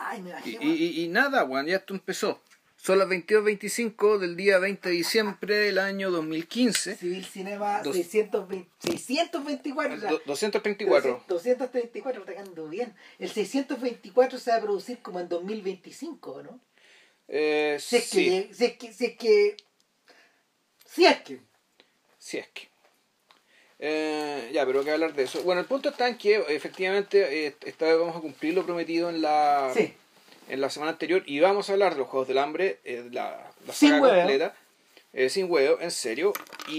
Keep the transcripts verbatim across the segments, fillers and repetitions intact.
Ay, me bajé, y, y, y nada, weón, ya esto empezó. Son las veintidós veinticinco del día veinte de diciembre del año dos mil quince. Civil Cinema Dos- seiscientos veinte, seiscientos veinticuatro. O sea, Do- doscientos veinticuatro. doscientos treinta y cuatro, está quedando bien. El seiscientos veinticuatro se va a producir como en dos mil veinticinco, ¿no? Eh, Si es que, sí, lleg- si es que, si es que, si es que. sí es que. Eh, ya, pero que hablar de eso. Bueno, el punto está en que efectivamente eh, esta vez vamos a cumplir lo prometido en la Sí. en la semana anterior y vamos a hablar de los Juegos del Hambre, eh, la, la Sin saga huevo. completa, eh, sin huevo, en serio.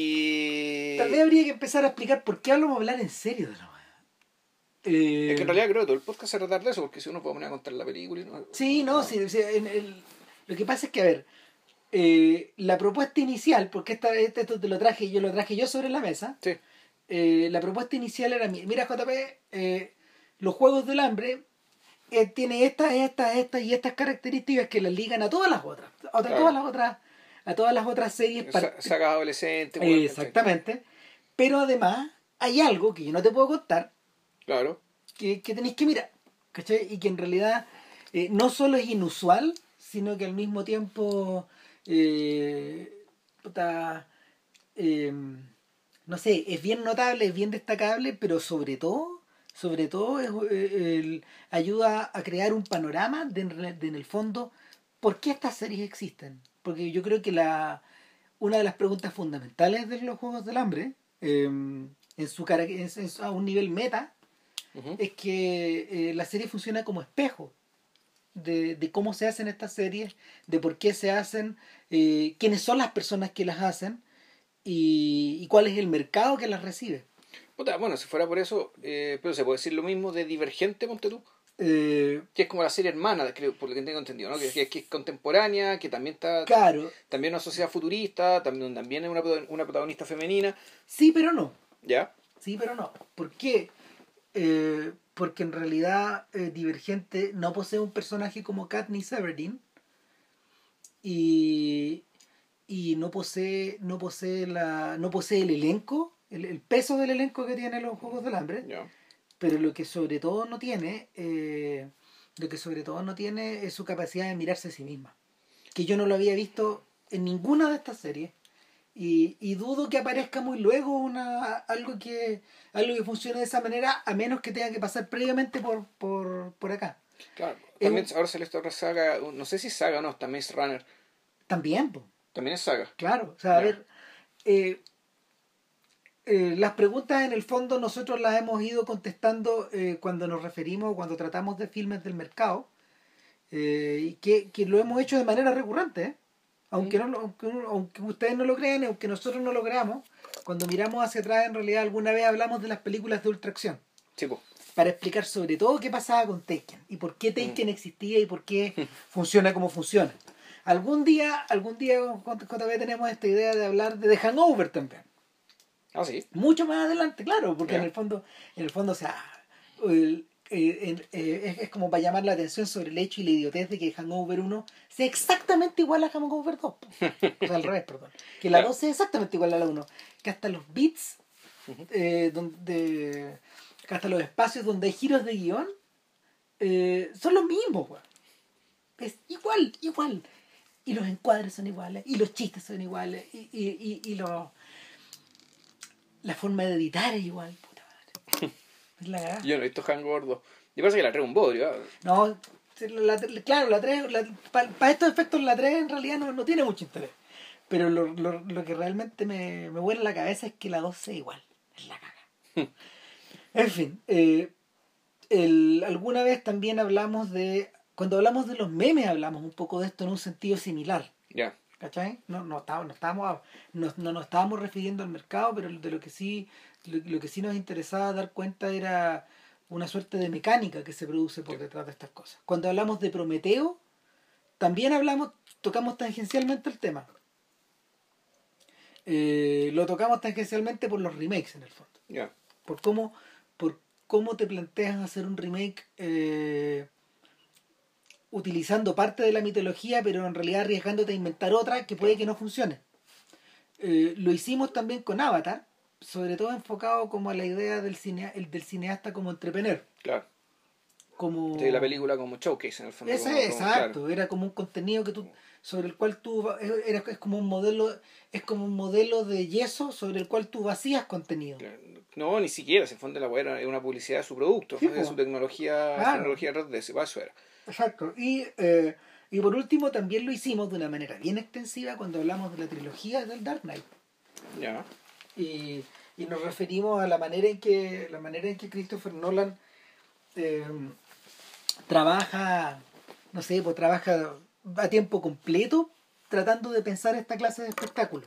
Y Tal vez habría que empezar a explicar por qué hablamos hablar en serio de la weá. Eh, es que en realidad creo que todo el podcast se trata de eso, porque si uno puede poner a contar la película y no. Sí, no, sí, sí, en el- lo que pasa es que, a ver, eh, la propuesta inicial, porque esta, este, esto te lo traje, yo lo traje yo sobre la mesa, Sí, eh, la propuesta inicial era, mi- mira J P, eh, los Juegos del Hambre eh, tiene estas, estas, estas y estas características que las ligan a todas las otras, a Claro. todas las otras, a todas las otras series. Sa- par- sagas adolescentes. eh, weón, exactamente, pero además hay algo que yo no te puedo contar, Claro. que, que tenéis que mirar, ¿cachai? Y que en realidad eh, no solo es inusual, sino que al mismo tiempo, eh, puta, eh, no sé, es bien notable, es bien destacable, pero sobre todo, sobre todo es, eh, el- ayuda a crear un panorama de, en re- de, en el fondo, ¿por qué estas series existen? Porque yo creo que la una de las preguntas fundamentales de los Juegos del Hambre, eh, en su cara- en- en- a un nivel meta, Ujú. es que eh, la serie funciona como espejo de, de cómo se hacen estas series, de por qué se hacen, eh, quiénes son las personas que las hacen y, y cuál es el mercado que las recibe. Puta, bueno, si fuera por eso, eh, pero se puede decir lo mismo de Divergente, ponte tú, Eh, que es como la serie hermana, creo, por lo que tengo entendido, ¿no? Que, que, que es contemporánea, que también está, claro, también una sociedad futurista, también, también es una, proto- una protagonista femenina, sí pero no, ¿ya? sí pero no. ¿Por qué? Eh, porque en realidad eh, Divergente no posee un personaje como Katniss Everdeen y, y no posee no posee la no posee el elenco, el, el peso del elenco que tienen los Juegos del Hambre, Ya. pero lo que sobre todo no tiene eh, lo que sobre todo no tiene es su capacidad de mirarse a sí misma, que yo no lo había visto en ninguna de estas series y, y dudo que aparezca muy luego una algo que algo que funcione de esa manera, a menos que tenga que pasar previamente por por, por acá. Claro. Es También un- ahora se le está otra saga, no sé si saga o no, también es Runner, también po, también es saga. claro, o sea, a Ya. ver, eh, eh, las preguntas en el fondo nosotros las hemos ido contestando eh, cuando nos referimos, cuando tratamos de filmes del mercado, eh, y que, que lo hemos hecho de manera recurrente, ¿eh? Aunque, no, lo- aunque, uno- aunque ustedes no lo crean, y aunque nosotros no lo creamos, cuando miramos hacia atrás en realidad alguna vez hablamos de las películas de ultraacción, Sí, pues. para explicar sobre todo qué pasaba con Taken y por qué Taken existía y por qué funciona como funciona. Algún día, algún día con J B tenemos esta idea de hablar de The Hangover también. Ah, sí. Mucho más adelante, claro, porque Ya. en el fondo, en el fondo, o sea, el- eh, en- eh, es, es como para llamar la atención sobre el hecho y la idiotez de que Hangover uno sea exactamente igual a Hangover dos. po. O sea, al revés, perdón. Que la Claro. dos sea exactamente igual a la uno. Que hasta los beats, Ujú. eh, donde, que hasta los espacios donde hay giros de guión, eh, son los mismos, weón. Es igual, igual. Y los encuadres son iguales, y los chistes son iguales, y, y, y, y los la forma de editar es igual, puta madre. Es la cagada. Yo no he visto Hangover dos. Y pasa que la traigo un bodrio, ¿ah? No, la- la- claro, la tres, para estos efectos la tres en realidad no, no tiene mucho interés. Pero lo, lo, lo que realmente me, me vuela la cabeza es que la dos sea igual. Es la caga. En fin, eh, el, alguna vez también hablamos de... Cuando hablamos de los memes hablamos un poco de esto en un sentido similar. Ya. ¿Cachai? No, no, estábamos, no, estábamos, no, no nos estábamos refiriendo al mercado, pero de lo que sí, lo, lo que sí nos interesaba dar cuenta era una suerte de mecánica que se produce por detrás de estas cosas. Cuando hablamos de Prometeo, también hablamos, tocamos tangencialmente el tema. Eh, lo tocamos tangencialmente por los remakes en el fondo. Ya. Por cómo, por cómo te planteas hacer un remake eh, utilizando parte de la mitología, pero en realidad arriesgándote a inventar otra que puede que no funcione. Eh, lo hicimos también con Avatar, sobre todo enfocado como a la idea del, cine, el, del cineasta como entrepreneur, Claro. como Sí, la película como showcase en el fondo. ese como, como- exacto, claro. era como un contenido que tú sobre el cual tú va- era es como un modelo es como un modelo de yeso sobre el cual tú vacías contenido. Claro. No, ni siquiera, se fue de la weá, era una publicidad de su producto, Sí, de pues, su tecnología, su claro, tecnología red de ese, para eso era. exacto. Y eh, y por último también lo hicimos de una manera bien extensiva cuando hablamos de la trilogía del Dark Knight. Ya. Y, y nos referimos a la manera en que la manera en que Christopher Nolan eh, trabaja, no sé, pues trabaja a tiempo completo tratando de pensar esta clase de espectáculo.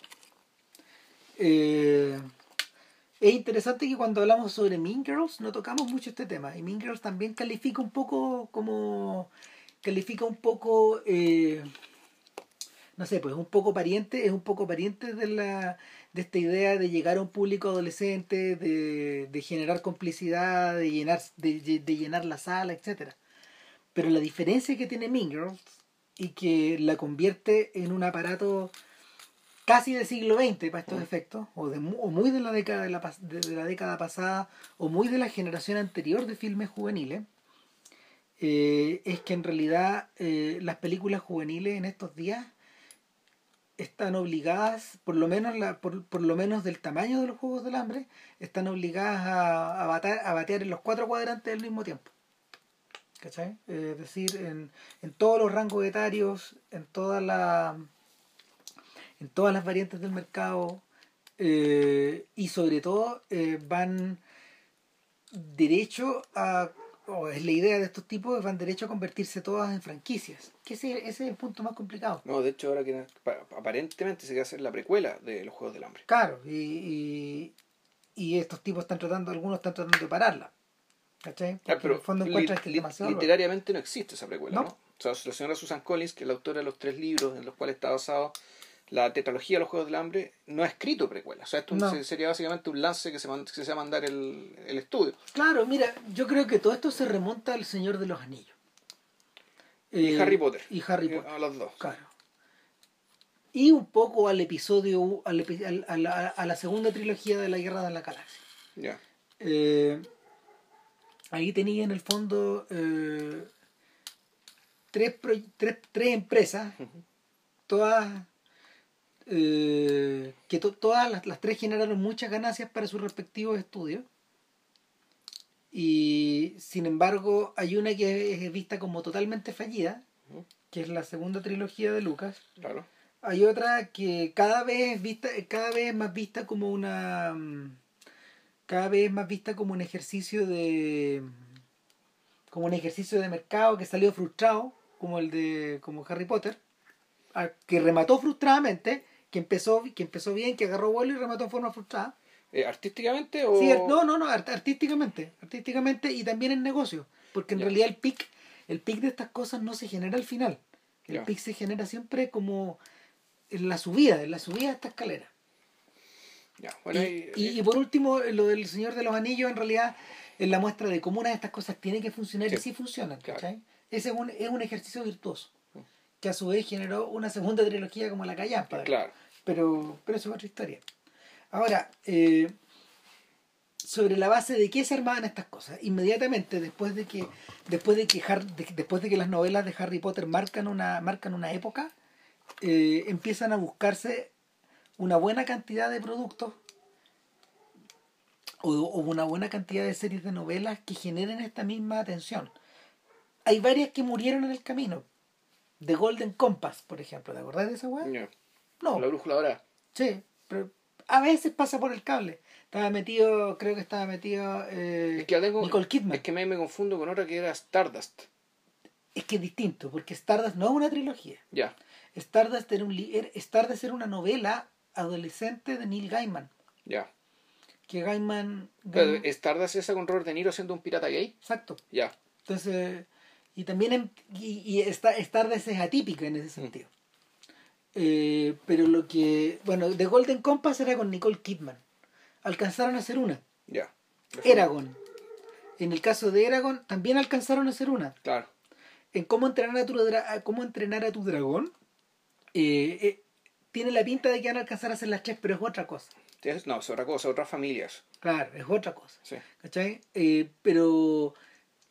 Eh, es interesante que cuando hablamos sobre Mean Girls no tocamos mucho este tema, y Mean Girls también califica un poco como califica un poco eh, no sé, pues un poco pariente, es un poco pariente de la de esta idea de llegar a un público adolescente, de, de generar complicidad, de llenar de, de llenar la sala, etcétera. Pero la diferencia que tiene Mean Girls y que la convierte en un aparato casi del siglo veinte para estos Mm. efectos, o, de, mu- o muy de la década de la, pas- de, de la década pasada, o muy de la generación anterior de filmes juveniles, eh, es que en realidad eh, las películas juveniles en estos días están obligadas, por lo menos la, por, por lo menos del tamaño de los Juegos del Hambre, están obligadas a, a, batear, a batear en los cuatro cuadrantes al mismo tiempo. ¿Cachai? Eh, es decir, en, en todos los rangos etarios, en todas la, en todas las variantes del mercado, eh, y sobre todo eh, van derecho a, o es la idea de estos tipos, van derecho a convertirse todas en franquicias. Que ese, ese es el punto más complicado. No, de hecho ahora que pa- aparentemente se quiere hacer la precuela de los Juegos del Hambre. Claro, y, y, y estos tipos están tratando, algunos están tratando de pararla. ¿Cachai? Ah, Porque en el pero fondo li- encuentran que es li- demasiado largo. literariamente no existe esa precuela, ¿no? No, O sea, la señora Susan Collins, que es la autora de los tres libros en los cuales está basado la tetralogía de los Juegos del Hambre, no ha escrito precuela. O sea, esto no. se- sería básicamente un lance que se, man- que se va a mandar el, el estudio. Claro, mira, yo creo que todo esto se remonta al Señor de los Anillos. Y Harry Eh, Potter. y Harry Eh, Potter, A los dos. claro. Y un poco al episodio, al epi- al- a, la, a la segunda trilogía de la Guerra de la Galaxia. Ya. Eh, ahí tenía en el fondo eh, tres, pro- tres, tres empresas, Ujú. todas eh, que to- todas las, las tres generaron muchas ganancias para sus respectivos estudios, y sin embargo hay una que es vista como totalmente fallida, Ujú. que es la segunda trilogía de Lucas. Claro. Hay otra que cada vez es vista cada vez es más vista como una mm, cada vez es más vista como un ejercicio de como un ejercicio de mercado que salió frustrado, como el de como Harry Potter, a- que remató frustradamente, que empezó que empezó bien, que agarró vuelo y remató en forma frustrada. Eh, ¿Artísticamente Sí, ar- o...? no, no, no, art- artísticamente, artísticamente y también en negocio, porque en Ya. realidad el pic, el pic de estas cosas no se genera al final. El Ya. pic se genera siempre como en la subida, en la subida de esta escalera. Ya. Bueno, Y, y, y, y- y por último, lo del Señor de los Anillos en realidad es la muestra de cómo una de estas cosas tiene que funcionar sí, y sí funcionan, claro. ¿cachai? Ese es un, es un ejercicio virtuoso, que a su vez generó una segunda trilogía como la Callampa, Claro. pero, pero eso es otra historia. Ahora, eh, sobre la base de qué se armaban estas cosas, inmediatamente después de que después de que Har- de- después de que las novelas de Harry Potter marcan una marcan una época, eh, empiezan a buscarse una buena cantidad de productos o, o una buena cantidad de series de novelas que generen esta misma atención. Hay varias que murieron en el camino. The Golden Compass, por ejemplo, ¿te acordás de esa weá? Ya. No, La brújula ahora. sí, pero a veces pasa por el cable. Estaba metido, creo que estaba metido eh, Es que ya tengo... Nicole Kidman. Es que me, me confundo con otra que era Stardust. Es que es distinto, porque Stardust no es una trilogía. Ya. Stardust era, un li- era- Stardust era una novela adolescente de Neil Gaiman. Ya. Que Gaiman... Pero, Gaiman- ¿Stardust esa con Robert De Niro siendo un pirata gay? exacto. Ya. Entonces, y también en- y, y esta- Stardust es atípica en ese sentido. Eh, pero lo que... Bueno, The Golden Compass era con Nicole Kidman. Alcanzaron a hacer una. Ya. Eragon. En el caso de Eragon, también alcanzaron a hacer una. Claro. En cómo entrenar a tu, dra- a cómo entrenar a tu dragón, eh, eh, tiene la pinta de que van a alcanzar a hacer las tres, pero es otra cosa. Es- No, es otra cosa, otras familias. Claro, es otra cosa. Sí. ¿Cachai? Eh, pero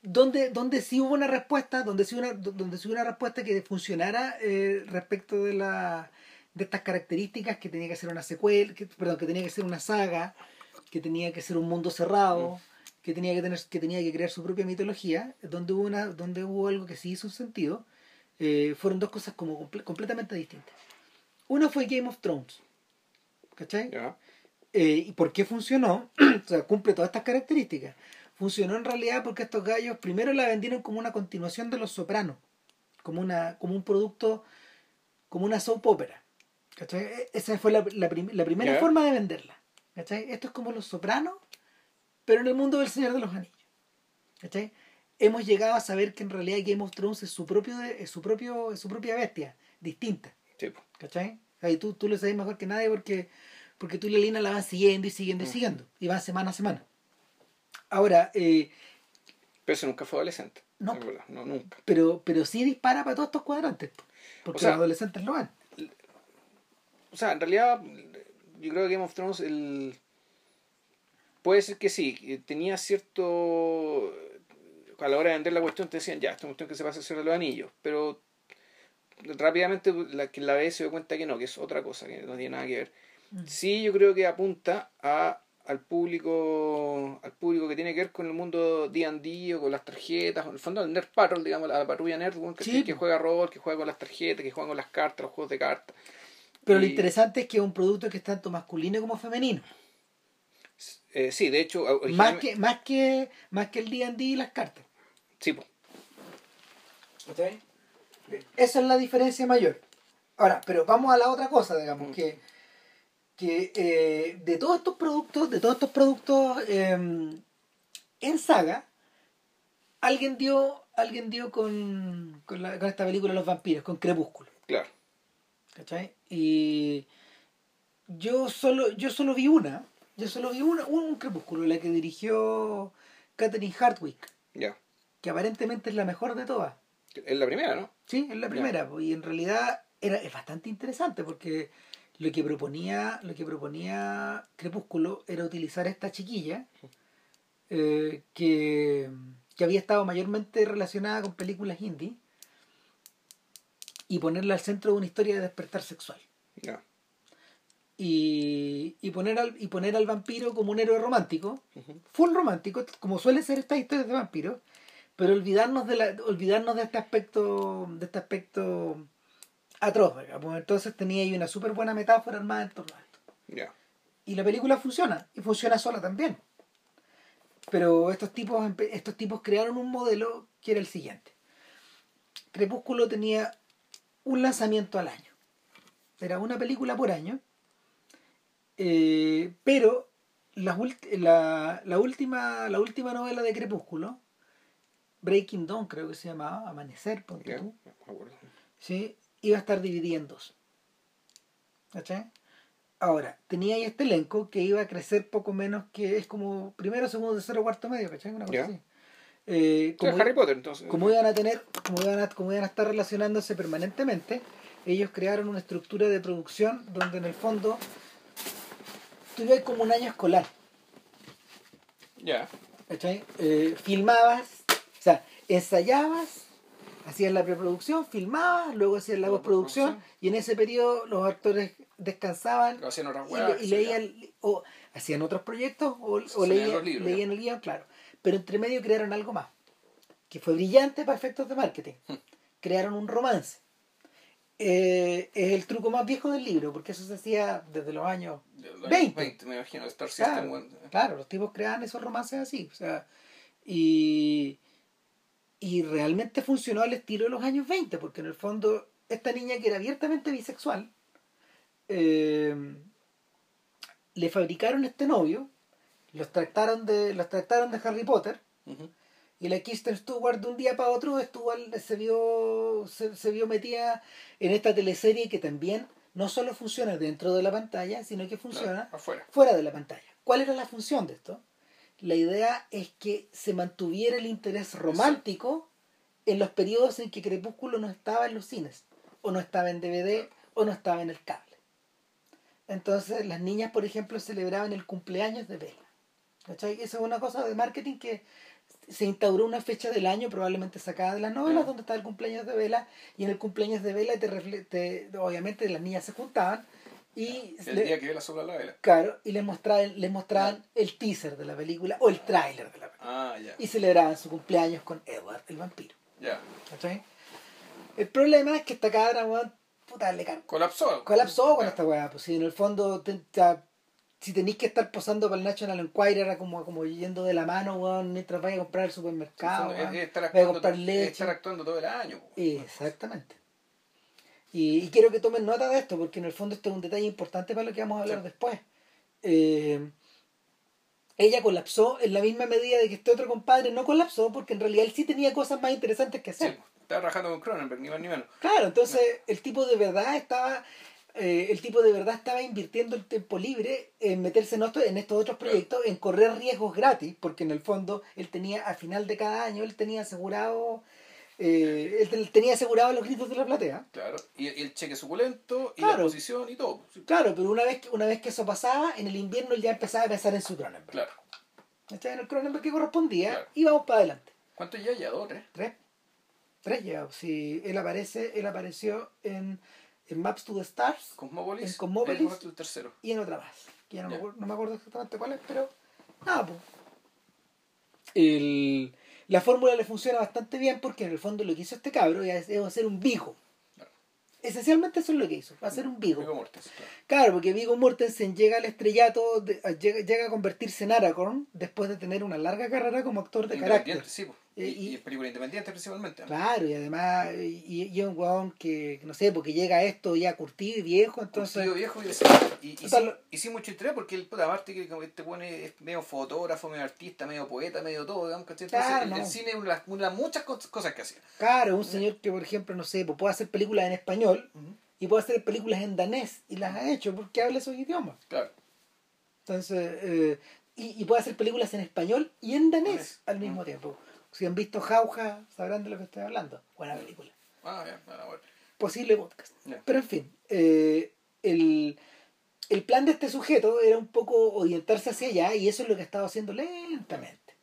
donde, donde sí hubo una respuesta, donde sí, una, donde sí hubo una respuesta que funcionara eh, respecto de la de estas características, que tenía que ser una secuela, que, perdón, que tenía que ser una saga, que tenía que ser un mundo cerrado, que tenía que tener, que tenía que crear su propia mitología, donde hubo una, donde hubo algo que sí hizo un sentido, eh, fueron dos cosas como comple- completamente distintas. Una fue Game of Thrones, ¿cachai? Ya. Eh, ¿Y por qué funcionó? O sea, cumple todas estas características. Funcionó en realidad porque estos gallos primero la vendieron como una continuación de Los Sopranos, como una, como un producto, como una soap opera. ¿Cachai? E- Esa fue la, la, prim- la primera Ya. forma de venderla. ¿Cachai? Esto es como Los Sopranos, pero en el mundo del Señor de los Anillos. ¿Cachai? Hemos llegado a saber que en realidad Game of Thrones es su propio es su propio es su propia bestia, distinta. Sí, po. ¿Cachai? O sea, y tú, tú lo sabes mejor que nadie porque, porque tú y la Lina la vas siguiendo y siguiendo y Mm. siguiendo. Y van semana a semana. Ahora, eh, Pero ese nunca fue adolescente. no, Es verdad. No, nunca. pero, pero sí dispara para todos estos cuadrantes. po, O Porque los sea, adolescentes lo van. o sea, en realidad, yo creo que Game of Thrones, el... puede ser que sí, que tenía cierto... A la hora de vender la cuestión te decían, ya, esta cuestión que se pasa a hacer de los anillos, pero rápidamente la que la ve se dio cuenta que no, que es otra cosa, que no tiene nada que ver. Mm. Sí, yo creo que apunta a al público al público que tiene que ver con el mundo D and D o con las tarjetas, en el fondo el Nerd Patrol, digamos, la patrulla nerd, weón, que, Sí, que juega rol, que juega con las tarjetas, que juega con las cartas, los juegos de cartas. pero lo Y interesante es que es un producto que es tanto masculino como femenino. eh, sí, de hecho, Más originalmente... que, más que, más que el D and D y las cartas. Sí, po. ¿Cachai? Esa es la diferencia mayor. Ahora, pero vamos a la otra cosa, digamos, Mm. que, que eh, de todos estos productos, de todos estos productos eh, en saga, alguien dio, alguien dio con, con, la- con esta película Los Vampiros, con Crepúsculo. Claro, ¿Cachai? Y yo solo, yo solo vi una, yo solo vi una, un Crepúsculo, la que dirigió Catherine Hardwicke, ya. que aparentemente es la mejor de todas. Es la primera, ¿no? Sí, es la Ya. primera, po, y en realidad era, es bastante interesante porque lo que proponía, lo que proponía Crepúsculo era utilizar a esta chiquilla eh, que, que había estado mayormente relacionada con películas indie y ponerla al centro de una historia de despertar sexual. Ya. Y, y, poner al, y poner al vampiro como un héroe romántico, Ujú. full romántico, como suelen ser estas historias de vampiros, pero olvidarnos de la, olvidarnos de este aspecto, de este aspecto atroz, digamos. Entonces tenía ahí una súper buena metáfora armada en torno a esto. Ya. Y la película funciona, y funciona sola también. Pero estos tipos, empe- estos tipos crearon un modelo que era el siguiente. Crepúsculo tenía un lanzamiento al año. Era una película por año. eh, pero las ult- la, la última, la última novela de Crepúsculo, Breaking Dawn creo que se llamaba, Amanecer, ponte Ya. tú, No me acuerdo. ¿sí? Iba a estar dividida en dos. ¿Cachai? Ahora, tenía ahí este elenco que iba a crecer poco menos que es como primero, segundo, tercero, cuarto, medio, ¿cachai? Una cosa Ya. así. Eh, O sea, como, Harry Potter, entonces. como iban a tener, como iban a, como iban a estar relacionándose permanentemente, ellos crearon una estructura de producción donde en el fondo tú ibas como un año escolar, Ya. ¿cachai? Eh, filmabas, o sea, ensayabas, hacías la preproducción, filmabas, luego hacías la La postproducción postproducción. y en ese periodo los actores descansaban Lo hacían otras y, huevas. le- y sí, ya. leían o hacían otros proyectos o, Se- o se leían leían, los libros, leían el guión, claro. Pero entre medio crearon algo más, que fue brillante para efectos de marketing. Hmm. Crearon un romance. Eh, es el truco más viejo del libro, porque eso se hacía desde los años De los años veinte. veinte, me imagino. Star System. Claro, bueno. claro, los tipos creaban esos romances así. O sea, y, y realmente funcionó al estilo de los años veinte, porque en el fondo esta niña que era abiertamente bisexual, eh, le fabricaron este novio, los trataron de, los trataron de Harry Potter, Ujú. y la Kristen Stewart de un día para otro estuvo al- se vio se, se vio metida en esta teleserie que también no solo funciona dentro de la pantalla, sino que funciona No, afuera. fuera de la pantalla. ¿Cuál era la función de esto? La idea es que se mantuviera el interés romántico en los periodos en que Crepúsculo no estaba en los cines, o no estaba en D V D, o no estaba en el cable. Entonces las niñas, por ejemplo, celebraban el cumpleaños de Bella. ¿Cachai? Esa es una cosa de marketing que se instauró una fecha del año probablemente sacada de las novelas, Mm. donde está el cumpleaños de Bella, y en el cumpleaños de Bella te, refle- te- obviamente las niñas se juntaban y El le- día que Bella sopla la vela. claro, y les mostraban, les mostraban el teaser de la película o el tráiler de la película Ah, ya. y celebraban su cumpleaños con Edward el vampiro. Ya. ¿Cachai? El problema es que esta cabra, weón, puta, le can- Colapsó. colapsó con Ya. esta weá, pues si en el fondo te- te- si tenéis que estar posando para el National Enquirer era como, como yendo de la mano, weón, mientras vaya a comprar al supermercado, Es, weón, es estar vaya a actuando, comprar es leche. estar actuando todo el año. po. Exactamente. Y, y quiero que tomen nota de esto, porque en el fondo esto es un detalle importante para lo que vamos a hablar Sí. después. Eh, ella colapsó en la misma medida de que este otro compadre no colapsó, porque en realidad él sí tenía cosas más interesantes que Sí, hacer. po. Estaba trabajando con Cronenberg, ni más ni menos. Claro, entonces el tipo de verdad estaba eh, el tipo de verdad estaba invirtiendo el tiempo libre en meterse en, otro- en estos otros proyectos, en correr riesgos gratis, porque en el fondo él tenía, a final de cada año, él tenía asegurado eh, él te- tenía asegurado los gritos de la platea. Claro. Y, y el cheque suculento, y Claro. la posición y todo. Sí. Claro, pero una vez que, una vez que eso pasaba, en el invierno él ya empezaba a pensar en su Cronenberg. Claro. ¿Cachai? En el Cronenberg que correspondía, Claro. y vamos para adelante. ¿Cuánto ya? Ya dos, tres. Tres. Tres llevamos. Si él aparece, él apareció en, en Maps to the Stars Cosmópolis. En Cosmópolis. Es el tercero. y en otra más. Que ya no, Ya. me acuerdo, no me acuerdo exactamente cuál es, pero nada, pues. El, la fórmula le funciona bastante bien porque en el fondo lo que hizo este cabro es, es hacer un Vigo. Claro. Esencialmente eso es lo que hizo, hacer un Vigo. Viggo Mortensen, claro. Claro, porque Viggo Mortensen llega al estrellato, de- a- llega, llega a convertirse en Aragorn después de tener una larga carrera como actor de carácter. Independiente, sí, po. Y, Eh, y- y es película independiente principalmente. ¿no? Claro, y además, y, y es un weón que, no sé, porque llega a esto ya curtido y viejo, entonces... Curtido viejo y, y, y, Total, sin, y sin mucho interés porque el puta aparte que como este pone es medio fotógrafo, medio artista, medio poeta, medio todo, digamos, ¿cachai? Entonces Claro, el, no. el cine es una, de las- una de las muchas cos- cosas que hacía. Claro, un señor que, por ejemplo, no sé, pues puede hacer películas en español Ujú. y puede hacer películas en danés y las ha hecho porque habla esos idiomas. Claro. Entonces, eh, y, y puede hacer películas en español y en danés Danés. al mismo Mm. tiempo. Si han visto Jauja, sabrán de lo que estoy hablando. Buena película. Ah, ya, ah, bueno. Posible podcast. Ya. Pero en fin, eh, el, el plan de este sujeto era un poco orientarse hacia allá y eso es lo que ha estado haciendo lentamente.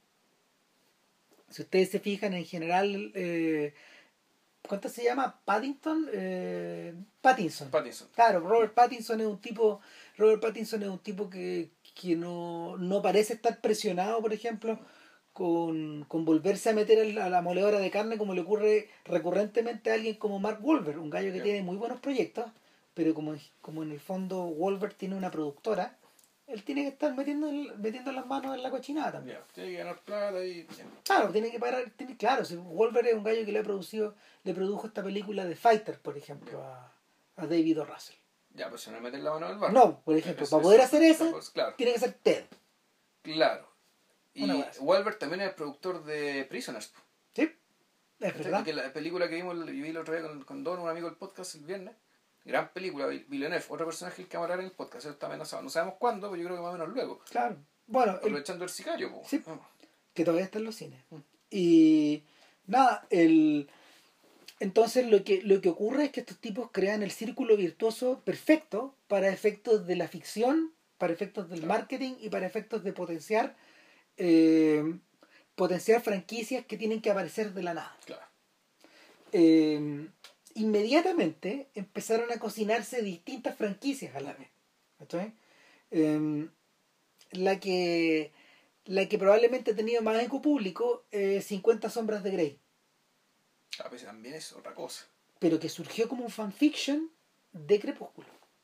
Si ustedes se fijan, en general, eh, ¿cuánto se llama? Paddington, eh, Pattinson. Pattinson. Claro, Robert Pattinson es un tipo, Robert Pattinson es un tipo que, que no, no parece estar presionado, por ejemplo, con, con volverse a meter a la, a la moledora de carne como le ocurre recurrentemente a alguien como Mark Wahlberg, un gallo que Ya. tiene muy buenos proyectos, pero como, como en el fondo Wahlberg tiene una productora, él tiene que estar metiendo, el- metiendo las manos en la cochinada también. Ya. Tiene que ganar plata y. Ya. Claro, tiene que parar, tiene, claro, si Wahlberg es un gallo que le ha producido, le produjo esta película de Fighter, por ejemplo, a, a David O. Russell. Ya, pues se no meter la mano en el barro. No, por ejemplo, Eso- para poder eso- hacer esa, pues, claro. tiene que ser Ted. Claro. Y Una wea así. Wahlberg también es el productor de Prisoners. ¿Sí? Es ¿Cachai? verdad. Que la película que vimos, yo vi el otro día con, con Don, un amigo del podcast, el viernes. Gran película, Villeneuve, otro personaje que vamos a hablar en el podcast, eso está amenazado. No sabemos cuándo, pero yo creo que más o menos luego. Claro. Bueno, el- Aprovechando el sicario, po. Sí. Ah. que todavía está en los cines. Mm. Y nada, el entonces lo que lo que ocurre es que estos tipos crean el círculo virtuoso perfecto para efectos de la ficción, para efectos del Claro. marketing y para efectos de potenciar eh, potenciar franquicias que tienen que aparecer de la nada. Claro. Eh, inmediatamente empezaron a cocinarse distintas franquicias a la vez. ¿Cachai? Eh, la que la que probablemente ha tenido más eco público es cincuenta sombras de Grey, A veces también es otra cosa. pero que surgió como un fanfiction de Crepúsculo.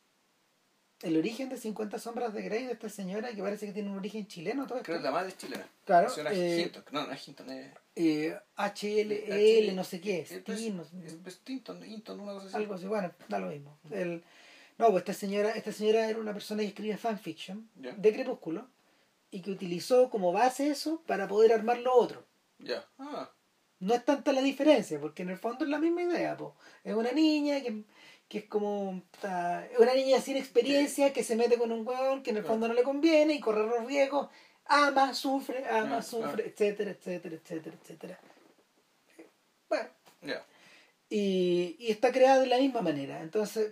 El origen de cincuenta sombras de Grey de esta señora que parece que tiene un origen chileno, todo esto. Creo que la madre es chilena. Claro, La señora eh, Hinton. No, no es Hinton, es. eh, H L H L, L, no sé qué, es- Steen, no sé- es, es Hinton, Hinton, una cosa así. algo así, bueno, da lo mismo. El, no, pues esta señora, esta señora era una persona que escribía fanfiction Ya. de Crepúsculo y que utilizó como base eso para poder armar lo otro. Ya. Ah, No es tanta la diferencia, porque en el fondo es la misma idea, po. Es una niña que, que es como ta- es una niña sin experiencia que se mete con un hueón que en el Claro. fondo no le conviene y corre los riesgos, ama, sufre, ama, Claro, sufre, claro. etcétera, etcétera, etcétera, etcétera. Bueno, ya. y, y está creada de la misma manera. Entonces,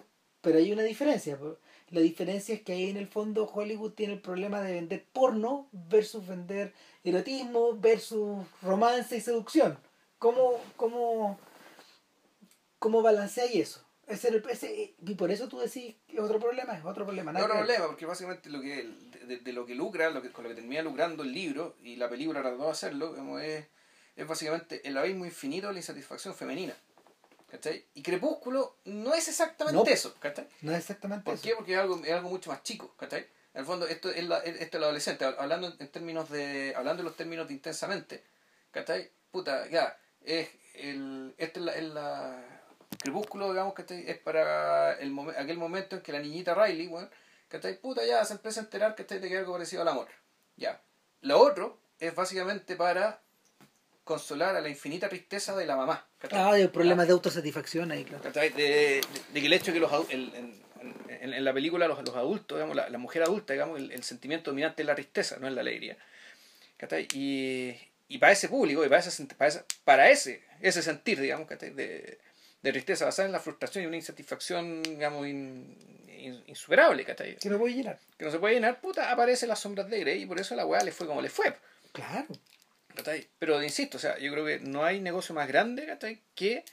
pero hay una diferencia. Po. La diferencia es que ahí en el fondo Hollywood tiene el problema de vender porno versus vender erotismo versus romance y seducción. ¿Cómo, cómo, cómo balanceáis eso? Ese, era el- ese- y por eso tú decís que es otro problema, es otro problema. No, Nada no que ver. problema, porque básicamente lo que de, de lo que lucra, lo que, con lo que termina lucrando el libro y la película trató de hacerlo, como es, es básicamente el abismo infinito de la insatisfacción femenina. ¿Cachai? Y Crepúsculo no es exactamente No. eso, ¿cachai? No es exactamente ¿Por eso. qué? Porque es algo, es algo mucho más chico, ¿cachai? En el fondo, esto es, la, esto es el adolescente, hablando en términos de. Hablando en los términos de intensamente, ¿cachai? Puta, ya, es el. Este es la, es la Crepúsculo, digamos, ¿cachai? Es para el momen- aquel momento en que la niñita Riley, bueno, ¿cachai? Puta, ya se empieza a enterar, ¿cachai? De que hay algo parecido al amor. Ya. Lo otro es básicamente para consolar a la infinita tristeza de la mamá, ¿cachai? Ah, hay problemas ¿Ya? de autosatisfacción ahí, claro. ¿Cachai? De, de, de que el hecho de que los adu- el- en, en, en la película los, los adultos, digamos, la, la mujer adulta, digamos, el, el sentimiento dominante es la tristeza, no es la alegría. ¿Cachai? Y, y para ese público, y para ese, para ese, para ese, ese sentir, digamos, ¿cachai? De, de tristeza basada en la frustración y una insatisfacción, digamos, in, in- insuperable, ¿cachai? Que no puede llenar. Que no se puede llenar, puta, aparece las sombras de Grey y por eso la weá le fue como le fue. Claro. ¿Cachai? Pero insisto, o sea, yo creo que no hay negocio más grande, ¿cachai? Que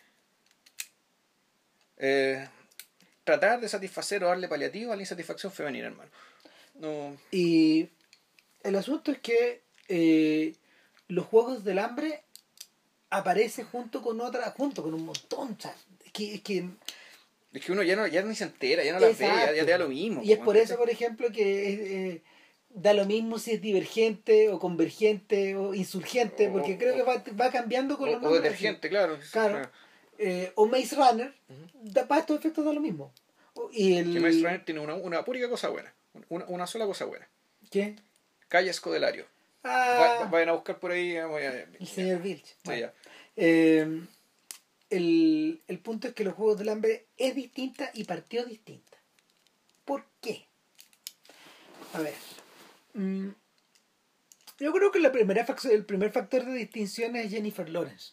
eh, tratar de satisfacer o darle paliativo a la insatisfacción femenina, hermano. No, Y el asunto es que eh, los Juegos del Hambre aparece junto con otra, junto con un montón. O sea, es que, es que es que uno ya no, ya ni se entera, ya no las ve, ya, ya exacto. te da lo mismo. Y es po, por ¿cachai? eso, por ejemplo, que eh, da lo mismo si es divergente o convergente o insurgente, O, porque creo que o, va, va cambiando con o, los o nombres. detergente, claro. Claro. Eh, o Maze Runner, Ujú. da, para estos efectos da lo mismo. O- Y Que Maze el... Runner tiene una, una púrica cosa buena. Una, una sola cosa buena. ¿Qué? Calle Escodelario. Va- va- Ah, vayan a buscar por ahí. Digamos, ya, el ya. señor Vilch. Sí, Bueno, ya. eh, el, el punto es que los Juegos del Hambre es distinta y partió distinta. ¿Por qué? A ver. mm, yo creo que la primera fac- el primer factor de distinción es Jennifer Lawrence.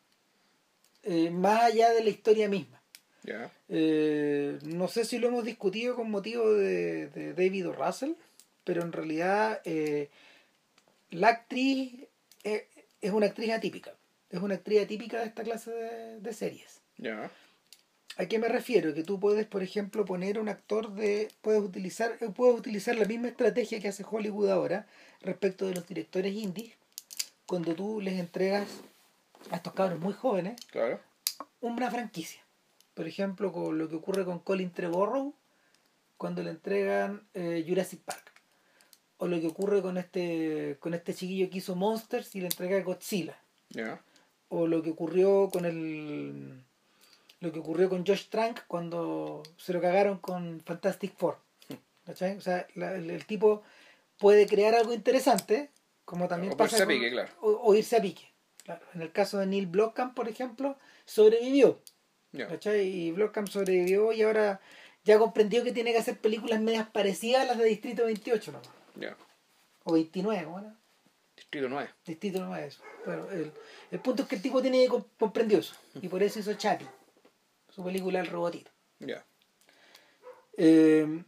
Eh, más allá de la historia misma. Ya. Eh, no sé si lo hemos discutido con motivo de, de David o Russell, pero en realidad eh, la actriz eh, es una actriz atípica. Es una actriz atípica de esta clase de, de series. Ya. ¿A qué me refiero? Que tú puedes, por ejemplo, poner un actor de... Puedes utilizar, eh, puedes utilizar la misma estrategia que hace Hollywood ahora respecto de los directores indies, cuando tú les entregas a estos cabros muy jóvenes Claro. una franquicia. Por ejemplo, con lo que ocurre con Colin Trevorrow cuando le entregan eh, Jurassic Park. O lo que ocurre con este con este chiquillo que hizo Monsters y le entrega Godzilla. Ya. O lo que ocurrió con el lo que ocurrió con Josh Trank cuando se lo cagaron con Fantastic Four. ¿Cachai? O sea, la- el, el tipo puede crear algo interesante, como también O pasa ponerse a con, pique, claro. o, o irse a pique. Claro. En el caso de Neil Blomkamp, por ejemplo, sobrevivió. Ya. ¿Cachai? Y Blomkamp sobrevivió y ahora ya comprendió que tiene que hacer películas medias parecidas a las de Distrito veintiocho nomás. Ya. O veintinueve, ¿cómo era? Distrito nueve. Distrito nomás eso. Bueno, el, el punto es que el tipo tiene que com- comprendió eso. Y por eso hizo Chappie, su película El Robotito. Ya. Eh,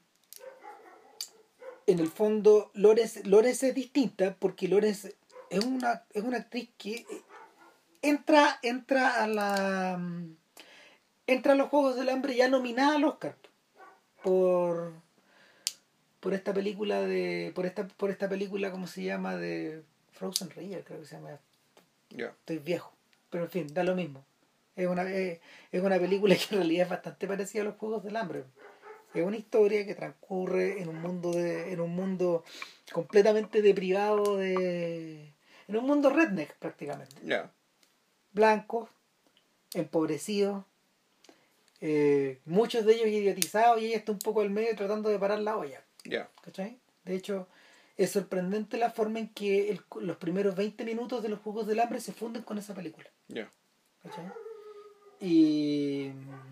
en el fondo, Lawrence, Lawrence es distinta porque Lawrence es una, es una actriz que entra, entra a la entra a los Juegos del Hambre ya nominada al Oscar por por esta película de por esta por esta película ¿cómo se llama? De Frozen River, creo que se llama. Ya. Estoy viejo, pero en fin, da lo mismo. Es una es, es una película que en realidad es bastante parecida a los Juegos del Hambre. Es una historia que transcurre en un mundo de en un mundo completamente deprivado de en un mundo redneck prácticamente. Ya. Blancos, empobrecidos, eh, muchos de ellos idiotizados y ella está un poco al medio tratando de parar la olla. Ya. ¿Cachai? De hecho, es sorprendente la forma en que el- los primeros veinte minutos de los Juegos del Hambre se funden con esa película. Ya. ¿Cachai? Y,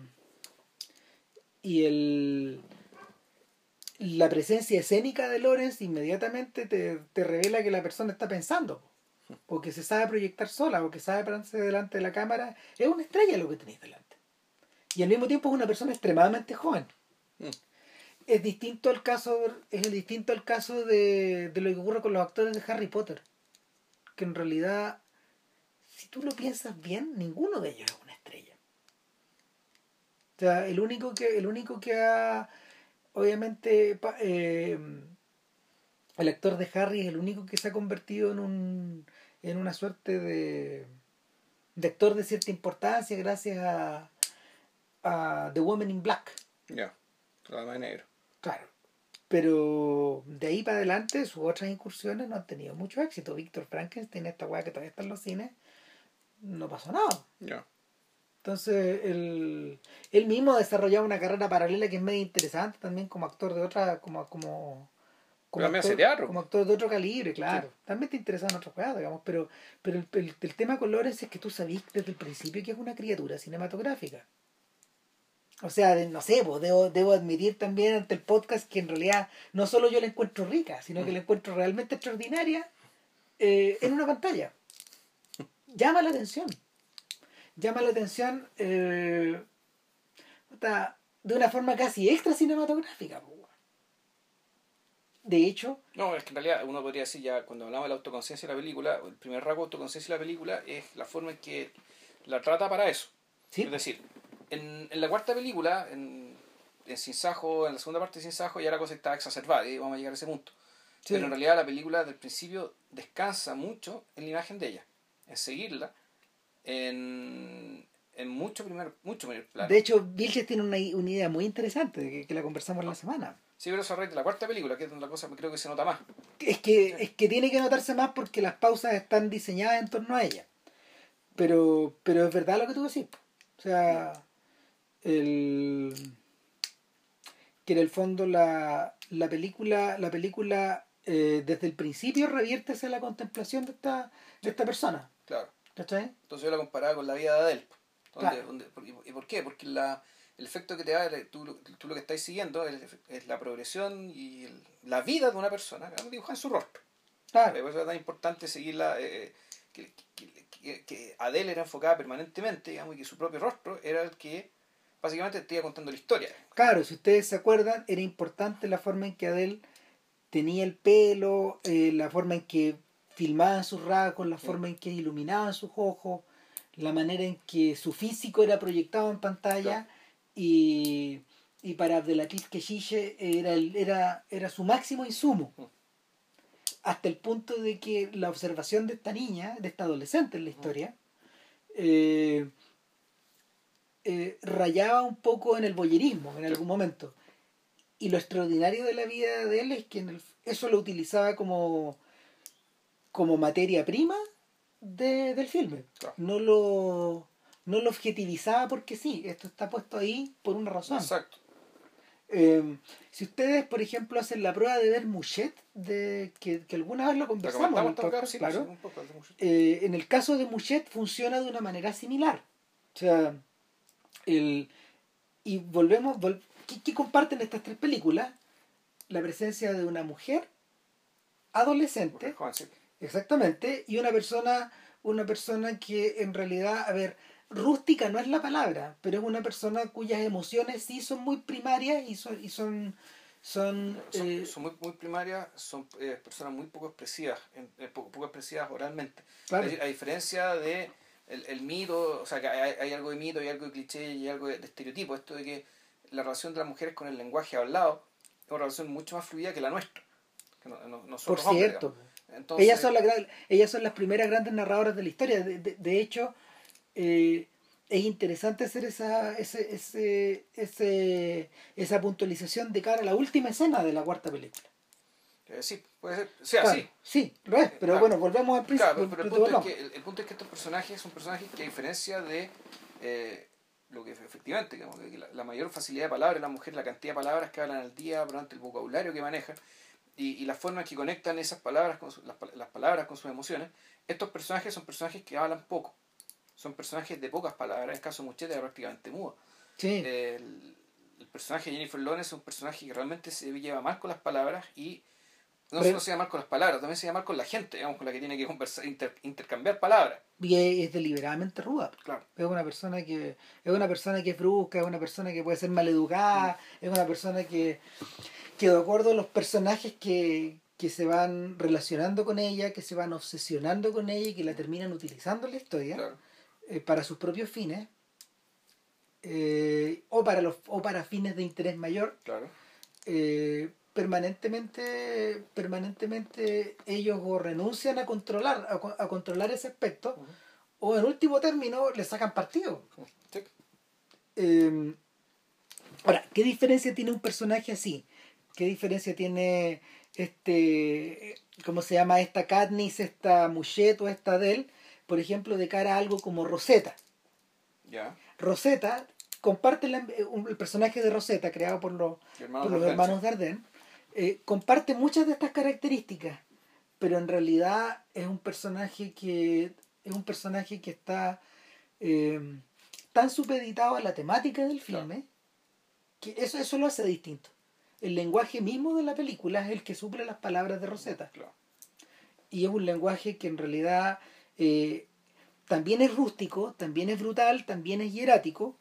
y el, la presencia escénica de Lawrence inmediatamente te, te revela que la persona está pensando, o que se sabe proyectar sola, o que sabe pararse delante de la cámara. Es una estrella lo que tenéis delante. Y al mismo tiempo es una persona extremadamente joven. Mm. Es distinto al caso, es distinto al caso de, de lo que ocurre con los actores de Harry Potter. Que en realidad, si tú lo piensas bien, ninguno de ellos es una estrella. O sea, el único que, el único que ha, obviamente, pa- eh, el actor de Harry es el único que se ha convertido en un, en una suerte de, de actor de cierta importancia gracias a, a The Woman in Black. Ya, yeah. La dama de negro. Claro. Pero de ahí para adelante sus otras incursiones no han tenido mucho éxito. Víctor Frankenstein, esta weá que todavía está en los cines, no pasó nada. Ya. Yeah. Entonces él, él mismo desarrollaba una carrera paralela que es medio interesante también como actor de otra, como, como, como, actor, teatro. como actor de otro calibre, claro. Sí. También te interesaba en otros juegos, digamos, pero, pero el, el, el tema con Lawrence es que tú sabís desde el principio que es una criatura cinematográfica. O sea, no sé, pues, debo, debo admitir también ante el podcast que en realidad no solo yo la encuentro rica, sino que la encuentro realmente extraordinaria eh, en una pantalla. Llama la atención. Llama la atención eh, de una forma casi extra cinematográfica. De hecho... No, es que en realidad uno podría decir ya, cuando hablamos de la autoconciencia de la película, el primer rasgo de autoconciencia de la película es la forma en que la trata para eso. ¿Sí? Es decir, en, en la cuarta película, en, en Sin Sajo, en la segunda parte de Sin Sajo, ya la cosa está exacerbada y vamos a llegar a ese punto. Sí. Pero en realidad la película desde el principio descansa mucho en la imagen de ella, en seguirla, en, en mucho primer, mucho primer plano. De hecho, Vilches tiene una, una idea muy interesante, que, que la conversamos la semana. Sí, pero eso es de la cuarta película, que es la cosa que creo que se nota más. Es que, sí. es que tiene que notarse más porque las pausas están diseñadas en torno a ella. Pero, pero es verdad lo que tú decís. O sea, el, que en el fondo la, la película, la película eh, desde el principio revierte hacia la contemplación de esta, de esta persona. Claro. ¿Cachai? Entonces yo la comparaba con la vida de Adele. Donde, claro. donde, ¿Y por qué? Porque la, el efecto que te da, tú, tú lo que estás siguiendo es, es la progresión y el, la vida de una persona dibujada en su rostro. Claro. Por eso es tan importante seguirla. Eh, que, que, que, que Adele era enfocada permanentemente, digamos, y que su propio rostro era el que básicamente te iba contando la historia. Claro, si ustedes se acuerdan, era importante la forma en que Adele tenía el pelo, eh, la forma en que filmaban sus rasgos, la forma en que iluminaban sus ojos, la manera en que su físico era proyectado en pantalla. Claro. y, y para Abdelatif Kechiche era, el, era, era su máximo insumo. Mm. Hasta el punto de que la observación de esta niña, de esta adolescente en la historia, eh, eh, rayaba un poco en el voyerismo en algún momento. Y lo extraordinario de la vida de él es que en el, eso lo utilizaba como, como materia prima de, del filme. Claro. No lo no lo objetivizaba porque sí, esto está puesto ahí por una razón. Exacto. Eh, si ustedes, por ejemplo, hacen la prueba de ver Mouchet, de, que, que alguna vez lo conversamos en el podcast, sí, claro, sí, un poco de eh, en el caso de Mouchet funciona de una manera similar. O sea, el, y volvemos, vol, ¿qué, ¿qué comparten estas tres películas? La presencia de una mujer adolescente, joven, sí. Exactamente, y una persona, una persona que en realidad, a ver, rústica no es la palabra, pero es una persona cuyas emociones sí son muy primarias y son y son son, son, eh, son muy, muy primarias, son eh, personas muy poco expresivas, eh, poco, poco expresivas oralmente. Claro. Es decir, a diferencia de el, el mito, o sea que hay, hay algo de mito, hay algo de cliché y hay algo de, de estereotipo, esto de que la relación de las mujeres con el lenguaje hablado es una relación mucho más fluida que la nuestra. Que no, no, no Por hombres, cierto. Digamos. Entonces, ellas son las ellas son las primeras grandes narradoras de la historia. De, de, de hecho, eh, es interesante hacer esa ese, ese, ese esa puntualización de cara a la última escena de la cuarta película. Eh, sí, puede ser, o sea, claro, sí. Sí, lo es, pero claro. Bueno, volvemos al principio. Claro, pero el punto, es que, el, el punto es que estos personajes son personajes que a diferencia de eh, lo que efectivamente, digamos, que la, la mayor facilidad de palabras de la mujer, la cantidad de palabras que hablan al día, durante el vocabulario que manejan, y, y la forma en que conectan esas palabras con su, las, las palabras con sus emociones, estos personajes son personajes que hablan poco, son personajes de pocas palabras. En el caso de Mouchet era prácticamente mudo. Sí. El, el personaje de Jennifer Lawrence es un personaje que realmente se lleva mal con las palabras y no Re- solo se llama con las palabras, también se llama con la gente, digamos, con la que tiene que conversar, inter- intercambiar palabras. Y es, es deliberadamente ruda. Claro. Es una persona que es una persona que es brusca, es una persona que puede ser maleducada, mm. es una persona que, que de acuerdo a los personajes que, que se van relacionando con ella, que se van obsesionando con ella y que la terminan utilizando en la historia, Claro. eh, para sus propios fines, eh, o para los o para fines de interés mayor, claro. eh, permanentemente permanentemente ellos o renuncian a controlar a, a controlar ese aspecto, uh-huh. o en último término le sacan partido. Sí. Eh, ahora, ¿qué diferencia tiene un personaje así? ¿Qué diferencia tiene este, cómo se llama, esta Katniss, esta Muschet o esta Adele, por ejemplo, de cara a algo como Rosetta? Ya. Rosetta comparte la, el personaje de Rosetta, creado por los, hermanos por los Dardenne, hermanos sí. Dardenne, eh, comparte muchas de estas características, pero en realidad es un personaje que es un personaje que está eh, tan supeditado a la temática del filme, claro. que eso, eso lo hace distinto. El lenguaje mismo de la película es el que suple las palabras de Rosetta. Claro. Y es un lenguaje que en realidad eh, también es rústico, también es brutal, también es hierático,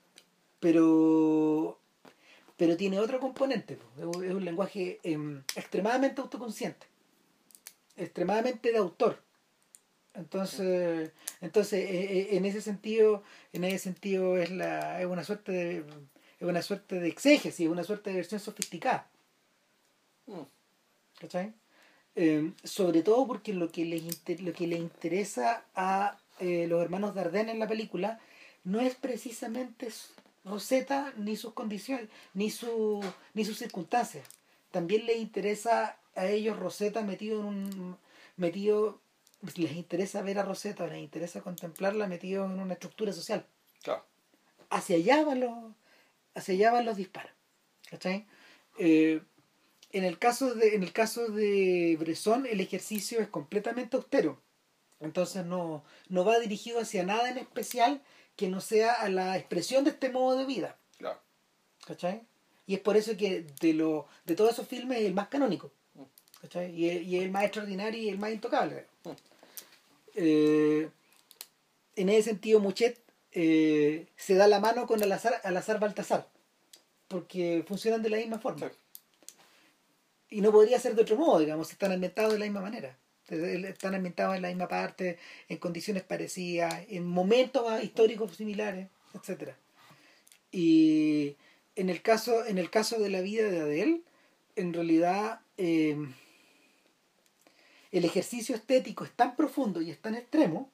pero pero tiene otro componente. Es un lenguaje eh, extremadamente autoconsciente, extremadamente de autor. Entonces, entonces eh, en ese sentido, en ese sentido es la es una suerte de es una suerte de exégesis, es una suerte de versión sofisticada. Mm. ¿Cachai? Eh, sobre todo porque lo que les inter, lo que les interesa a eh, los hermanos Dardenne en la película no es precisamente Rosetta ni sus condiciones ni su ni sus circunstancias. También les interesa a ellos Rosetta metido en un metido les interesa ver a Rosetta, les interesa contemplarla metido en una estructura social. Claro. Hacia allá van los hacia allá van los disparos. ¿Cachai? Eh, En el caso de, en el caso de Bresson, el ejercicio es completamente austero. Entonces no, no va dirigido hacia nada en especial que no sea a la expresión de este modo de vida. Claro. ¿Cachai? Y es por eso que de lo, de todos esos filmes es el más canónico. ¿Cachai? Y es, y es el más extraordinario y el más intocable. Mm. Eh, en ese sentido, Muchet eh, se da la mano con Alazar, Alazar Baltasar. Porque funcionan de la misma forma. Sí. Y no podría ser de otro modo, digamos, están ambientados de la misma manera. Están ambientados en la misma parte, en condiciones parecidas, en momentos históricos similares, etcétera. Y en el caso, en el caso de la vida de Adele, en realidad eh, el ejercicio estético es tan profundo y es tan extremo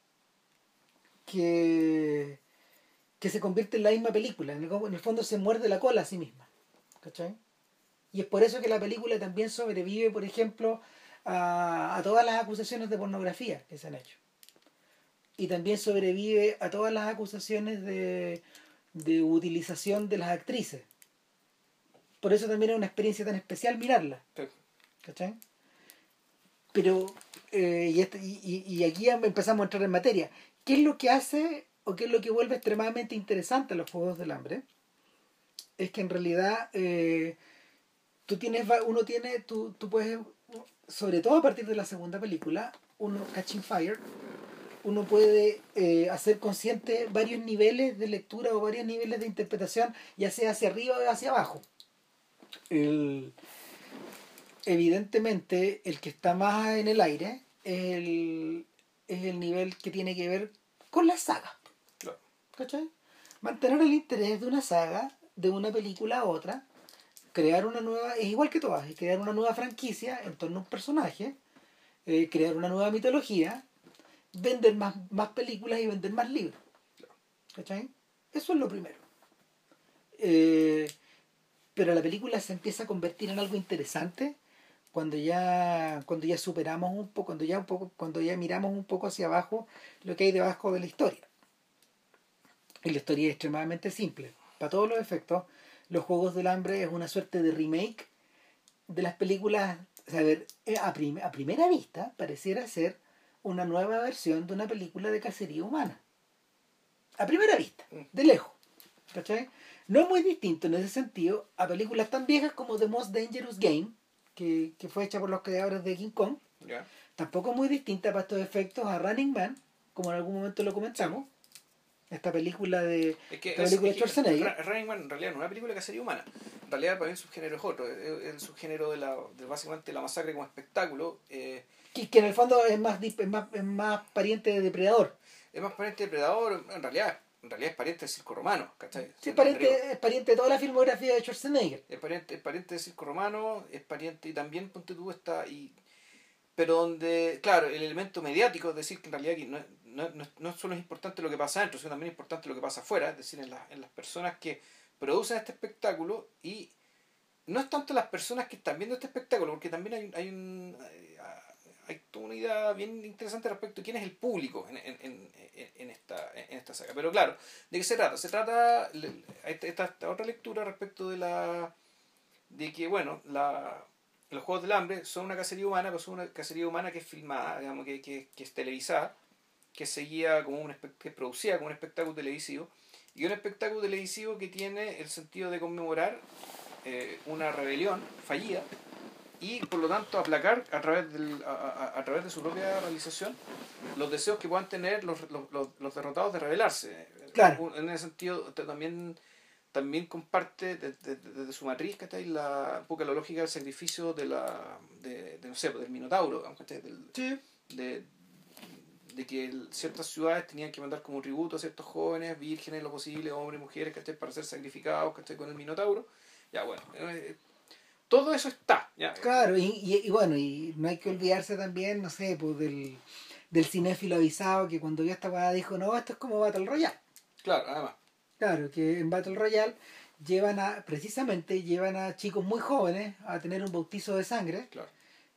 que, que se convierte en la misma película. En el, en el fondo se muerde la cola a sí misma. ¿Cachai? Y es por eso que la película también sobrevive, por ejemplo, a, a todas las acusaciones de pornografía que se han hecho. Y también sobrevive a todas las acusaciones de, de utilización de las actrices. Por eso también es una experiencia tan especial mirarla. Sí. ¿Cachai? Pero, eh, y, este, y, y aquí empezamos a entrar en materia. ¿Qué es lo que hace o qué es lo que vuelve extremadamente interesante a los Juegos del Hambre? Es que en realidad... Eh, tú tienes uno tiene tú, tú puedes, sobre todo a partir de la segunda película, uno Catching Fire, uno puede eh, hacer consciente varios niveles de lectura o varios niveles de interpretación, ya sea hacia arriba o hacia abajo. El, evidentemente el que está más en el aire es el, es el nivel que tiene que ver con la saga. Claro. ¿Cachai? Mantener el interés de una saga, de una película a otra, crear una nueva, es igual que todas, es crear una nueva franquicia en torno a un personaje, eh, crear una nueva mitología, vender más, más películas y vender más libros. ¿Cachai? Eso es lo primero. Eh, pero la película se empieza a convertir en algo interesante cuando ya, cuando ya superamos un poco, cuando ya un poco, cuando ya miramos un poco hacia abajo lo que hay debajo de la historia. Y la historia es extremadamente simple. Para todos los efectos, Los Juegos del Hambre es una suerte de remake de las películas. O sea, a, ver, a, prim- a primera vista pareciera ser una nueva versión de una película de cacería humana. A primera vista, de lejos. ¿Cachai? No es muy distinto en ese sentido a películas tan viejas como The Most Dangerous Game, que, que fue hecha por los creadores de King Kong, ¿Ya? tampoco muy distinta para estos efectos a Running Man, como en algún momento lo comentamos. Esta película de Es que, esta es, película es de que Schwarzenegger. Ra- Running Man en realidad no es una película de cacería humana. En realidad para mí el subgénero es otro. Es el subgénero de, la, de básicamente la masacre como espectáculo. Eh, Que, que en el fondo es más, dip- es más es más pariente de Depredador. es más pariente de Depredador, en realidad, en realidad es pariente del circo romano, ¿cachai? Sí, es En- en rigor. pariente, es pariente de toda la filmografía de Schwarzenegger. Es pariente, es pariente del circo romano, es pariente y también ponte tú está y pero donde, claro, el elemento mediático, es decir, que en realidad aquí no, no, no, no solo es importante lo que pasa adentro, sino también es importante lo que pasa afuera, es decir, en, la, en las personas que producen este espectáculo y no es tanto las personas que están viendo este espectáculo, porque también hay, hay, un, hay, hay toda una idea bien interesante respecto a quién es el público en, en, en, en, esta, en esta saga. Pero claro, ¿de qué se trata? Se trata, esta, esta, esta otra lectura respecto de la de que, bueno, la los Juegos del Hambre son una cacería humana, pero son una cacería humana que es filmada, digamos, que, que, que es televisada, que seguía como un que es producida como un espectáculo televisivo, y un espectáculo televisivo que tiene el sentido de conmemorar eh, una rebelión fallida y por lo tanto aplacar a través, del, a, a, a través de su propia realización los deseos que puedan tener los, los, los, los derrotados de rebelarse. Claro. En ese sentido también también comparte desde de, de, de su matriz, ¿cachai? La, un poco la lógica del sacrificio de la de, de no sé, del Minotauro, ¿cachai? Del, Sí. de, de que ciertas ciudades tenían que mandar como tributo a ciertos jóvenes, vírgenes, lo posible, hombres y mujeres, ¿cachai? Para ser sacrificados, ¿cachai? Con el Minotauro. Ya, bueno, eh, todo eso está. Ya. Claro, y, y, y bueno, y no hay que olvidarse también, no sé, pues del, del cinéfilo avisado que cuando vio esta parada dijo, no, esto es como Battle Royale. Claro, además. Claro, que en Battle Royale llevan a, precisamente, llevan a chicos muy jóvenes a tener un bautizo de sangre. Claro.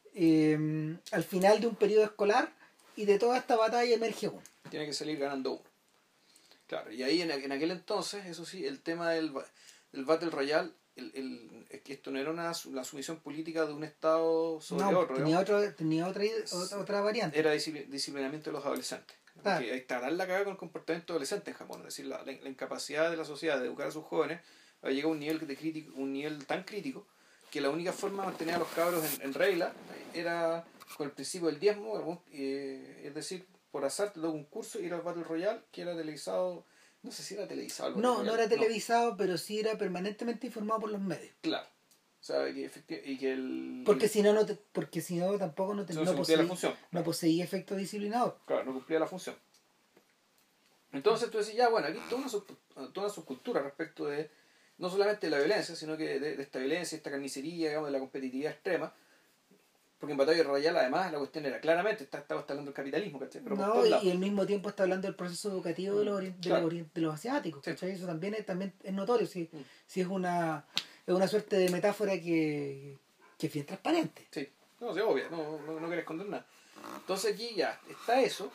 Eh, al final de un periodo escolar y de toda esta batalla emerge uno. Tiene que salir ganando uno. Claro, y ahí en, en aquel entonces, eso sí, el tema del, del Battle Royale, el, el, es que esto no era una, una sumisión política de un Estado sobre no, otro. tenía, otro, tenía otra, otra, otra variante. Era disciplinamiento de los adolescentes. Porque Claro. ahí está la cagada con el comportamiento adolescente en Japón. Es decir, la, la, la incapacidad de la sociedad de educar a sus jóvenes llega a un nivel, de crítico, un nivel tan crítico que la única forma de mantener a los cabros en, en regla era con el principio del diezmo, eh, es decir, por azar te doy un curso y ir al Battle Royale, que era televisado, no sé si era televisado. No, Royale, no era televisado, no. Pero sí era permanentemente informado por los medios. Claro. O sea, que efectivamente, y que el... Porque si no, no te, porque si no tampoco no, te, no, no, poseía, poseía, no poseía efecto disciplinador. Claro, no cumplía la función. Entonces tú decís, ya, bueno, aquí toda una, sub, toda una subcultura respecto de, no solamente de la violencia, sino que de, de esta violencia, esta carnicería, digamos, de la competitividad extrema. Porque en Batalla Royal además la cuestión era, claramente, está, estaba hablando del capitalismo, ¿cachai? Pero no, y, y al mismo tiempo está hablando del proceso educativo de los, de claro. los, de los asiáticos, sí. ¿Cachai? Eso también es, también es notorio, si, mm. si es una es una suerte de metáfora que, que es bien transparente. Sí, no, se obvia, no, no, no quiere esconder nada. Entonces aquí ya está eso,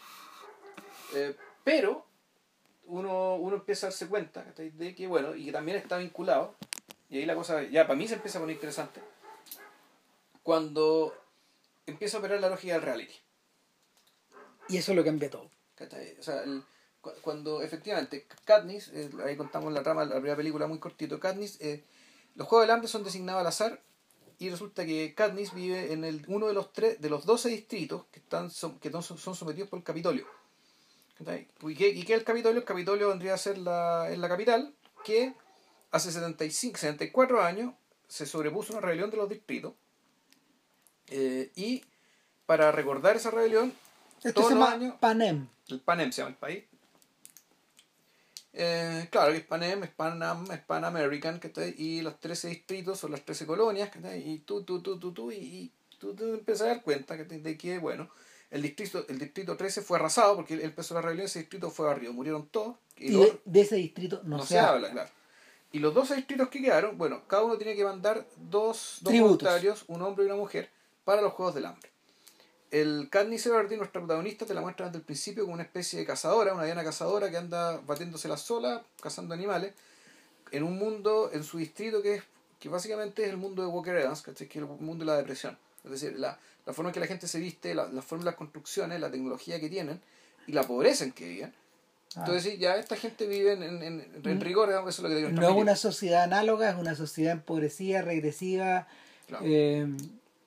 eh, pero uno, uno empieza a darse cuenta, ¿cachai? De que, bueno, y que también está vinculado, y ahí la cosa ya para mí se empieza a poner interesante, cuando empieza a operar la lógica del reality. Y eso lo cambia todo. ¿Cachai? O sea, el, cuando efectivamente Katniss, eh, ahí contamos la trama de la primera película muy cortito, Katniss, eh, los Juegos del Hambre son designados al azar y resulta que Katniss vive en el uno de los tres de los doce distritos que están son, que son, son sometidos por el Capitolio. ¿Y qué, ¿Y qué es el Capitolio? El Capitolio vendría a ser la, en la capital que hace setenta y cinco, setenta y cuatro años se sobrepuso una rebelión de los distritos eh, y para recordar esa rebelión esto se llama años, Panem. El Panem se llama el país. Eh, claro, que es Panem, es Panam, es Pan American, y los trece distritos son las trece colonias, y tú, tú, tú, tú, tú, y, y tú te empiezas a dar cuenta de que, bueno, el distrito, el distrito trece fue arrasado porque él empezó la rebelión, ese distrito fue barrido, murieron todos. Y, y los, de, de ese distrito no, no se, se habla. habla, claro. Y los doce distritos que quedaron, bueno, cada uno tiene que mandar dos, dos voluntarios, un hombre y una mujer, para los Juegos del Hambre. El Katniss Everdeen, nuestra protagonista, te la muestra desde el principio como una especie de cazadora, una diana cazadora que anda batiéndosela sola, cazando animales, en un mundo, en su distrito que es que básicamente es el mundo de Walker Evans, que es el mundo de la depresión. Es decir, la, la forma en que la gente se viste, la, la forma de las construcciones, la tecnología que tienen y la pobreza en que viven. Ah. Entonces ya esta gente vive en, en, en, en rigor, eso es lo que digo. No es una sociedad análoga, es una sociedad empobrecida, regresiva, claro. eh,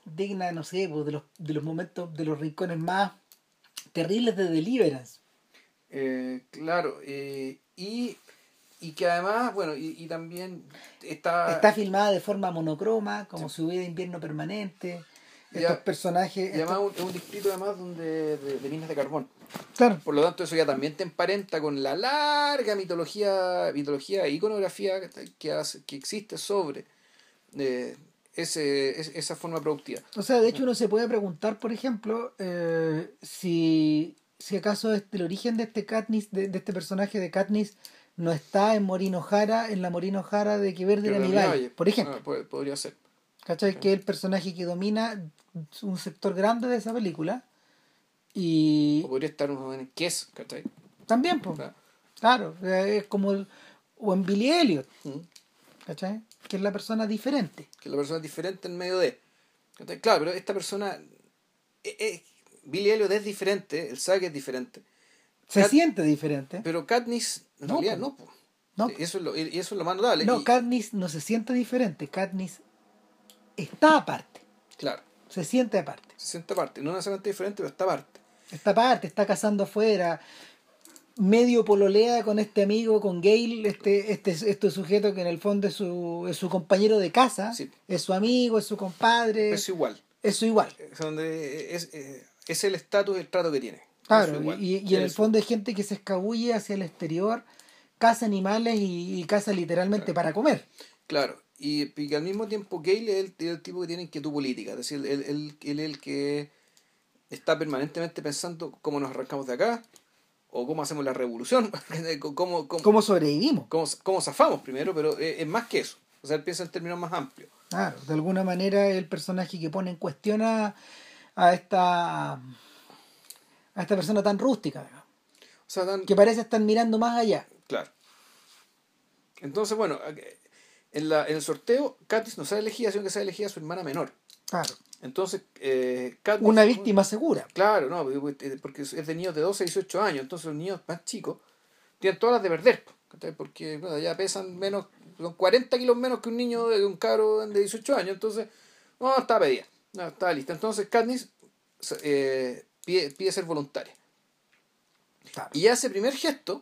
digna, no sé, pues, de los, de los momentos, de los rincones más terribles de Deliverance. Eh, claro, eh, y, y que además, bueno, y, y también está... Está filmada de forma monocroma, como Sí. su vida de invierno permanente. Y Estos a- personajes... Y además estos- un- es un distrito además donde de, de minas de carbón. Claro, Por lo tanto, eso ya también te emparenta con la larga mitología, mitología e iconografía que, que, hace- que existe sobre eh, ese, es- esa forma productiva. o sea, de hecho uno se puede preguntar, por ejemplo, eh, si, si acaso este, el origen de este Katniss, de, de este personaje de Katniss, no está en Morino Jara, en la Morino Jara de Que Verde era Pero mi mira, valle, oye, por ejemplo. ah, puede- podría ser. ¿Cachai? Sí. Que es el personaje que domina un sector grande de esa película. Y O podría estar uno en Kiss, ¿cachai? también, pues, ¿Verdad? claro, eh, es como el, o en Billy Elliot, Mm. ¿cachai? Que es la persona diferente. Que la persona es diferente en medio de. ¿Cachai? Claro, pero esta persona. eh, eh, Billy Elliot es diferente, él sabe que es diferente. Se Kat- siente diferente. Pero Katniss, en No, realidad, po. no. Po. No, Sí, Eso es lo, y eso es lo más notable. no, Y, Katniss no se siente diferente. Katniss está aparte. claro, Se siente aparte. se siente aparte. No necesariamente diferente, pero está aparte. Está aparte, está cazando afuera. Medio pololea con este amigo, con Gale, este, este, este sujeto que en el fondo es su, es su compañero de casa, Sí. es su amigo, es su compadre, Es igual. es su igual. Es, donde es, es, es el estatus y el trato que tiene. Claro, Es y, igual. y- y en Él el es fondo hay gente que se escabulle hacia el exterior, caza animales y, y caza literalmente para comer. Claro, y, y que al mismo tiempo Gale es el, el tipo que tiene inquietud política, es decir, él, él, él es el que está permanentemente pensando cómo nos arrancamos de acá, o cómo hacemos la revolución, cómo, cómo, ¿Cómo sobrevivimos? cómo, cómo zafamos primero, pero es, es más que eso. O sea, él piensa en términos más amplios. Claro, de alguna manera el personaje que pone en cuestión a, a esta a esta persona tan rústica, digamos, O sea, tan, que parece estar mirando más allá. claro. Entonces, bueno, en, la, en el sorteo, Katniss no sale elegida, sino que sale elegida su hermana menor. Claro, Entonces, eh, Katniss... una víctima segura. Claro, no, porque es de niños de doce a dieciocho años, entonces los niños más chicos tienen todas las de perder, ¿cachai? Porque bueno, ya pesan menos, son cuarenta kilos menos que un niño de un cabro de dieciocho años, entonces, no, está pedida, no, está lista. Entonces Katniss eh, pide, pide ser voluntaria. Claro. Y ya ese primer gesto,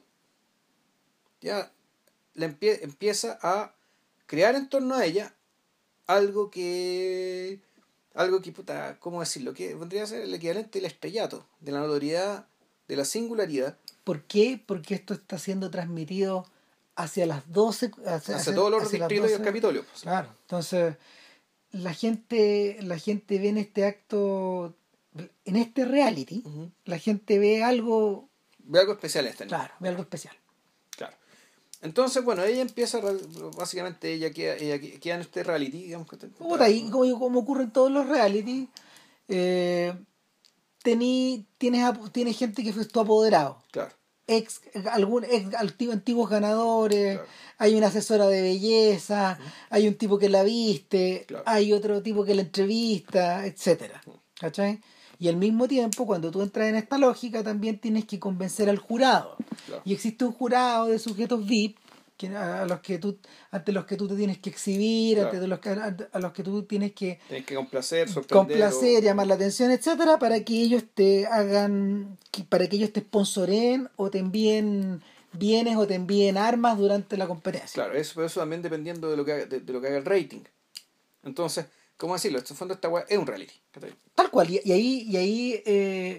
ya le empie- empieza a crear en torno a ella algo que... Algo que, puta, ¿cómo decirlo? Que vendría a ser el equivalente del estrellato, de la notoriedad, de la singularidad, ¿Por qué? Porque esto está siendo transmitido hacia las doce, hacia, hacia todos los hacia las distritos y el doce. Capitolio. Pues. Claro, entonces la gente, la gente ve en este acto, en este reality, Ujú. la gente ve algo, Ve algo especial en este niño. claro, ve algo especial. Claro. Entonces, bueno, ella empieza, básicamente, ella queda, ella queda en este reality, digamos que... Puta, y como, como ocurre en todos los reality, eh, tení, tienes, ap- tienes gente que fue tu apoderado. Claro, Ex, algún, ex antiguos, antiguos ganadores, claro. hay una asesora de belleza, Ujú. hay un tipo que la viste, Claro. hay otro tipo que la entrevista, etcétera. ¿Cachai? Y al mismo tiempo, cuando tú entras en esta lógica, también tienes que convencer al jurado. Claro. Y existe un jurado de sujetos V I P que, a, a los que tú, ante los que tú te tienes que exhibir, Claro. ante de los que, a, a los que tú tienes que Tienes que complacer, sorprender. complacer, o- llamar la atención, etcétera, para que ellos te hagan, que- para que ellos te sponsoren o te envíen bienes o te envíen armas durante la competencia. Claro, eso, eso también dependiendo de lo que haga, de, de lo que haga el rating. Entonces, ¿cómo decirlo? En el fondo esta weá es un reality. ¿Cachai? Tal cual, y, y ahí, y ahí, eh,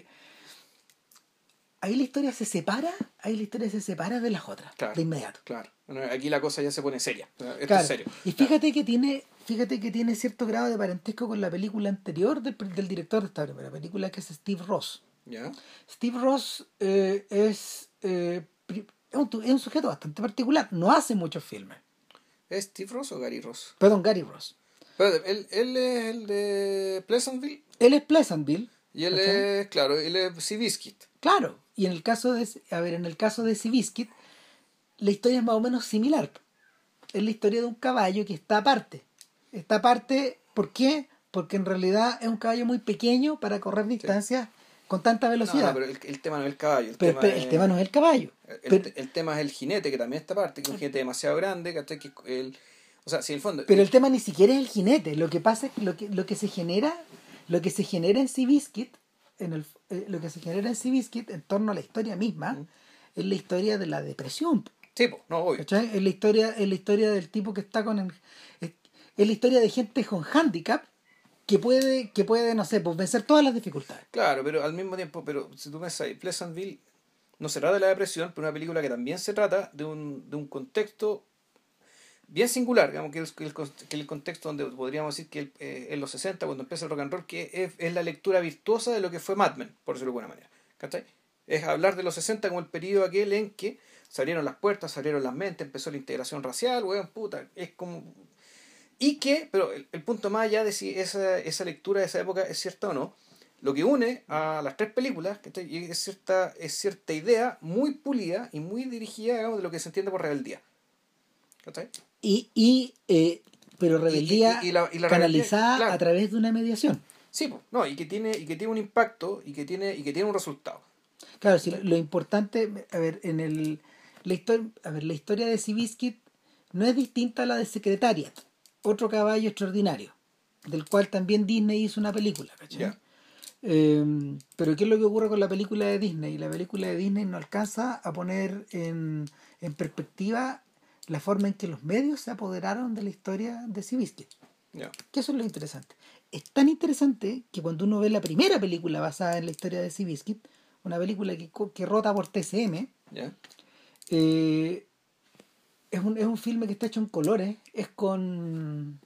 ahí la historia se separa, ahí la historia se separa de las otras, Claro. de inmediato. Claro. Bueno, aquí la cosa ya se pone seria. Esto Claro. es serio. Y fíjate que tiene, fíjate que tiene cierto grado de parentesco con la película anterior del, del director de esta primera película, que es Steve Ross. ¿Ya? Steve Ross eh, es, eh, pri- es, un, tu- es un sujeto bastante particular, no hace muchos filmes. ¿Es Steve Ross o Gary Ross? Perdón, Gary Ross. Pero él, él es el de Pleasantville Él es Pleasantville. y él ¿cachai? es, claro, él es Seabiscuit. Claro. Y en el caso de, a ver, en el caso de Seabiscuit, la historia es más o menos similar. Es la historia de un caballo que está aparte. Está aparte, ¿por qué? Porque en realidad es un caballo muy pequeño para correr distancias con tanta No, velocidad. no, pero el, el tema no es el caballo. El, pero tema, pero es, el tema no es el caballo. el, Pero- el tema es el jinete, que también está aparte, que es un jinete demasiado grande, ¿cachai? Que el, O sea, si en el fondo... Pero el tema ni siquiera es el jinete. Lo que pasa es que lo que, lo que se genera, lo que se genera en Seabiscuit, en el, eh, lo que se genera en Seabiscuit en torno a la historia misma, mm. es la historia de la depresión. Sí, pues, no, obvio. ¿Cachai? Es la historia, es la historia del tipo que está con el, es, es la historia de gente con handicap que puede, que puede, no sé, pues vencer todas las dificultades. Claro, pero al mismo tiempo, pero si tú piensas, Pleasantville no se trata de la depresión, pero una película que también se trata de un, de un contexto bien singular, digamos, que es el, que el contexto donde podríamos decir que el, eh, en los sesenta, cuando empieza el rock and roll, que es, es la lectura virtuosa de lo que fue Mad Men, por decirlo de alguna manera. ¿Cachai? Es hablar de los sesenta como el periodo aquel en que se abrieron las puertas, se abrieron las mentes, empezó la integración racial, weón, puta, es como... Y que, pero el, el punto más allá de si esa, esa lectura de esa época es cierta o no, lo que une a las tres películas, ¿cachai? Es cierta, es cierta idea muy pulida y muy dirigida, digamos, de lo que se entiende por rebeldía. ¿Cachai? Y, y eh, pero rebeldía y, y, y la, y la canalizada rebeldía, claro, a través de una mediación. Sí, pues, no, y que tiene, y que tiene un impacto y que tiene, y que tiene un resultado. Claro, sí, lo, lo importante, a ver, en el la historia, a ver, la historia de Seabiscuit no es distinta a la de Secretariat, otro caballo extraordinario, del cual también Disney hizo una película, ¿cachai? Yeah. Eh, pero ¿qué es lo que ocurre con la película de Disney? La película de Disney no alcanza a poner en, en perspectiva la forma en que los medios se apoderaron de la historia de Seabiscuit. Yeah. Que eso es lo interesante. Es tan interesante que cuando uno ve la primera película basada en la historia de Seabiscuit, una película que, que rota por T C M, yeah. eh, es, un, es un filme que está hecho en colores, es con...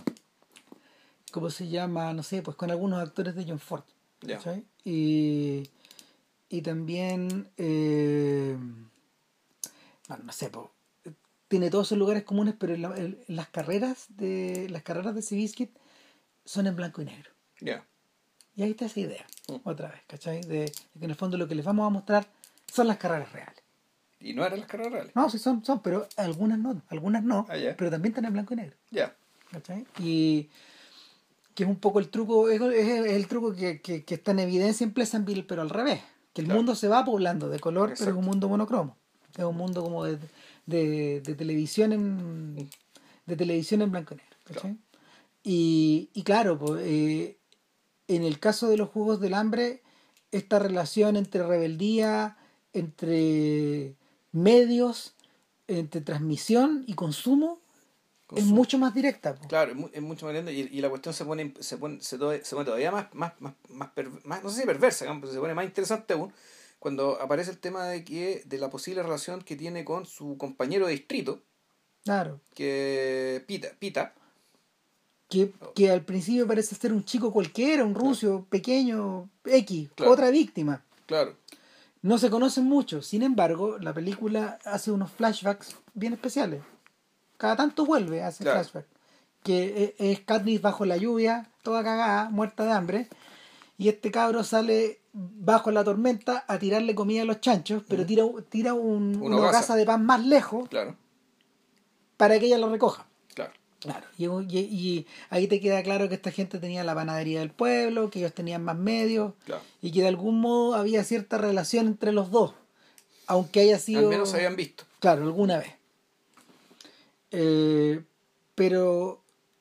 ¿Cómo se llama? No sé, pues con algunos actores de John Ford. Yeah. Y, y también... Eh, bueno, no sé, pues... Tiene todos esos lugares comunes, pero en la, en las carreras de las carreras de Seabiscuit son en blanco y negro. Yeah. Y ahí está esa idea, mm. otra vez, ¿cachai? De, de que en el fondo lo que les vamos a mostrar son las carreras reales. ¿Y no eran las carreras reales? No, sí son, son, pero algunas no, algunas no, ah, yeah. pero también están en blanco y negro. Ya. Yeah. ¿Cachai? Y que es un poco el truco, es, es el truco que, que, que está en evidencia en Pleasantville, pero al revés. Que el claro. mundo se va poblando de color, Exacto. pero es un mundo monocromo. Es un mundo como de... De, de televisión en de televisión en blanco y negro, ¿cachai? Claro. Y, y claro, pues, eh, en el caso de los Juegos del Hambre, esta relación entre rebeldía, entre medios, entre transmisión y consumo, consumo. es mucho más directa. Pues. Claro, es, mu- es mucho más directa y, y la cuestión se pone se pone se, to- se pone todavía más más más, más, per- más no sé si perversa, pero se pone más interesante aún cuando aparece el tema de que de la posible relación que tiene con su compañero de distrito, claro, que Pita, Pita que, que al principio parece ser un chico cualquiera, un ruso, claro. pequeño, X, claro. otra víctima. Claro. No se conocen mucho, sin embargo, la película hace unos flashbacks bien especiales. Cada tanto vuelve a hacer claro. flashbacks. Que es Katniss bajo la lluvia, toda cagada, muerta de hambre, y este cabro sale bajo la tormenta a tirarle comida a los chanchos, pero uh-huh. tira, tira un, una hogaza de pan más lejos claro. para que ella lo recoja. Claro. Claro. Y, y, y ahí te queda claro que esta gente tenía la panadería del pueblo, que ellos tenían más medios, claro. y que de algún modo había cierta relación entre los dos, aunque haya sido... Al menos se habían visto. Claro, alguna vez. Eh, pero...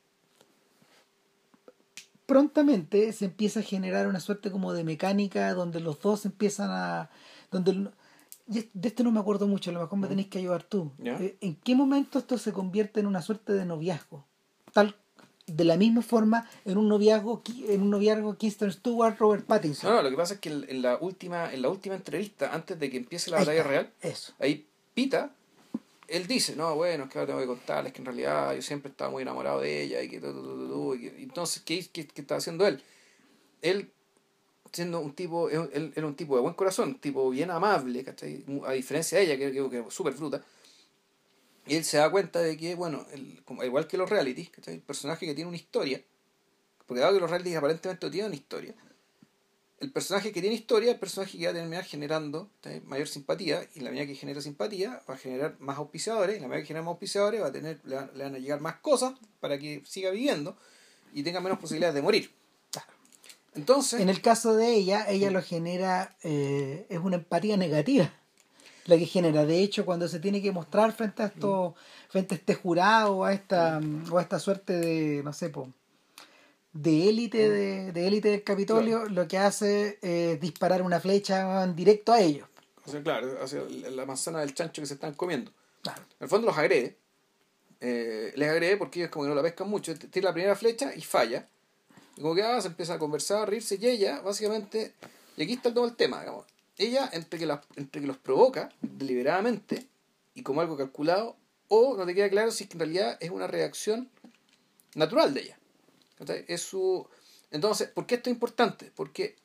prontamente se empieza a generar una suerte como de mecánica donde los dos empiezan a... donde de esto no me acuerdo mucho, a lo mejor me tenés que ayudar tú. ¿Ya? ¿En qué momento esto se convierte en una suerte de noviazgo? Tal de la misma forma en un noviazgo en un noviazgo Kristen Stewart, Robert Pattinson. No, no, lo que pasa es que en la última en la última entrevista antes de que empiece la batalla real, eso. Ahí Pita él dice, no, bueno, es que ahora tengo que contarles que en realidad yo siempre estaba muy enamorado de ella y que... Tu, tu, tu, tu, y que entonces, ¿qué, qué, ¿qué está haciendo él? Él, siendo un tipo, él era un tipo de buen corazón, un tipo bien amable, ¿cachai? A diferencia de ella, que creo que es súper fruta, y él se da cuenta de que, bueno, el, como, igual que los realities, ¿cachai? El personaje que tiene una historia, porque dado que los realities aparentemente no tienen una historia, el personaje que tiene historia es el personaje que va a terminar generando ¿sí? mayor simpatía, y la medida que genera simpatía va a generar más auspiciadores, y la medida que genera más auspiciadores va a tener, le, van, le van a llegar más cosas para que siga viviendo y tenga menos posibilidades de morir. Entonces, en el caso de ella, ella lo genera, eh, es una empatía negativa. la que genera. De hecho, cuando se tiene que mostrar frente a esto, mm. frente a este jurado, a esta, mm. o a esta suerte de, no sé, po, de élite, mm. de, de élite del Capitolio, claro. lo que hace es disparar una flecha en directo a ellos. O sea, claro, hacia la manzana del chancho que se están comiendo. Claro. En el fondo los agrede. Eh, les agrede porque ellos como que no la pescan mucho. Tira la primera flecha y falla. Y como que ah, se empieza a conversar, a reírse. Y ella, básicamente, y aquí está todo el tema, digamos. Ella, entre que, la, entre que los provoca deliberadamente y como algo calculado, o no te queda claro si es que en realidad es una reacción natural de ella. Es su... Entonces, ¿por qué esto es importante? Porque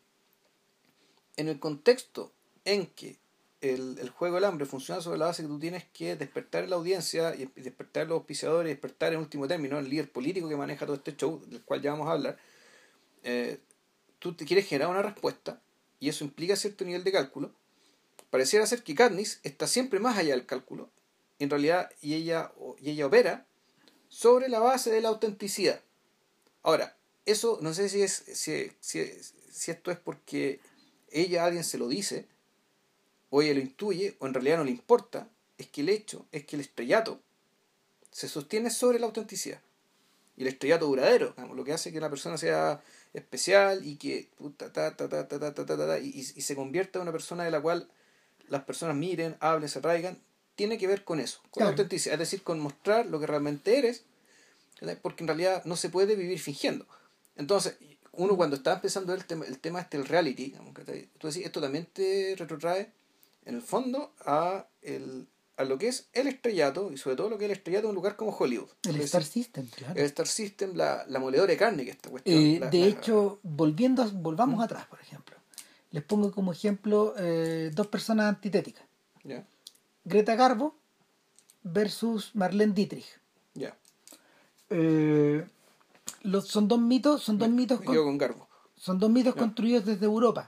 en el contexto en que el, el juego del hambre funciona sobre la base que tú tienes que despertar en la audiencia y despertar los auspiciadores y despertar en último término el líder político que maneja todo este show, del cual ya vamos a hablar, eh, tú te quieres generar una respuesta y eso implica cierto nivel de cálculo. Pareciera ser que Katniss está siempre más allá del cálculo en realidad y ella, y ella opera sobre la base de la autenticidad. Ahora, eso no sé si es si, si, si esto es porque ella a alguien se lo dice o ella lo intuye o en realidad no le importa. Es que el hecho es que el estrellato se sostiene sobre la autenticidad y el estrellato duradero, digamos, lo que hace que la persona sea especial y que ta, ta, ta, ta, ta, ta, ta, ta, ta, y, y se convierta en una persona de la cual las personas miren, hablen, se arraigan, tiene que ver con eso, con claro. la autenticidad, es decir, con mostrar lo que realmente eres, porque en realidad no se puede vivir fingiendo. Entonces, uno cuando está empezando el tema, el tema este del reality, digamos, tú decís, esto también te retrotrae en el fondo a, el, a lo que es el estrellato y sobre todo lo que es el estrellato en un lugar como Hollywood. El es Star decir, System, claro. El Star System, la, la moledora de carne que esta cuestión. Eh, la, de la, hecho, volviendo, volvamos ¿Mm? atrás, por ejemplo. Les pongo como ejemplo eh, dos personas antitéticas. Yeah. Greta Garbo versus Marlene Dietrich. Yeah. Eh, los, son dos mitos, son dos me, mitos me con, con Garbo. Son dos mitos yeah. construidos desde Europa.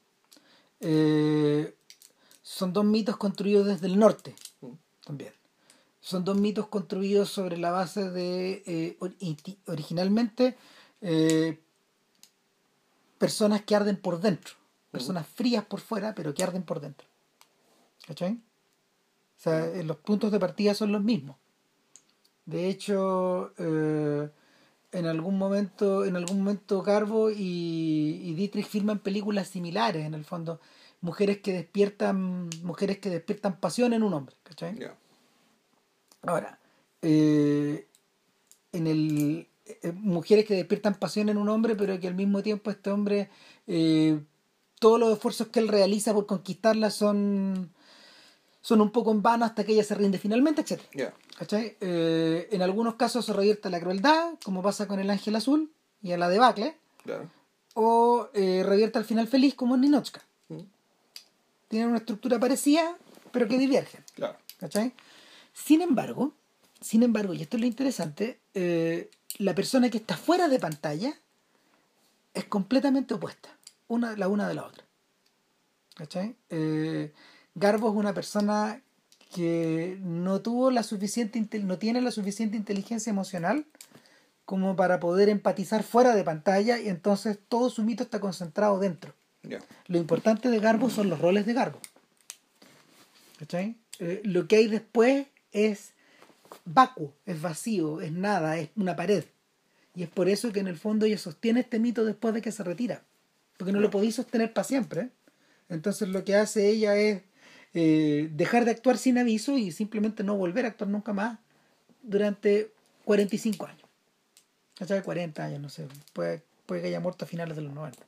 Eh, son dos mitos construidos desde el norte mm. también. Son dos mitos construidos sobre la base de eh, originalmente eh, personas que arden por dentro, personas uh-huh. frías por fuera, pero que arden por dentro. ¿Cachai? O sea, uh-huh. los puntos de partida son los mismos. De hecho, eh, en algún momento, en algún momento Garbo y, y Dietrich filman películas similares, en el fondo, mujeres que despiertan, mujeres que despiertan pasión en un hombre, ¿cachai? Yeah. Ahora, eh, en el eh, mujeres que despiertan pasión en un hombre, pero que al mismo tiempo este hombre, eh, todos los esfuerzos que él realiza por conquistarla son, son un poco en vano hasta que ella se rinde finalmente, etcétera. Yeah. ¿Cachai? Eh, en algunos casos se revierte la crueldad, como pasa con el Ángel Azul y a la debacle, claro. o eh, revierte al final feliz, como en Ninotchka. Mm. Tienen una estructura parecida, pero que divergen. Claro. ¿Cachai? Sin embargo, sin embargo, y esto es lo interesante, eh, la persona que está fuera de pantalla es completamente opuesta, una, la una de la otra. ¿Cachai? Eh, Garbo es una persona que no tuvo la suficiente, no tiene la suficiente inteligencia emocional como para poder empatizar fuera de pantalla y entonces todo su mito está concentrado dentro. Yeah. Lo importante de Garbo son los roles de Garbo. ¿Cachai? Eh, lo que hay después es vacuo, es vacío, es nada, es una pared. Y es por eso que en el fondo ella sostiene este mito después de que se retira. Porque no lo podéis sostener para siempre. Entonces lo que hace ella es eh, dejar de actuar sin aviso y simplemente no volver a actuar nunca más durante cuarenta y cinco años. ¿Cachai? cuarenta años, no sé. Puede, puede que haya muerto a finales de los noventa.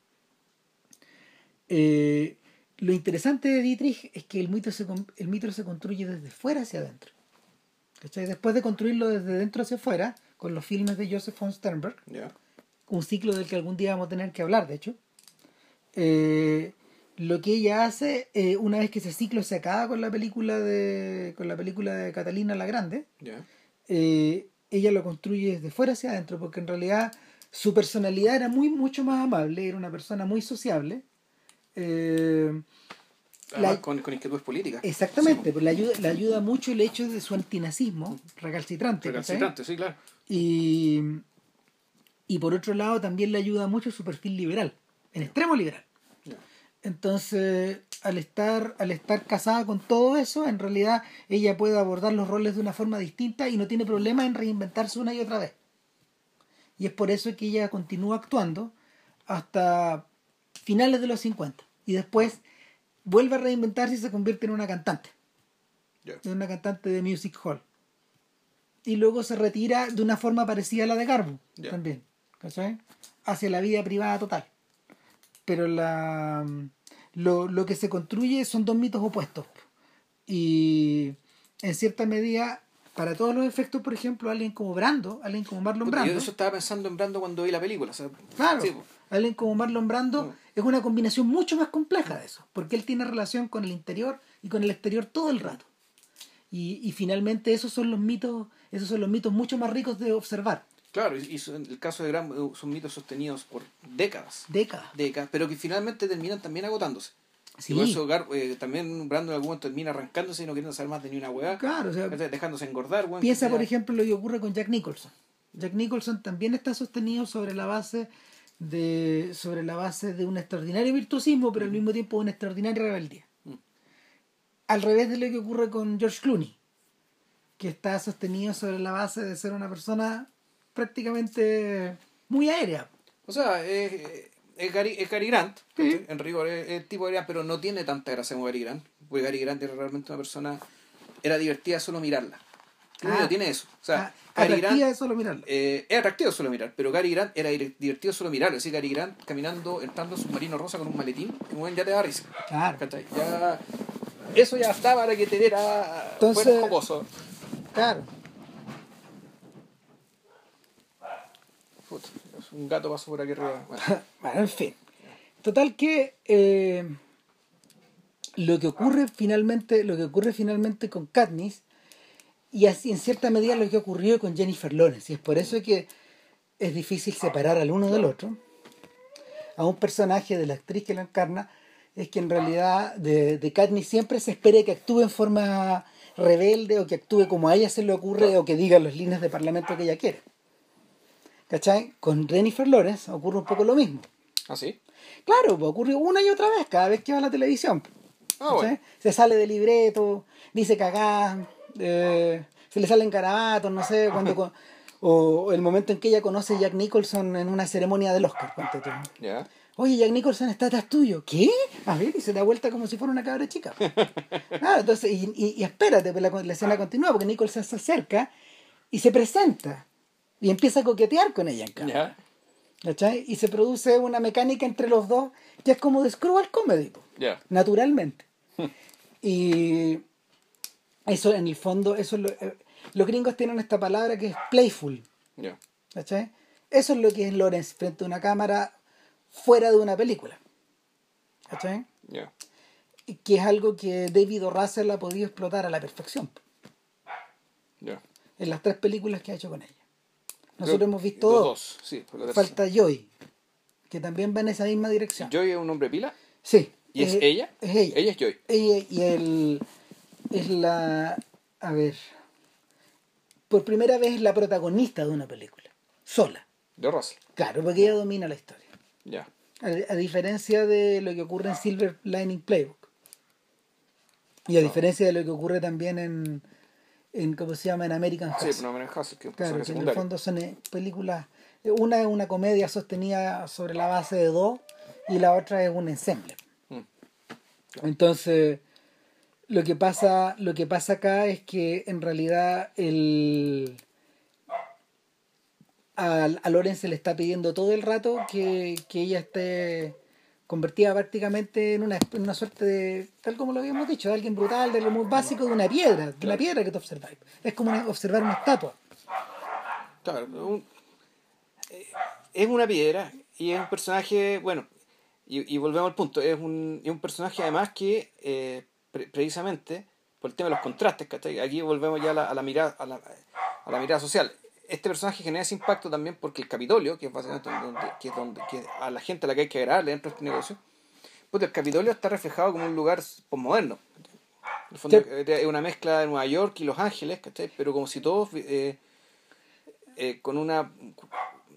Eh, lo interesante de Dietrich es que el mito se, el mito se construye desde fuera hacia adentro. ¿Cachai? Después de construirlo desde dentro hacia afuera, con los filmes de Joseph von Sternberg, yeah. un ciclo del que algún día vamos a tener que hablar, de hecho, eh, lo que ella hace, eh, una vez que ese ciclo se acaba con la película de con la película de Catalina la Grande, yeah. eh, ella lo construye desde fuera hacia adentro, porque en realidad su personalidad era muy mucho más amable, era una persona muy sociable. Eh, Además, la, con, con inquietudes políticas. Exactamente, sí. Pues le ayuda, le ayuda mucho el hecho de su antinazismo recalcitrante. Recalcitrante, ¿sí? Sí, claro. Y, y por otro lado también le ayuda mucho su perfil liberal, en extremo liberal. Yeah. Entonces, al estar, al estar casada con todo eso, en realidad ella puede abordar los roles de una forma distinta y no tiene problema en reinventarse una y otra vez. Y es por eso que ella continúa actuando hasta finales de los cincuenta. Y después vuelve a reinventarse y se convierte en una cantante. Yeah. En una cantante de music hall. Y luego se retira de una forma parecida a la de Garbo. Yeah. También. ¿Cachai? Hacia la vida privada total. Pero la... Lo, lo que se construye son dos mitos opuestos. Y en cierta medida, para todos los efectos, por ejemplo, alguien como Brando, alguien como Marlon Porque Brando. Yo eso estaba pensando en Brando cuando vi la película. O sea, claro, sí. Alguien como Marlon Brando no. es una combinación mucho más compleja de eso. Porque él tiene relación con el interior y con el exterior todo el rato. Y, y finalmente esos son los mitos, esos son los mitos mucho más ricos de observar. Claro, y, y en el caso de Gran son mitos sostenidos por décadas. Décadas. Décadas, pero que finalmente terminan también agotándose. Sí. Y por eso eh, también Brando en algún momento termina arrancándose y no queriendo saber más de ni una hueá. Claro, o sea, dejándose engordar. Bueno, piensa, ya... por ejemplo, lo que ocurre con Jack Nicholson. Jack Nicholson también está sostenido sobre la base de sobre la base de un extraordinario virtuosismo, pero mm. al mismo tiempo una extraordinaria rebeldía. Mm. Al revés de lo que ocurre con George Clooney, que está sostenido sobre la base de ser una persona prácticamente muy aérea. O sea, es, es, Gary, es Gary Grant, sí. En rigor es, es el tipo de Gary Grant, pero no tiene tanta gracia como Gary Grant, porque Gary Grant era realmente una persona, era divertida solo mirarla. Ah, no tiene eso. O sea, ah, Gary Grant es solo mirarla. Eh, es atractivo solo mirar, pero Gary Grant era divertido solo mirarlo. Es decir, Gary Grant caminando, entrando en submarino rosa con un maletín, que bueno, ya te da risa. Claro. ¿Cachai? Ya, eso ya estaba para que te diera Entonces, jocoso. Claro. Puta, un gato pasó por aquí arriba. Bueno, bueno en fin. Total que eh, lo que ocurre finalmente, lo que ocurre finalmente con Katniss, y así en cierta medida lo que ocurrió con Jennifer Lawrence, y es por eso que es difícil separar al uno del otro, a un personaje de la actriz que lo encarna, es que en realidad de, de Katniss siempre se espera que actúe en forma rebelde o que actúe como a ella se le ocurre claro. o que diga las líneas de parlamento que ella quiere. ¿Cachai? Con Jennifer Lawrence ocurre un poco lo mismo. ¿Ah, sí? Claro, pues ocurre una y otra vez, cada vez que va a la televisión. Ah, bueno. Se sale del libreto, dice cagá, eh, se le salen garabatos, no sé, cuando con, o el momento en que ella conoce a Jack Nicholson en una ceremonia del Oscar, cuánto tú. Ya. Yeah. Oye, Jack Nicholson está atrás tuyo. ¿Qué? A ver, y se da vuelta como si fuera una cabra chica. Claro, entonces, y, y, y espérate, pues la, la escena continúa, porque Nicholson se acerca y se presenta. Y empieza a coquetear con ella en cámara. Yeah. ¿Cachai? Y se produce una mecánica entre los dos que es como de Screwball Comedy. Yeah. Naturalmente. Y eso en el fondo, eso es lo, eh, los gringos tienen esta palabra que es playful. Yeah. ¿Cachai? Eso es lo que es Lawrence frente a una cámara fuera de una película. ¿Cachai? Yeah. Que es algo que David O. Russell ha podido explotar a la perfección. Yeah. En las tres películas que ha hecho con ella. Nosotros Creo, hemos visto dos. dos. Sí, falta Joy, que también va en esa misma dirección. ¿Joy es un hombre pila? Sí. ¿Y es, es ella? Es ella. Ella es Joy. Ella y él es la... A ver... Por primera vez es la protagonista de una película. Sola. De Russell. Claro, porque ella domina la historia. Ya. Yeah. A, a diferencia de lo que ocurre en Silver Lining Playbook. Y a no. diferencia de lo que ocurre también en... en ¿cómo se llama? En American Hustle. Sí, en American Hustle, que es un claro, que secundario. en el fondo son eh, películas, una es una comedia sostenida sobre la base de dos y la otra es un ensemble. Mm. Entonces, lo que pasa, lo que pasa acá es que en realidad el a, a Lawrence se le está pidiendo todo el rato que, que ella esté convertida prácticamente en una, en una suerte de, tal como lo habíamos dicho, de alguien brutal, de lo muy básico, de una piedra, de una piedra que te observáis. Es como una, observar una estatua. Claro, un, eh, es una piedra y es un personaje, bueno, y, y volvemos al punto, es un, es un personaje además que eh, pre- precisamente por el tema de los contrastes, ¿cachai? Aquí volvemos ya a la, a la mirada a la, a la mirada social. Este personaje genera ese impacto también porque el Capitolio, que es básicamente donde, que es donde que a la gente a la que hay que agradarle dentro de este negocio, pues el Capitolio está reflejado como un lugar postmoderno. En el fondo sí. Es una mezcla de Nueva York y Los Ángeles, ¿cachai? Pero como si todos eh, eh, con una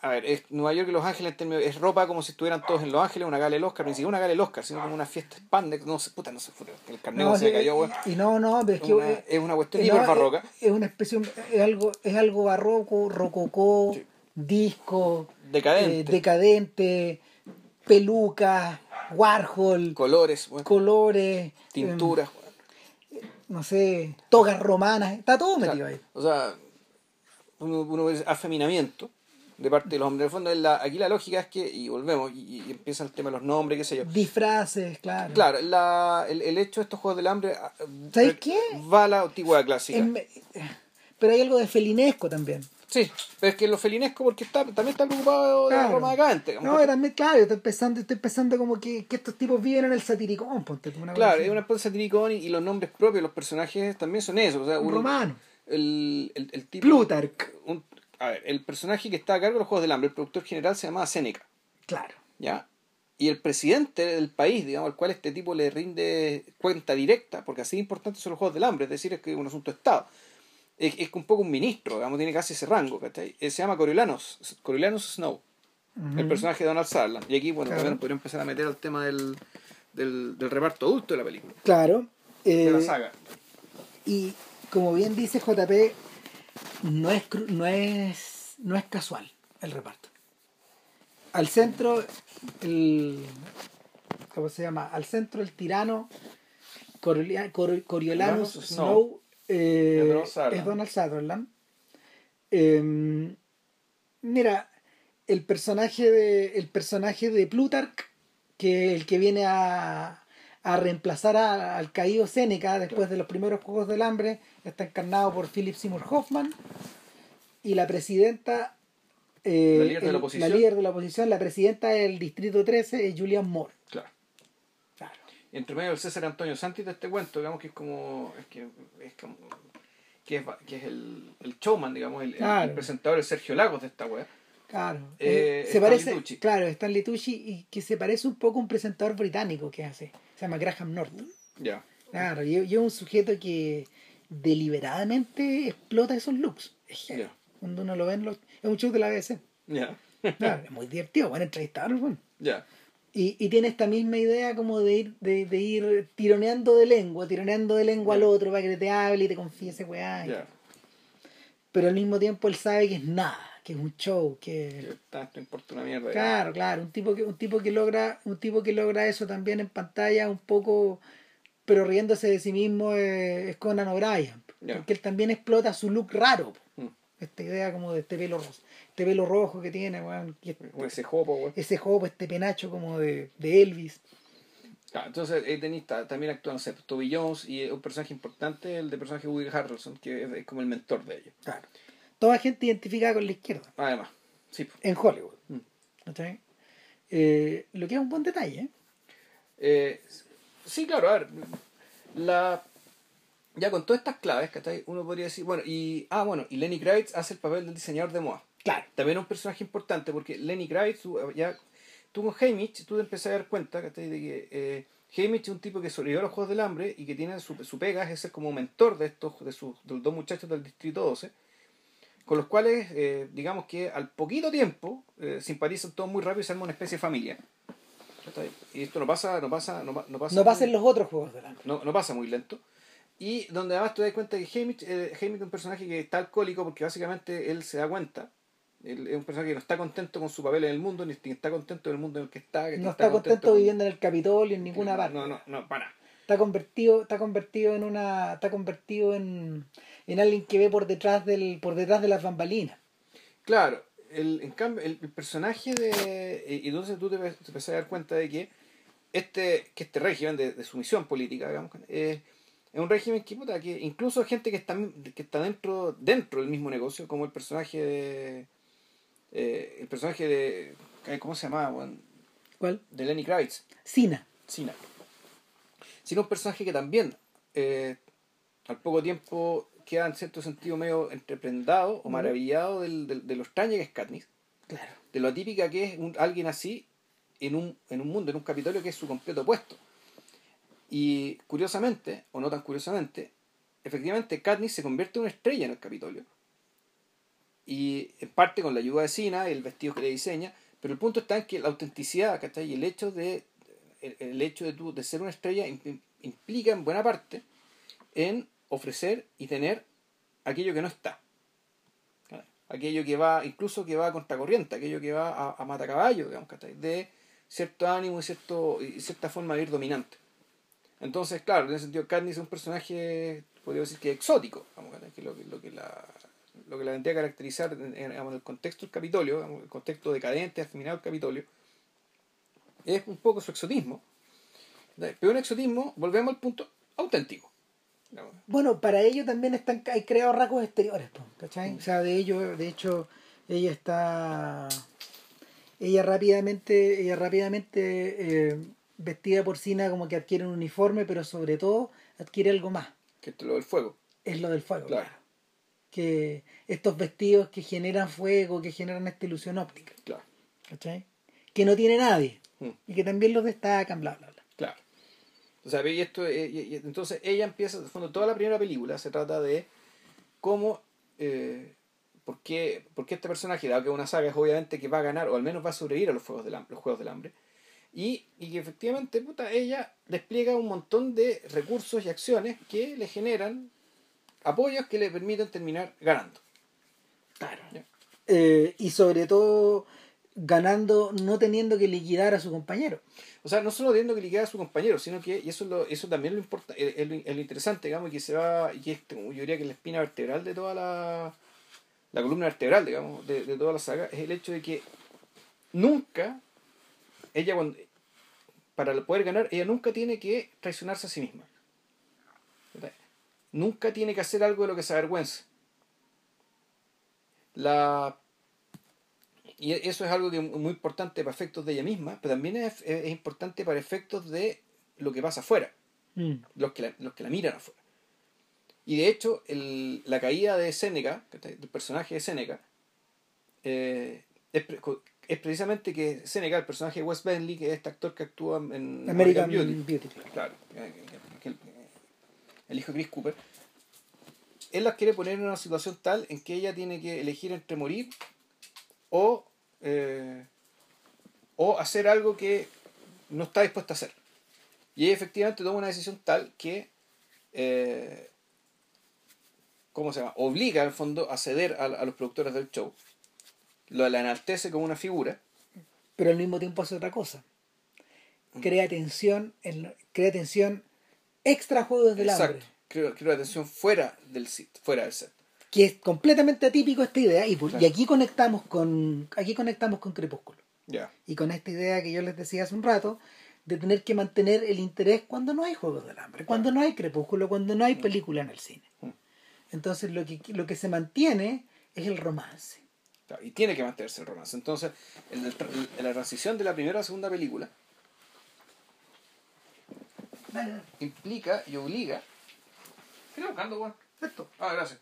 A ver, es Nueva York y Los Ángeles en términos- es ropa como si estuvieran todos en Los Ángeles, una gala del Oscar, ni siquiera una gala del Oscar, sino como una fiesta spandex, no sé, puta, no sé, puta, el carnero No, se sí, cayó, weón. y no, no, pero es Es que una, eh, es una cuestión eh, hiper no, es, barroca. es una especie, es algo, es algo barroco, rococó, Sí. disco, eh, Decadente, decadente, pelucas, Warhol, colores, weón, colores, em, tinturas, weón. no sé, togas romanas, está todo O sea, metido ahí. o sea, uno, uno ve afeminamiento de parte de los hombres. En el fondo, es la, aquí la lógica es que, y volvemos, y, y empieza el tema de los nombres, qué sé yo. Disfraces, claro. Claro, la, el, el hecho de estos Juegos del Hambre ah, ¿Sabes re- qué? va a la antigüedad clásica. Es me- pero hay algo de felinesco también. Sí, pero es que lo felinesco porque está, también está preocupado de la Claro. Roma decadente. digamos, No, porque- y también, claro, yo estoy pensando, estoy pensando como que, que estos tipos viven en el satiricón, ponte tú, una cosa Claro, así. es una especie de satiricón y, y los nombres propios, los personajes también son eso. O sea, Un uno- romano. el, el, el tipo. Plutarch. un- a ver, el personaje que está a cargo de los Juegos del Hambre, el productor general, se llamaba Séneca. Claro. ¿Ya? Y el presidente del país, digamos, al cual este tipo le rinde cuenta directa, porque así de importantes son los Juegos del Hambre, es decir, es que es un asunto de Estado. Es, es un poco un ministro, digamos, tiene casi ese rango, ¿cachai? Eh, Se llama Coriolanus, Coriolanus Snow, Ujú. el personaje de Donald Sutherland. Y aquí, bueno, Claro. también podría empezar a meter al tema del, del, del reparto adulto de la película, Claro. de la eh, saga. y como bien dice J P, no es, cru- no es, no es casual el reparto. Al centro, el. ¿Cómo se llama? Al centro, el tirano Coriolia- Cor- Coriolanus Snow. Snow, eh, Es Donald Sutherland. es Donald Sutherland. Eh, mira, el personaje de el personaje de Plutarch, que el que viene a, a reemplazar a- al caído Séneca después de los primeros Juegos del Hambre, está encarnado por Philip Seymour Hoffman, y la presidenta eh, La líder de la el- oposición. la líder de la oposición, la presidenta del distrito trece es Julianne Moore. Claro. Claro. Y entre medio del César Antonio Santi de este cuento, digamos que es como. Es que es como. Que es, que es el, el showman, digamos, el, el- Claro. el presentador, el Sergio Lagos de esta wea. Claro. Eh, Eh, se Stanley parece, Tucci. claro, Stanley Tucci, y que se parece un poco a un presentador británico que hace. Se llama Graham Norton. Ya. Claro, yo, yo un sujeto que deliberadamente explota esos looks. Es heavy. Ya. Cuando uno lo ve en los... Es un show de la B B C. Ya. Claro, es muy divertido, buen entrevistador, bueno. Ya. Y, y tiene esta misma idea como de ir, de, de ir tironeando de lengua, tironeando de lengua Ya. al otro para que te hable y te confiese, weá. y Ya. tal. Pero al mismo tiempo él sabe que es nada, que es un show, que... Que tanto importa una mierda. Claro, claro, un tipo que un tipo que logra un tipo que logra eso también en pantalla un poco, pero riéndose de sí mismo es, es Conan O'Brien, Ya. porque él también explota su look raro, Mm. esta idea como de este pelo rojo, este pelo rojo que tiene, weón, y este- O ese jopo, güey. ese jopo, este penacho como de, de Elvis. Claro, entonces eh, tenéis ta- también actúan, no sé, Toby Jones y eh, un personaje importante, el de personaje Woody Harrelson, que es, es como el mentor de ellos. Claro. Toda gente identificada con la izquierda Además, sí. po. en Hollywood. Mm. ¿Cachai? Eh, lo que es un buen detalle, ¿eh? Eh, sí, claro, a ver, la... Ya con todas estas claves, ¿cachai? Uno podría decir, bueno, y... Ah, bueno, y Lenny Kravitz hace el papel del diseñador de moda. Claro. También es un personaje importante porque Lenny Kravitz, tú, ya, tú con Haymitch, tú te empezás a dar cuenta, ¿cachai? De que eh, Haymitch es un tipo que sobrevivió a los Juegos del Hambre y que tiene su, su pega es ser como mentor de estos de, sus, de los dos muchachos del Distrito doce, con los cuales, eh, digamos que al poquito tiempo, eh, simpatizan todos muy rápido y se arma una especie de familia. ¿Cachai? Y esto no pasa, no pasa, no, pa- no pasa. No muy- pasen los otros juegos del hambre. no, no pasa muy lento. Y donde además te das cuenta que Haymitch, eh, Haymitch es un personaje que está alcohólico porque básicamente él se da cuenta. Él es un personaje que no está contento con su papel en el mundo, ni ni está contento en el mundo en el que está. Que No está contento con- viviendo en el Capitolio en ninguna parte. No, no, no, para. Está convertido, está convertido en una, está convertido en, en alguien que ve por detrás del, por detrás de las bambalinas. Claro, el, en cambio, el, el personaje de. Y entonces tú te, te empezás a dar cuenta de que este, que este régimen de, de sumisión política, digamos, eh, es un régimen que, puta, que incluso gente que está, que está dentro, dentro del mismo negocio, como el personaje de. Eh, el personaje de. ¿Cómo se llamaba? Bueno, ¿Cuál? de Lenny Kravitz, Sina. Sina. Sino un personaje que también, eh, al poco tiempo, queda en cierto sentido medio entreprendado o Mm. maravillado del, del- de lo extraña que es Katniss, Claro. de lo atípica que es un- alguien así en un, en un mundo, en un Capitolio que es su completo opuesto. Y curiosamente, o no tan curiosamente, efectivamente Katniss se convierte en una estrella en el Capitolio. y en parte con la ayuda de Sina, el vestido que le diseña, pero el punto está en que la autenticidad, ¿cachai? Y el hecho de el, el hecho de, tu, de ser una estrella implica en buena parte en ofrecer y tener aquello que no está. Aquello que va, incluso que va a contracorriente, aquello que va a, a matacaballo, digamos, ¿cachai? De cierto ánimo y, cierto, y cierta forma de ir dominante. Entonces, claro, en ese sentido, Katniss es un personaje, podría decir que exótico, digamos, que lo, lo que la lo que la vendría a caracterizar en, en, en el contexto del Capitolio, digamos, el contexto decadente, afeminado del Capitolio, es un poco su exotismo. Pero un exotismo, volvemos al punto auténtico. Bueno, para ello también están hay creados rasgos exteriores, ¿cachai? Mm. O sea, de ello, de hecho, ella está ella rápidamente, ella rápidamente eh, vestida por Sina como que adquiere un uniforme, pero sobre todo adquiere algo más. Que es lo del fuego. Es lo del fuego, claro. claro. Que estos vestidos que generan fuego, que generan esta ilusión óptica. Claro. ¿Cachai? Que no tiene nadie. Mm. Y que también los destacan, bla, bla, bla. Claro. O sea, y esto, y, y, entonces ella empieza, de fondo, toda la primera película se trata de cómo, eh, por qué, por qué este personaje, dado que una saga es obviamente que va a ganar, o al menos va a sobrevivir a los, fuegos del, los Juegos del Hambre, y, y que efectivamente, puta, ella despliega un montón de recursos y acciones que le generan apoyos que le permiten terminar ganando. Claro. Eh, y sobre todo ganando, no teniendo que liquidar a su compañero. O sea, no solo teniendo que liquidar a su compañero, sino que, y eso, lo, eso también lo importa, es, es, lo, es lo interesante, digamos, que se va, y que es, yo diría que es la espina vertebral de toda la, la columna vertebral, digamos, de, de toda la saga, es el hecho de que nunca, ella cuando, para poder ganar, ella nunca tiene que traicionarse a sí misma. ¿Verdad? Nunca tiene que hacer algo de lo que se avergüence. La Y eso es algo que es muy importante para efectos de ella misma, pero también es, es importante para efectos de lo que pasa afuera, mm. los, que la, los que la miran afuera. Y de hecho, el, la caída de Seneca, del personaje de Seneca, eh, es, es precisamente que Seneca, el personaje de Wes Bentley, que es este actor que actúa en American, American Beauty. Beauty. Claro, el, el hijo de Chris Cooper, él las quiere poner en una situación tal en que ella tiene que elegir entre morir o, eh, o hacer algo que no está dispuesta a hacer. Y ella efectivamente toma una decisión tal que eh, ¿cómo se llama? Obliga al fondo a ceder a, a los productores del show, lo la enaltece como una figura, pero al mismo tiempo hace otra cosa, crea tensión en, crea tensión extra Juegos del Hambre. Exacto, crea, crea tensión fuera del set, fuera del set, que es completamente atípico esta idea, y, claro. y aquí conectamos con aquí conectamos con Crepúsculo. Yeah. Y con esta idea que yo les decía hace un rato, de tener que mantener el interés cuando no hay Juegos del Hambre, cuando claro. no hay Crepúsculo, cuando no hay película en el cine. Mm. Entonces lo que, lo que se mantiene es el romance. Claro, y tiene que mantenerse el romance. Entonces, en, el, en la transición de la primera a la segunda película, Dale. implica y obliga... ¿Qué estoy buscando, Juan? Esto. Ah, gracias.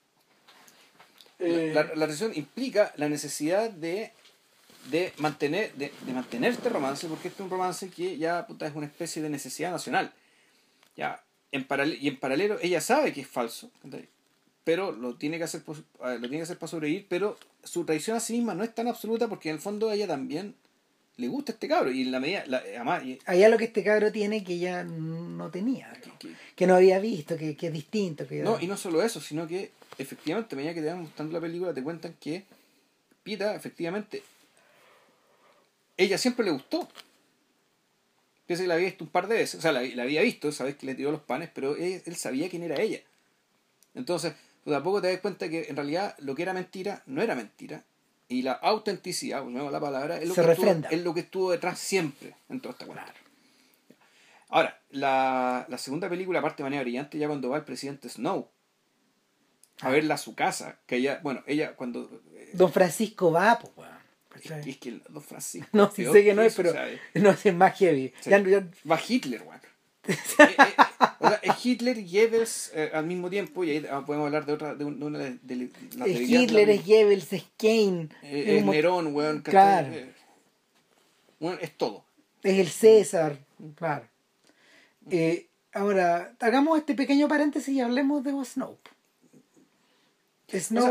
Eh, la, la, la transición implica la necesidad de, de mantener de, de mantener este romance, porque este es un romance que ya puta, es una especie de necesidad nacional. Ya, en paral- y en paralelo ella sabe que es falso, pero lo tiene que hacer lo tiene que hacer para sobrevivir, pero su traición a sí misma no es tan absoluta porque en el fondo a ella también le gusta este cabro y en la medida la, además y, allá lo que este cabro tiene que ella no tenía, que, que, que no había visto, que, que es distinto, que no, y no solo eso, sino que efectivamente a medida que te van mostrando la película te cuentan que Pita efectivamente ella siempre le gustó. Piensa que la había visto un par de veces, o sea, la, la había visto, sabes que le tiró los panes, pero él, él sabía quién era ella. Entonces, pues, a poco te das cuenta que en realidad lo que era mentira no era mentira, y la autenticidad, volvemos a la palabra, es lo, que estuvo, es lo que estuvo detrás siempre en toda esta cuenta. Claro. Ahora, la, la segunda película parte de manera brillante ya cuando va el presidente Snow a verla a su casa, que ella, bueno, ella cuando... Eh, Don Francisco va, pues, bueno. Es, es que el Don Francisco... No, sí sé que no es, pero o sea, no es más heavy. Sí, ya, ya... Va Hitler, weón. eh, eh, o sea, es Hitler y Goebbels eh, al mismo tiempo, y ahí podemos hablar de otra de una de, de, de las es Hitler, es Goebbels, es Kane, eh, es Nerón, weón, claro. eh, bueno, es todo. Es el César, claro. Eh, ahora, hagamos este pequeño paréntesis y hablemos de Snow. Snow, o sea,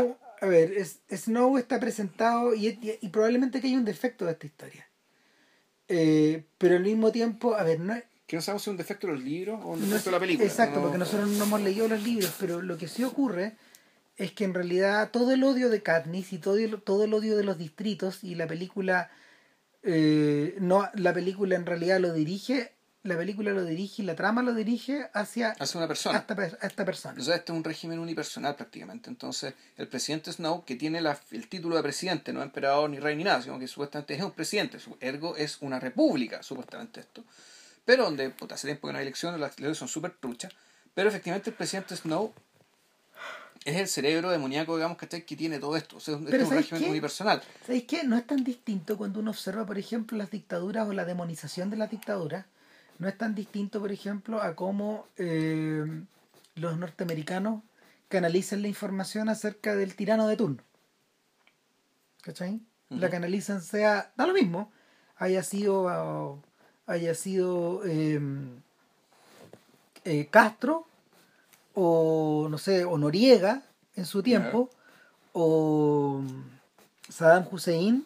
A ver, es, Snow está presentado y, y, y probablemente que hay un defecto de esta historia. Eh, pero al mismo tiempo, a ver, no es... Que no sabemos si es un defecto de los libros o un no defecto es, de la película. exacto, No, porque nosotros no hemos leído los libros, pero lo que sí ocurre es que en realidad todo el odio de Katniss y todo el, todo el odio de los distritos y la película eh, no la película en realidad lo dirige la película lo dirige y la trama lo dirige hacia hace una persona. A esta, a esta persona. O sea, este es un régimen unipersonal prácticamente. Entonces, el presidente Snow, que tiene la, el título de presidente, no emperador ni rey ni nada, sino que supuestamente es un presidente, ergo es una república, supuestamente esto. Pero donde, puta, hace tiempo que no hay elecciones, las elecciones son súper truchas. Pero efectivamente el presidente Snow es el cerebro demoníaco, digamos, que tiene todo esto. O sea, este es un régimen qué? unipersonal. ¿Sabéis qué? No es tan distinto cuando uno observa, por ejemplo, las dictaduras o la demonización de las dictaduras. No es tan distinto, por ejemplo, a cómo eh, los norteamericanos canalizan la información acerca del tirano de turno. ¿Cachai? Uh-huh. La canalizan sea, da lo mismo, haya sido, uh, haya sido eh, eh, Castro o, no sé, o Noriega en su tiempo, yeah. o Saddam Hussein,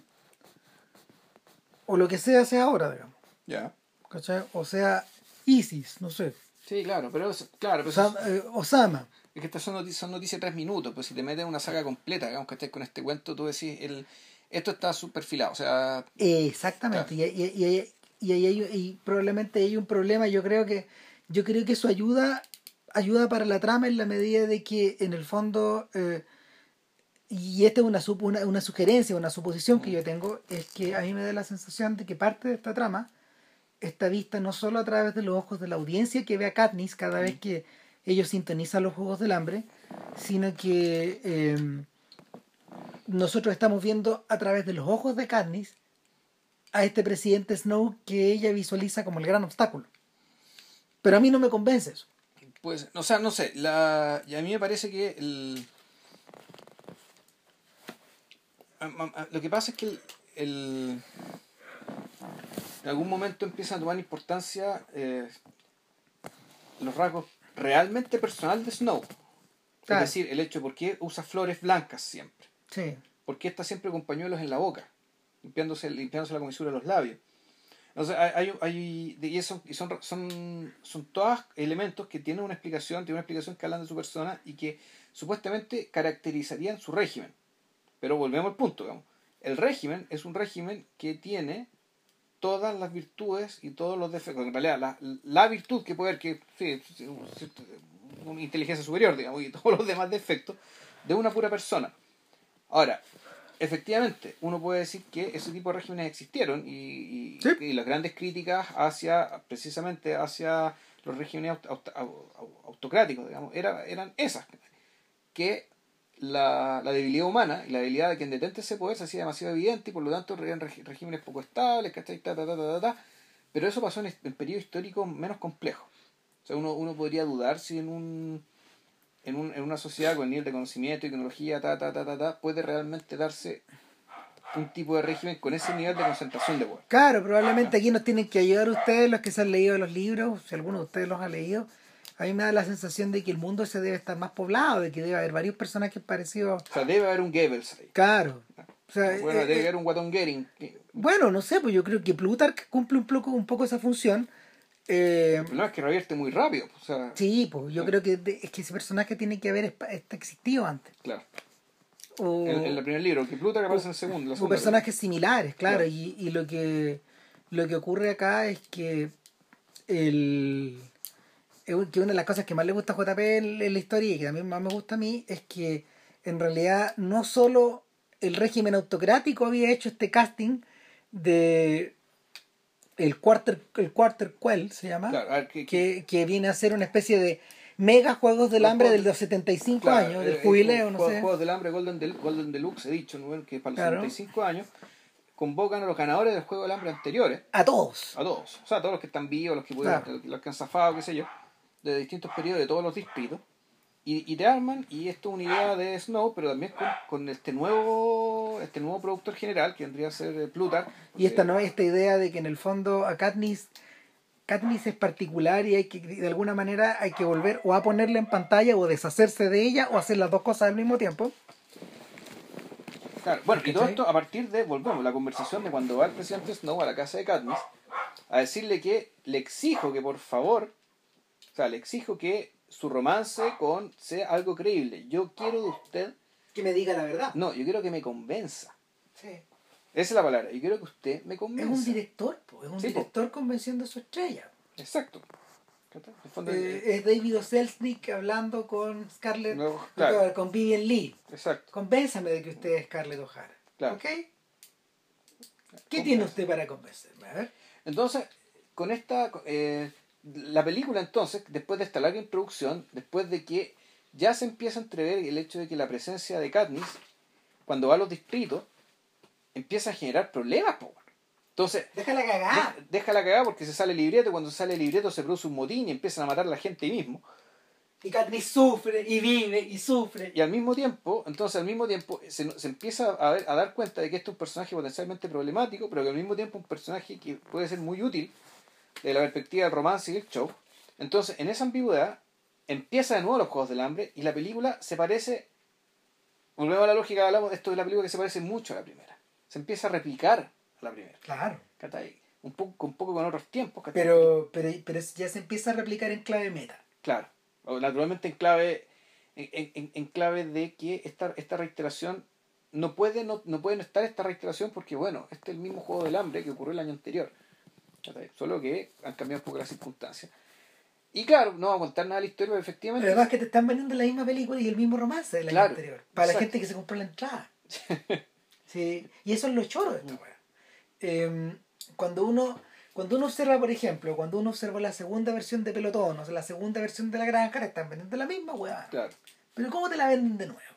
o lo que sea sea ahora, digamos. Ya. Yeah. ¿Cachai? O sea, ISIS, no sé. Sí, claro, pero claro, pero Osama, es, eh, Osama. Es que estas son noticias, son noticias de tres minutos, pues si te metes en una saga completa, digamos que estés con este cuento, tú decís, el, esto está súper filado, o sea... Exactamente, claro. y, y, y, y, y, y, y probablemente hay un problema, yo creo que yo creo que eso ayuda ayuda para la trama en la medida de que en el fondo, eh, y esta es una, una, una sugerencia, una suposición que yo tengo, es que a mí me da la sensación de que parte de esta trama está vista no solo a través de los ojos de la audiencia que ve a Katniss cada vez que ellos sintonizan los Juegos del Hambre, sino que eh, nosotros estamos viendo a través de los ojos de Katniss a este presidente Snow que ella visualiza como el gran obstáculo. Pero a mí no me convence eso. Pues, o sea, no sé, la... y a mí me parece que el... lo que pasa es que el, el... en algún momento empiezan a tomar importancia eh, los rasgos realmente personal de Snow. Claro. Es decir, el hecho de por qué usa flores blancas siempre. Sí. ¿Por qué está siempre con pañuelos en la boca? Limpiándose, limpiándose la comisura de los labios. O sea, hay, hay, y eso, y son, son, son todos elementos que tienen una explicación, tienen una explicación que hablan de su persona y que supuestamente caracterizarían su régimen. Pero volvemos al punto, digamos. El régimen es un régimen que tiene todas las virtudes y todos los defectos. En realidad, la, la virtud que puede haber, que sí, una inteligencia superior, digamos, y todos los demás defectos de una pura persona. Ahora, efectivamente, uno puede decir que ese tipo de regímenes existieron y, y, ¿sí? y las grandes críticas hacia, precisamente hacia los regímenes aut, aut, autocráticos, digamos, era, eran esas, que la, la debilidad humana y la debilidad de quien detente ese poder se hacía demasiado evidente y por lo tanto eran regímenes poco estables, ¿cachai? Ta, ta, ta, ta, ta, pero eso pasó en, en periodos históricos menos complejos. O sea, uno, uno podría dudar si en un En, un, en una sociedad con el nivel de conocimiento y tecnología, ta, ta, ta, ta, ta, puede realmente darse un tipo de régimen con ese nivel de concentración de poder. Claro, probablemente aquí nos tienen que ayudar ustedes, los que se han leído los libros, si alguno de ustedes los ha leído. A mí me da la sensación de que el mundo se debe estar más poblado, de que debe haber varios personajes parecidos. O sea, debe haber un Goebbels ahí. Claro. O sea, bueno, eh, debe eh, haber un Watton Goering. Bueno, no sé, pues yo creo que Plutarch cumple un poco, un poco esa función. Eh, no, es que revierte muy rápido. O sea, sí, pues yo ¿sí? creo que de, es que ese personaje tiene que haber está existido antes. Claro. O, en, en el primer libro, que Plutarch aparece en el segundo. O personajes libro. similares, claro. claro. Y, y lo que lo que ocurre acá es que el que una de las cosas que más le gusta a J P en, en la historia y que también más me gusta a mí es que en realidad no solo el régimen autocrático había hecho este casting de el quarter el quarter quell se llama claro, ver, que, que, que viene a ser una especie de mega juegos del hambre del de los setenta y cinco claro, años del jubileo, eh, no juegos, sé juegos del hambre Golden, Del, Golden Deluxe he dicho, ¿no? Que para los claro. setenta y cinco años convocan a los ganadores del juego del hambre anteriores a todos a todos, o sea, a todos los que están vivos, los que pudieron, claro. los que han zafado, qué sé yo, de distintos periodos de todos los distritos. Y, y te arman, y esto es una idea de Snow, pero también con, con este nuevo este nuevo productor general, que vendría a ser Plutarch. Y esta, ¿no? esta idea de que en el fondo a Katniss, Katniss es particular y hay que, de alguna manera, hay que volver o a ponerla en pantalla o deshacerse de ella o hacer las dos cosas al mismo tiempo. Claro, bueno, y todo ¿Cachai? esto a partir de, volvemos, la conversación de cuando va el presidente Snow a la casa de Katniss a decirle que le exijo que por favor, o sea, le exijo que su romance con sea algo creíble. Yo quiero de usted, Que me diga la verdad. no, yo quiero que me convenza. Sí. Esa es la palabra, yo quiero que usted me Es convenza. un director, po. Es un Sí, po. director convenciendo a su estrella. Exacto. En el fondo, Eh, eh, es David O. Selznick hablando con Scarlett, no, claro, con Vivian Lee. exacto, Convénzame de que usted es Scarlett O'Hara. claro. ¿Ok? ¿Qué tiene usted para convencerme? A ver. Entonces, con esta, eh, la película entonces, después de esta larga introducción, después de que ya se empieza a entrever el hecho de que la presencia de Katniss, cuando va a los distritos, empieza a generar problemas, po. Entonces, Déjala cagar. de- déjala cagar porque se sale el libreto, y cuando sale el libreto se produce un motín y empiezan a matar a la gente ahí mismo. Y Katniss sufre, y vive, y sufre. Y al mismo tiempo, entonces al mismo tiempo se, se empieza a, ver, a dar cuenta de que este es un personaje potencialmente problemático, pero que al mismo tiempo es un personaje que puede ser muy útil de la perspectiva del romance y del show. Entonces, en esa ambigüedad, empieza de nuevo los Juegos del Hambre y la película se parece, volvemos a la lógica que hablamos, esto de la película que se parece mucho a la primera. Se empieza a replicar a la primera. Claro. ¿Cachai? Un poco, un poco con otros tiempos. ¿Cachai? Pero, pero, pero ya se empieza a replicar en clave meta. Claro. O naturalmente en clave, en, en, en clave de que esta, esta reiteración no puede no, no puede no estar esta reiteración porque bueno, este es el mismo Juego del Hambre que ocurrió el año anterior. ¿Cachai? Solo que han cambiado un poco las circunstancias. Y claro, no vamos a contar nada de la historia, pero efectivamente. Pero además que te están vendiendo la misma película y el mismo romance del año Claro, anterior. Para la exacto. gente que se compró la entrada. Sí. Y eso es lo choro de esta weá. Eh, cuando uno cuando uno observa, por ejemplo, cuando uno observa la segunda versión de Pelotón, o sea, la segunda versión de La Granja, te están vendiendo la misma weá. Claro. Pero ¿cómo te la venden de nuevo?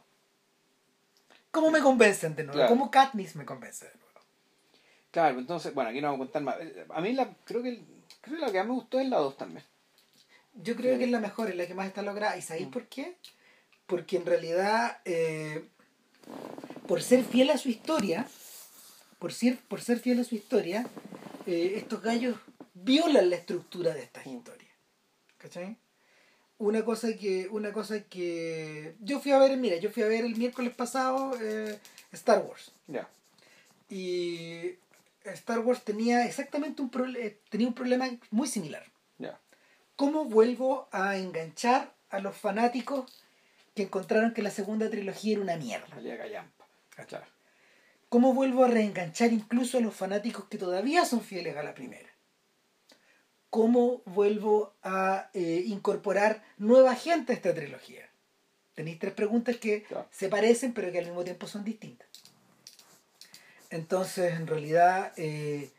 ¿Cómo me convencen de nuevo? Claro. ¿Cómo Katniss me convence de nuevo? Claro, entonces, bueno, aquí no vamos a contar más. A mí la, creo que creo que la que más me gustó es la dos también. Yo creo que es la mejor, es la que más está lograda. ¿Y sabéis por qué? Porque en realidad, eh, por ser fiel a su historia, por ser, por ser fiel a su historia, eh, estos gallos violan la estructura de estas historias. ¿Cachai? Una cosa que, una cosa que yo fui a ver, mira, yo fui a ver el miércoles pasado eh, Star Wars. Ya. Y Star Wars tenía exactamente un, prole- tenía un problema muy similar. Ya. ¿Cómo vuelvo a enganchar a los fanáticos que encontraron que la segunda trilogía era una mierda? Salía callampa. Claro. ¿Cómo vuelvo a reenganchar incluso a los fanáticos que todavía son fieles a la primera? ¿Cómo vuelvo a eh, incorporar nueva gente a esta trilogía? Tenéis tres preguntas que Claro. se parecen pero que al mismo tiempo son distintas. Entonces, en realidad, eh,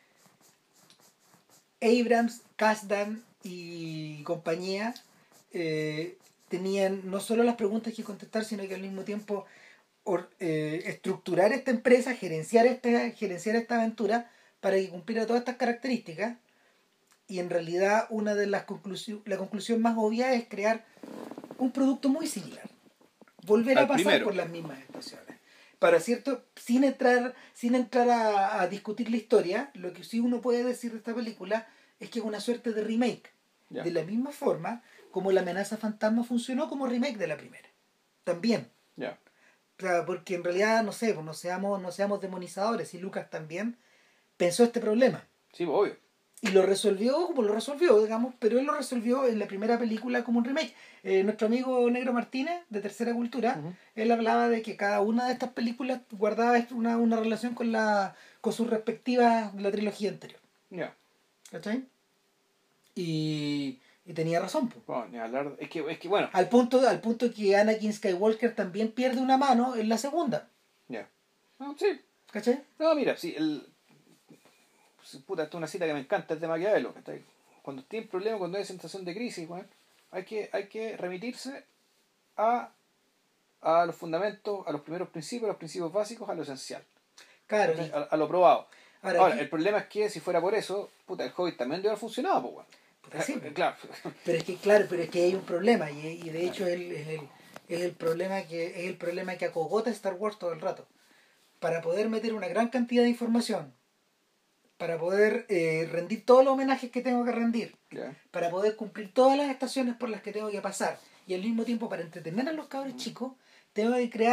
Abrams, Kasdan y compañía eh, tenían no solo las preguntas que contestar, sino que al mismo tiempo or, eh, estructurar esta empresa, gerenciar esta, gerenciar esta aventura para que cumpliera todas estas características. Y en realidad una de las conclusiones, la conclusión más obvia es crear un producto muy similar. Volver Al a pasar primero. por las mismas estaciones. Para cierto, sin entrar, sin entrar a, a discutir la historia, lo que sí uno puede decir de esta película es que es una suerte de remake. Ya. De la misma forma como La Amenaza Fantasma funcionó como remake de la primera. También. Ya. O sea, porque en realidad, no sé, pues no seamos, no seamos demonizadores. Y Lucas también pensó este problema. Sí, pues, obvio. Y lo resolvió como lo resolvió, digamos, pero él lo resolvió en la primera película como un remake. Eh, nuestro amigo Negro Martínez, de Tercera Cultura, Ujú. él hablaba de que cada una de estas películas guardaba una, una relación con la con sus respectivas de la trilogía anterior. Ya. ¿Cachai? Y, y tenía razón, pues. Bueno, ni hablar. Es que, es que bueno. Al punto, al punto que Anakin Skywalker también pierde una mano en la segunda. Ya. No, sí. ¿Cachai? No, mira, sí, el. pues, puta, esta es una cita que me encanta, es de Maquiavelo. ¿Cachai? Cuando tiene problema, cuando hay sensación de crisis, bueno, hay que, hay que remitirse a, a los fundamentos, a los primeros principios, a los principios básicos, a lo esencial. Claro. ¿Cachai? y- A, a lo probado. Ahora, Ahora, aquí- el problema es que si fuera por eso, puta, el Hobbit también debe haber funcionado, pues, bueno. puta, sí, Eh, Claro. pero es que claro, pero es que hay un problema y, y de hecho es el, es el, es el problema que es el problema que acogota Star Wars todo el rato. Para poder meter una gran cantidad de información, para poder eh, rendir todos los homenajes que tengo que rendir, Ya. para poder cumplir todas las estaciones por las que tengo que pasar y al mismo tiempo para entretener a los cabros chicos, tengo que crear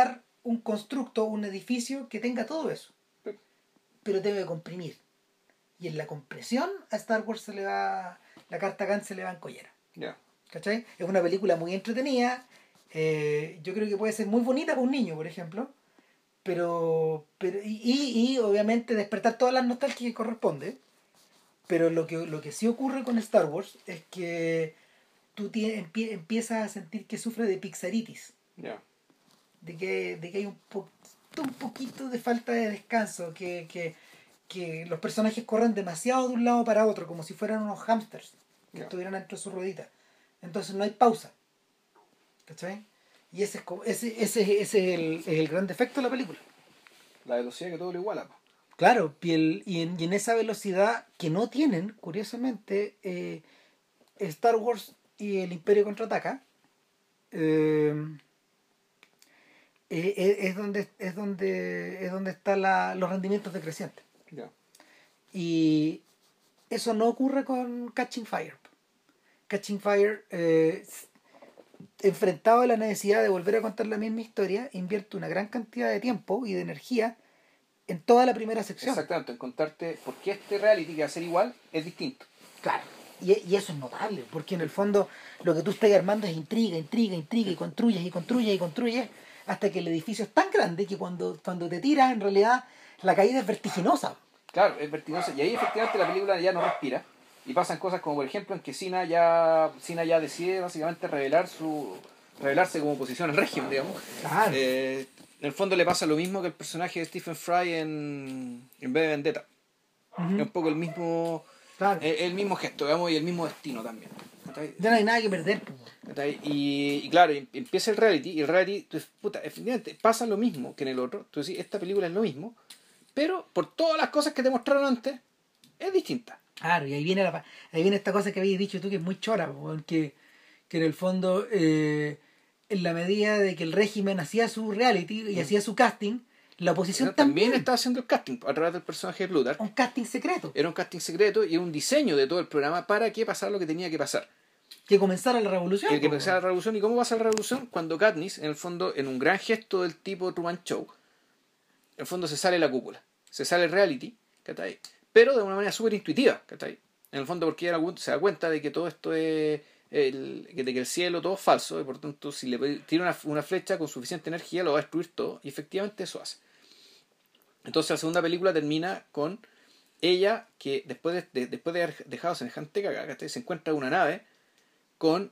un constructo, un edificio que tenga todo eso. Pero debe comprimir. Y en la compresión a Star Wars se le va, la carta Gantt se le va en collera. Yeah. ¿Cachai? Es una película muy entretenida. Eh, yo creo que puede ser muy bonita para un niño, por ejemplo. Pero, pero y, y, y obviamente despertar todas las nostalgias que corresponde. Pero lo que, lo que sí ocurre con Star Wars es que tú tienes, empie, empiezas a sentir que sufre de pixaritis. Yeah. De que, de que hay un poquito, un poquito de falta de descanso. Que, que, que los personajes corren demasiado de un lado para otro, como si fueran unos hámsters que Yeah. estuvieran dentro de su ruedita. Entonces no hay pausa. ¿Cachai? Y ese es, como- ese, ese, ese es, el, es el gran defecto de la película. La velocidad que todo lo iguala. Po. Claro, y, el, y, en, y en esa velocidad que no tienen, curiosamente, eh, Star Wars y el Imperio Contraataca, eh, eh, eh, es donde es donde es donde están la, los rendimientos decrecientes. Yeah. Y eso no ocurre con Catching Fire. Catching Fire, eh, enfrentado a la necesidad de volver a contar la misma historia, invierte una gran cantidad de tiempo y de energía en toda la primera sección. Exactamente, en contarte por qué este reality que va a ser igual es distinto. Claro. Y, y eso es notable, porque en el fondo lo que tú estás armando es intriga, intriga, intriga, y construyes y construyes y construyes hasta que el edificio es tan grande que cuando, cuando te tiras, en realidad la caída es vertiginosa. Claro, es vertiginoso. Y ahí efectivamente la película ya no respira. Y pasan cosas como por ejemplo en que Cena ya, Cena ya decide básicamente revelar su, revelarse como oposición al régimen, digamos. Claro. Eh, en el fondo le pasa lo mismo que el personaje de Stephen Fry en, en V de Vendetta. Uh-huh. Es un poco el mismo, Claro. eh, el mismo gesto, digamos, y el mismo destino también. Ya no hay nada que perder. Y, y claro, empieza el reality, y el reality, pues, puta, efectivamente, pasa lo mismo que en el otro. Tú decís, esta película es lo mismo, pero por todas las cosas que te mostraron antes, es distinta. Claro, y ahí viene la, ahí viene esta cosa que habéis dicho tú que es muy chora, que, que en el fondo, eh, en la medida de que el régimen hacía su reality y mm. hacía su casting, la oposición pero también, también estaba haciendo el casting a través del personaje de Plutarch. Un casting secreto. Era un casting secreto y un diseño de todo el programa para que pasara lo que tenía que pasar. Que comenzara la revolución. Que comenzara la revolución. ¿Y cómo pasa la revolución? Cuando Katniss, en el fondo, en un gran gesto del tipo Truman Show, en el fondo se sale la cúpula. Se sale el reality, ¿cachai? Pero de una manera súper intuitiva, ¿cachai? En el fondo porque ella se da cuenta de que todo esto es... El, de que el cielo todo es falso y por tanto si le tira una, una flecha con suficiente energía lo va a destruir todo y efectivamente eso hace. Entonces la segunda película termina con ella que después de, de, después de haber dejado semejante cagada, ¿cachai? Se encuentra una nave con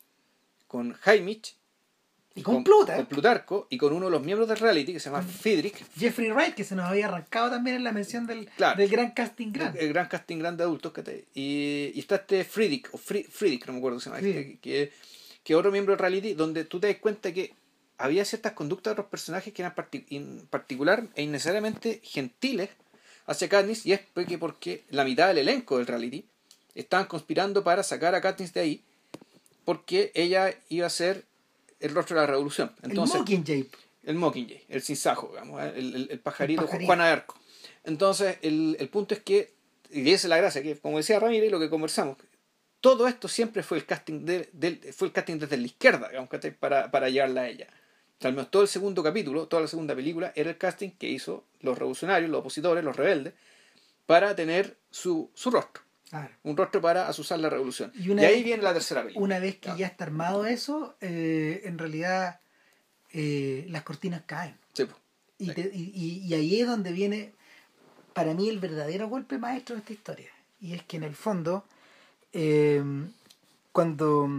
con Haymitch y con, con Plutarch. con Plutarco y con uno de los miembros del reality que se llama Friedrich. Jeffrey Wright, que se nos había arrancado también en la mención del, claro, del gran casting grande. El, el gran casting grande de adultos. Y, y está este Friedrich, o Friedrich, no me acuerdo cómo se llama, que, que, que otro miembro del reality, donde tú te das cuenta que había ciertas conductas de otros personajes que eran partic in particular e innecesariamente gentiles hacia Katniss, y es porque, porque la mitad del elenco del reality estaban conspirando para sacar a Katniss de ahí, porque ella iba a ser el rostro de la revolución. Entonces, el Mockingjay. El Mockingjay, el sinsajo, digamos, el, el, el pajarito, el pajarito. Juana de Arco. Entonces, el, el punto es que, y esa es la gracia, que como decía Ramírez, lo que conversamos, todo esto siempre fue el casting de, de, fue el casting desde la izquierda, digamos, para, para llevarla a ella. O sea, al menos todo el segundo capítulo, toda la segunda película, era el casting que hizo los revolucionarios, los opositores, los rebeldes, para tener su, su rostro. Claro. Un rostro para asusar la revolución. Y, y ahí vez, viene la tercera película. Una vez que claro. ya está armado eso, eh, en realidad eh, las cortinas caen. Sí, pues. Y, te, y, y ahí es donde viene, para mí, el verdadero golpe maestro de esta historia. Y es que en el fondo, eh, cuando,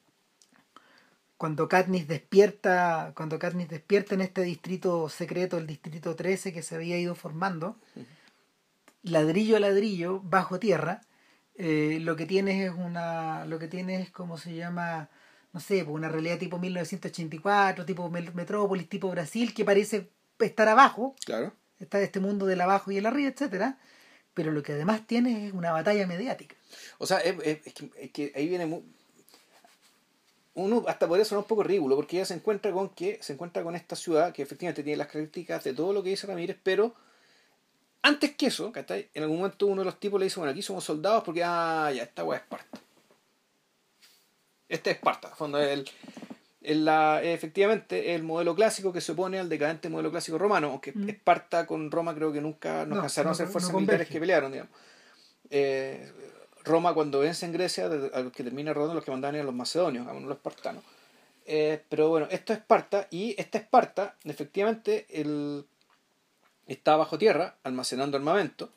cuando Katniss despierta, cuando Katniss despierta en este distrito secreto, el distrito trece que se había ido formando, uh-huh. ladrillo a ladrillo, bajo tierra, eh, lo que tienes es una, lo que tienes es como se llama, no sé, una realidad tipo mil novecientos ochenta y cuatro, tipo Metrópolis, tipo Brasil, que parece estar abajo. Claro. Está este mundo del abajo y el arriba, etcétera. Pero lo que además tienes es una batalla mediática. O sea, es, es, es, que, es que ahí viene muy... uno hasta podría sonar un poco ridículo, porque ella se encuentra con que se encuentra con esta ciudad que efectivamente tiene las características de todo lo que dice Ramírez, pero antes que eso, ¿cachai? En algún momento uno de los tipos le dice, bueno, aquí somos soldados porque, ah, ya, esta weá es Esparta. Este es Esparta, en fondo, el, En la, efectivamente, el modelo clásico que se opone al decadente modelo clásico romano, aunque mm. Esparta con Roma creo que nunca nos no, cansaron no, a hacer fuerzas no militares que pelearon, digamos. Eh, Roma cuando vence en Grecia, a los que termina rodando, los que mandaban eran los macedonios, digamos, no los espartanos. Eh, pero bueno, esto es Esparta, y esta Esparta, efectivamente, el, está bajo tierra, almacenando armamento,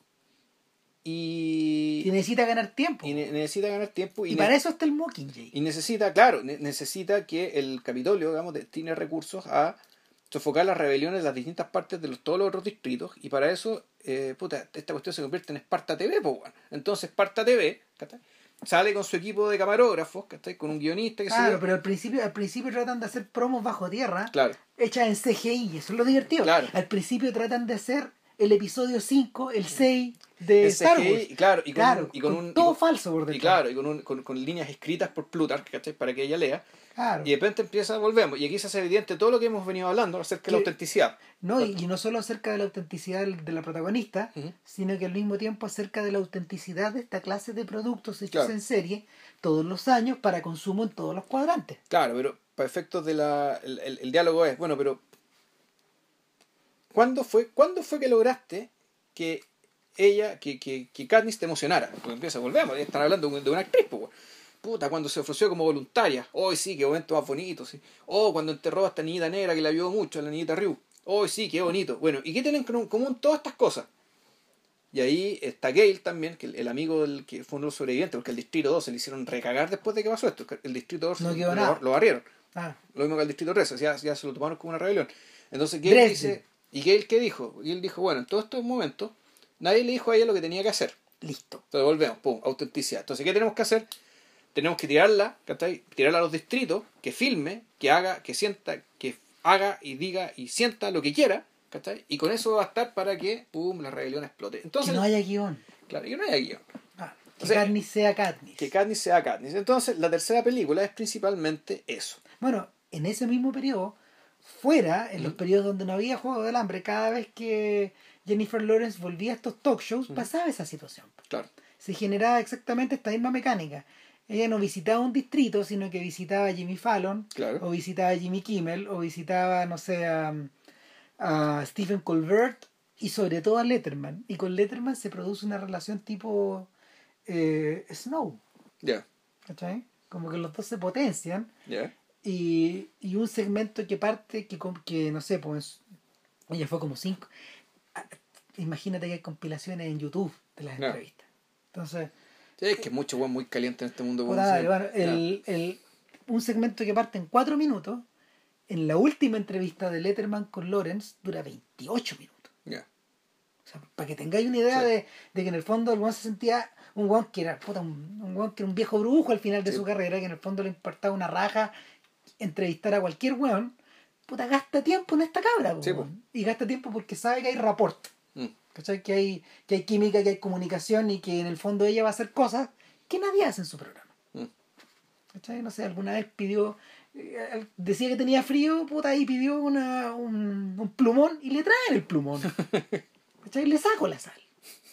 y, y necesita ganar tiempo. Y ne- necesita ganar tiempo. Y, y para ne- eso está el Mockingjay. Y necesita, claro, ne- necesita que el Capitolio, digamos, tiene recursos a sofocar las rebeliones de las distintas partes de los, todos los otros distritos, y para eso, eh, puta, esta cuestión se convierte en Esparta T V, pues, bueno. Entonces Esparta T V, ¿cachai? Sale con su equipo de camarógrafos, ¿cachai? Con un guionista que claro, se... pero al principio, al principio tratan de hacer promos bajo tierra, claro, hechas en C G I, eso es lo divertido. Claro. Al principio tratan de hacer el episodio cinco, el seis de el Star C G I, Wars. Claro, y con, claro, un, y con, con un, todo y con, falso por detrás. Y claro, y con, un, con, con líneas escritas por Plutarch, ¿cachai? Para que ella lea. Claro. Y de repente empieza, volvemos, y aquí se hace evidente todo lo que hemos venido hablando acerca de la autenticidad. No, y, y no solo acerca de la autenticidad de la protagonista, uh-huh. sino que al mismo tiempo acerca de la autenticidad de esta clase de productos hechos claro. en serie todos los años para consumo en todos los cuadrantes. Claro, pero para efectos de la... El, el, el diálogo es, bueno, pero... ¿Cuándo fue, ¿cuándo fue que lograste que ella, que, que, que Katniss te emocionara? Porque empieza, volvemos, están hablando de una actriz, pues, puta, cuando se ofreció como voluntaria, hoy oh, sí, qué momento más bonito, sí. Oh, cuando enterró a esta niñita negra que la vio mucho, a la niñita Ryu, hoy oh, sí, qué bonito. Bueno, ¿y qué tienen en común todas estas cosas? Y ahí está Gale también, que el, el amigo del que fue uno de los sobrevivientes, porque el Distrito dos se le hicieron recagar después de que pasó esto. El Distrito dos no lo, lo, lo barrieron. Ah. Lo mismo que el Distrito tres, ya, ya se lo tomaron como una rebelión. Entonces Gale dice, ¿y Gale qué dijo? Gale dijo, bueno, en todos estos momentos, nadie le dijo a ella lo que tenía que hacer. Listo. Entonces volvemos, pum, autenticidad. Entonces, ¿qué tenemos que hacer? Tenemos que tirarla, ¿cachai? Tirarla a los distritos, que filme, que haga, que sienta, que haga y diga y sienta lo que quiera, ¿cachai? Y con eso va a estar para que, pum, la rebelión explote. Entonces, que no haya guión. Claro, que no haya guión. Ah, que o sea, Katniss sea Katniss. Que Katniss sea Katniss. Entonces, la tercera película es principalmente eso. Bueno, en ese mismo periodo, fuera, en ¿Mm? los periodos donde no había Juego del Hambre, cada vez que Jennifer Lawrence volvía a estos talk shows, ¿Mm? pasaba esa situación. Claro. Se generaba exactamente esta misma mecánica. Ella no visitaba un distrito, sino que visitaba a Jimmy Fallon, claro. o visitaba a Jimmy Kimmel, o visitaba, no sé, a, a Stephen Colbert, y sobre todo a Letterman. Y con Letterman se produce una relación tipo eh, Snow. Ya. Yeah. ¿Cachai? Como que los dos se potencian. Ya. Yeah. Y, y un segmento que parte, que, que no sé, pues, ella fue como cinco. Imagínate que hay compilaciones en YouTube de las no. entrevistas. Entonces... Sí, es que mucho buen muy caliente en este mundo. Bueno, bueno, el, el, un segmento que parte en cuatro minutos, en la última entrevista de Letterman con Lawrence, dura veintiocho minutos. Yeah. O sea, para que tengáis una idea sí. de, de que en el fondo el weón se sentía un weón que era puta, un, un weón que era un viejo brujo al final de sí. su carrera, que en el fondo le importaba una raja entrevistar a cualquier weón. Puta, gasta tiempo en esta cabra, sí, weón. Y gasta tiempo porque sabe que hay rapport. ¿Cachai? Que hay, que hay química, que hay comunicación y que en el fondo ella va a hacer cosas que nadie hace en su programa. Mm. ¿Cachai? No sé, alguna vez pidió, eh, decía que tenía frío, puta, y pidió una, un, un plumón y le traen el plumón. ¿Cachai? Le saco la sal.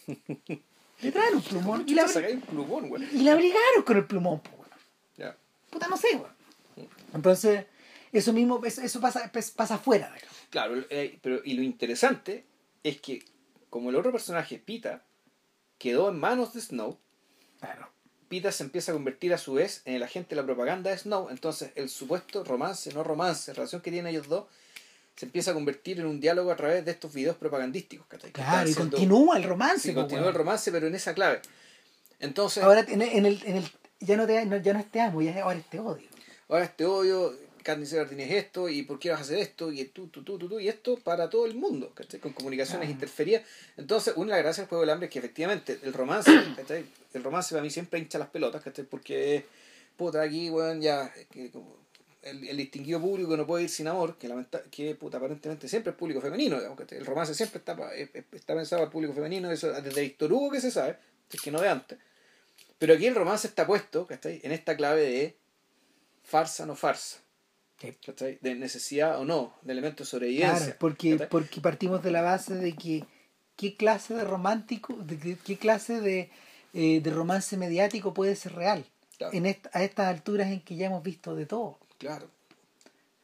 Le traen un plumón y la, un plumón, y la obligaron con el plumón, pues, bueno. Yeah. Puta, no sé, bueno. Entonces, eso mismo, eso, eso pasa, pasa afuera. ¿verdad? Claro, eh, pero y lo interesante es que como el otro personaje, Pita, quedó en manos de Snow, claro. Pita se empieza a convertir a su vez en el agente de la propaganda de Snow, entonces el supuesto romance, no romance, relación que tienen ellos dos, se empieza a convertir en un diálogo a través de estos videos propagandísticos. ¿Cachai? Claro, y siendo, continúa el romance. Sí, continúa bueno. el romance, pero en esa clave. Entonces, ahora en el, en el, en el ya no te no, ya no es te amo, ya ahora es te odio. Ahora es te odio. Katniss Everdeen es esto, y por qué vas a hacer esto, y tú, tú, tú, tú, tú, y esto para todo el mundo, ¿cachai? Con comunicaciones ah. interferidas. Entonces, una de las gracias del Juego del Hambre es que efectivamente el romance, ¿cachai? El romance para mí siempre hincha las pelotas, ¿cachai? Porque, puta, aquí, bueno, ya, que, como el, el distinguido público no puede ir sin amor, que, lamenta, que puta, aparentemente siempre es público femenino, digamos, ¿cachai? El romance siempre está, está pensado para el público femenino, eso desde Víctor Hugo que se sabe, es que no de antes. Pero aquí el romance está puesto, ¿cachai? En esta clave de farsa no farsa. ¿Cachai? De necesidad o no, de elementos de sobrevivencia. Claro, porque, porque partimos de la base de que qué clase de romántico, de que, qué clase de, eh, de romance mediático puede ser real. Claro. En esta, a estas alturas en que ya hemos visto de todo. Claro.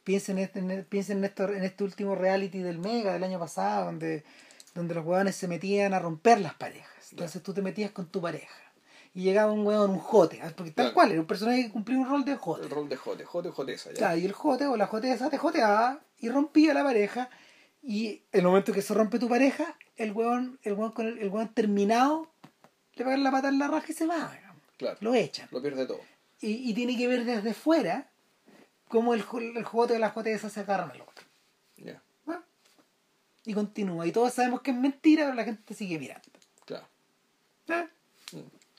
Piensen en este, en, piensen en, esto, en este último reality del Mega del año pasado, donde, donde los hueones se metían a romper las parejas. Entonces tú te metías con tu pareja. Y llegaba un hueón, un jote, porque tal Claro. cual, era un personaje que cumplía un rol de jote. El rol de jote, jote o joteza, ya. Claro, y el jote o la joteza te joteaba y rompía la pareja. Y el momento que se rompe tu pareja, el hueón, el hueón con el, el hueón terminado, le pegan la pata en la raja y se va, digamos. Claro. Lo echan. Lo pierde todo. Y, y tiene que ver desde fuera cómo el, jo- el jote o la joteza se agarran al otro. Ya, ¿No? Y continúa. Y todos sabemos que es mentira, pero la gente sigue mirando. claro. ¿Eh? Mm.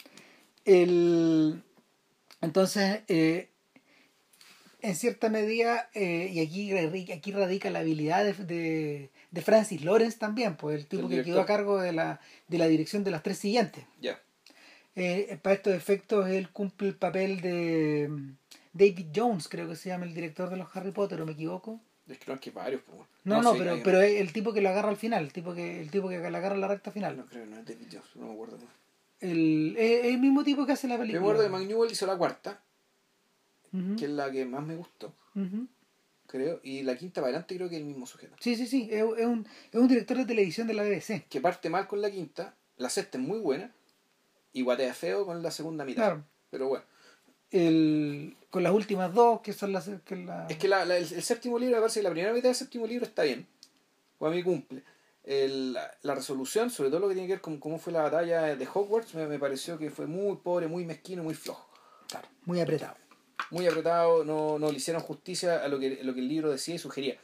El, entonces, eh, en cierta medida, eh, y aquí, radica- aquí radica la habilidad de, de, de Francis Lawrence también, pues el tipo El que director. quedó a cargo de la, de la dirección de las tres siguientes. Ya. Eh, para estos efectos, él cumple el papel de mm, David Jones, creo que se llama el director de los Harry Potter, ¿o me equivoco? Es que no es que varios, pues. No, no, sí, pero, hay- pero es el tipo que lo agarra al final, el tipo que, el tipo que lo agarra en la recta final. No creo, no es David Jones, no me acuerdo. El, es el mismo tipo que hace la Me película. acuerdo que McNewell hizo la cuarta, Ujú, que es la que más me gustó, ujú. creo. Y la quinta para adelante creo que es el mismo sujeto. Sí, sí, sí, es, es un, es un director de televisión de la B B C. Que parte mal con la quinta, la sexta es muy buena, y guatea feo con la segunda mitad. Claro. Pero bueno. El, con las últimas dos, que son las... Que la... Es que la, la- el, el séptimo libro, me parece que la primera mitad del séptimo libro está bien. O a mí cumple. El- la, la resolución, sobre todo lo que tiene que ver con cómo fue la batalla de Hogwarts, me, me pareció que fue muy pobre, muy mezquino, muy flojo. Claro, muy apretado. Muy apretado, no, no le hicieron justicia a lo que, lo que el libro decía y sugería.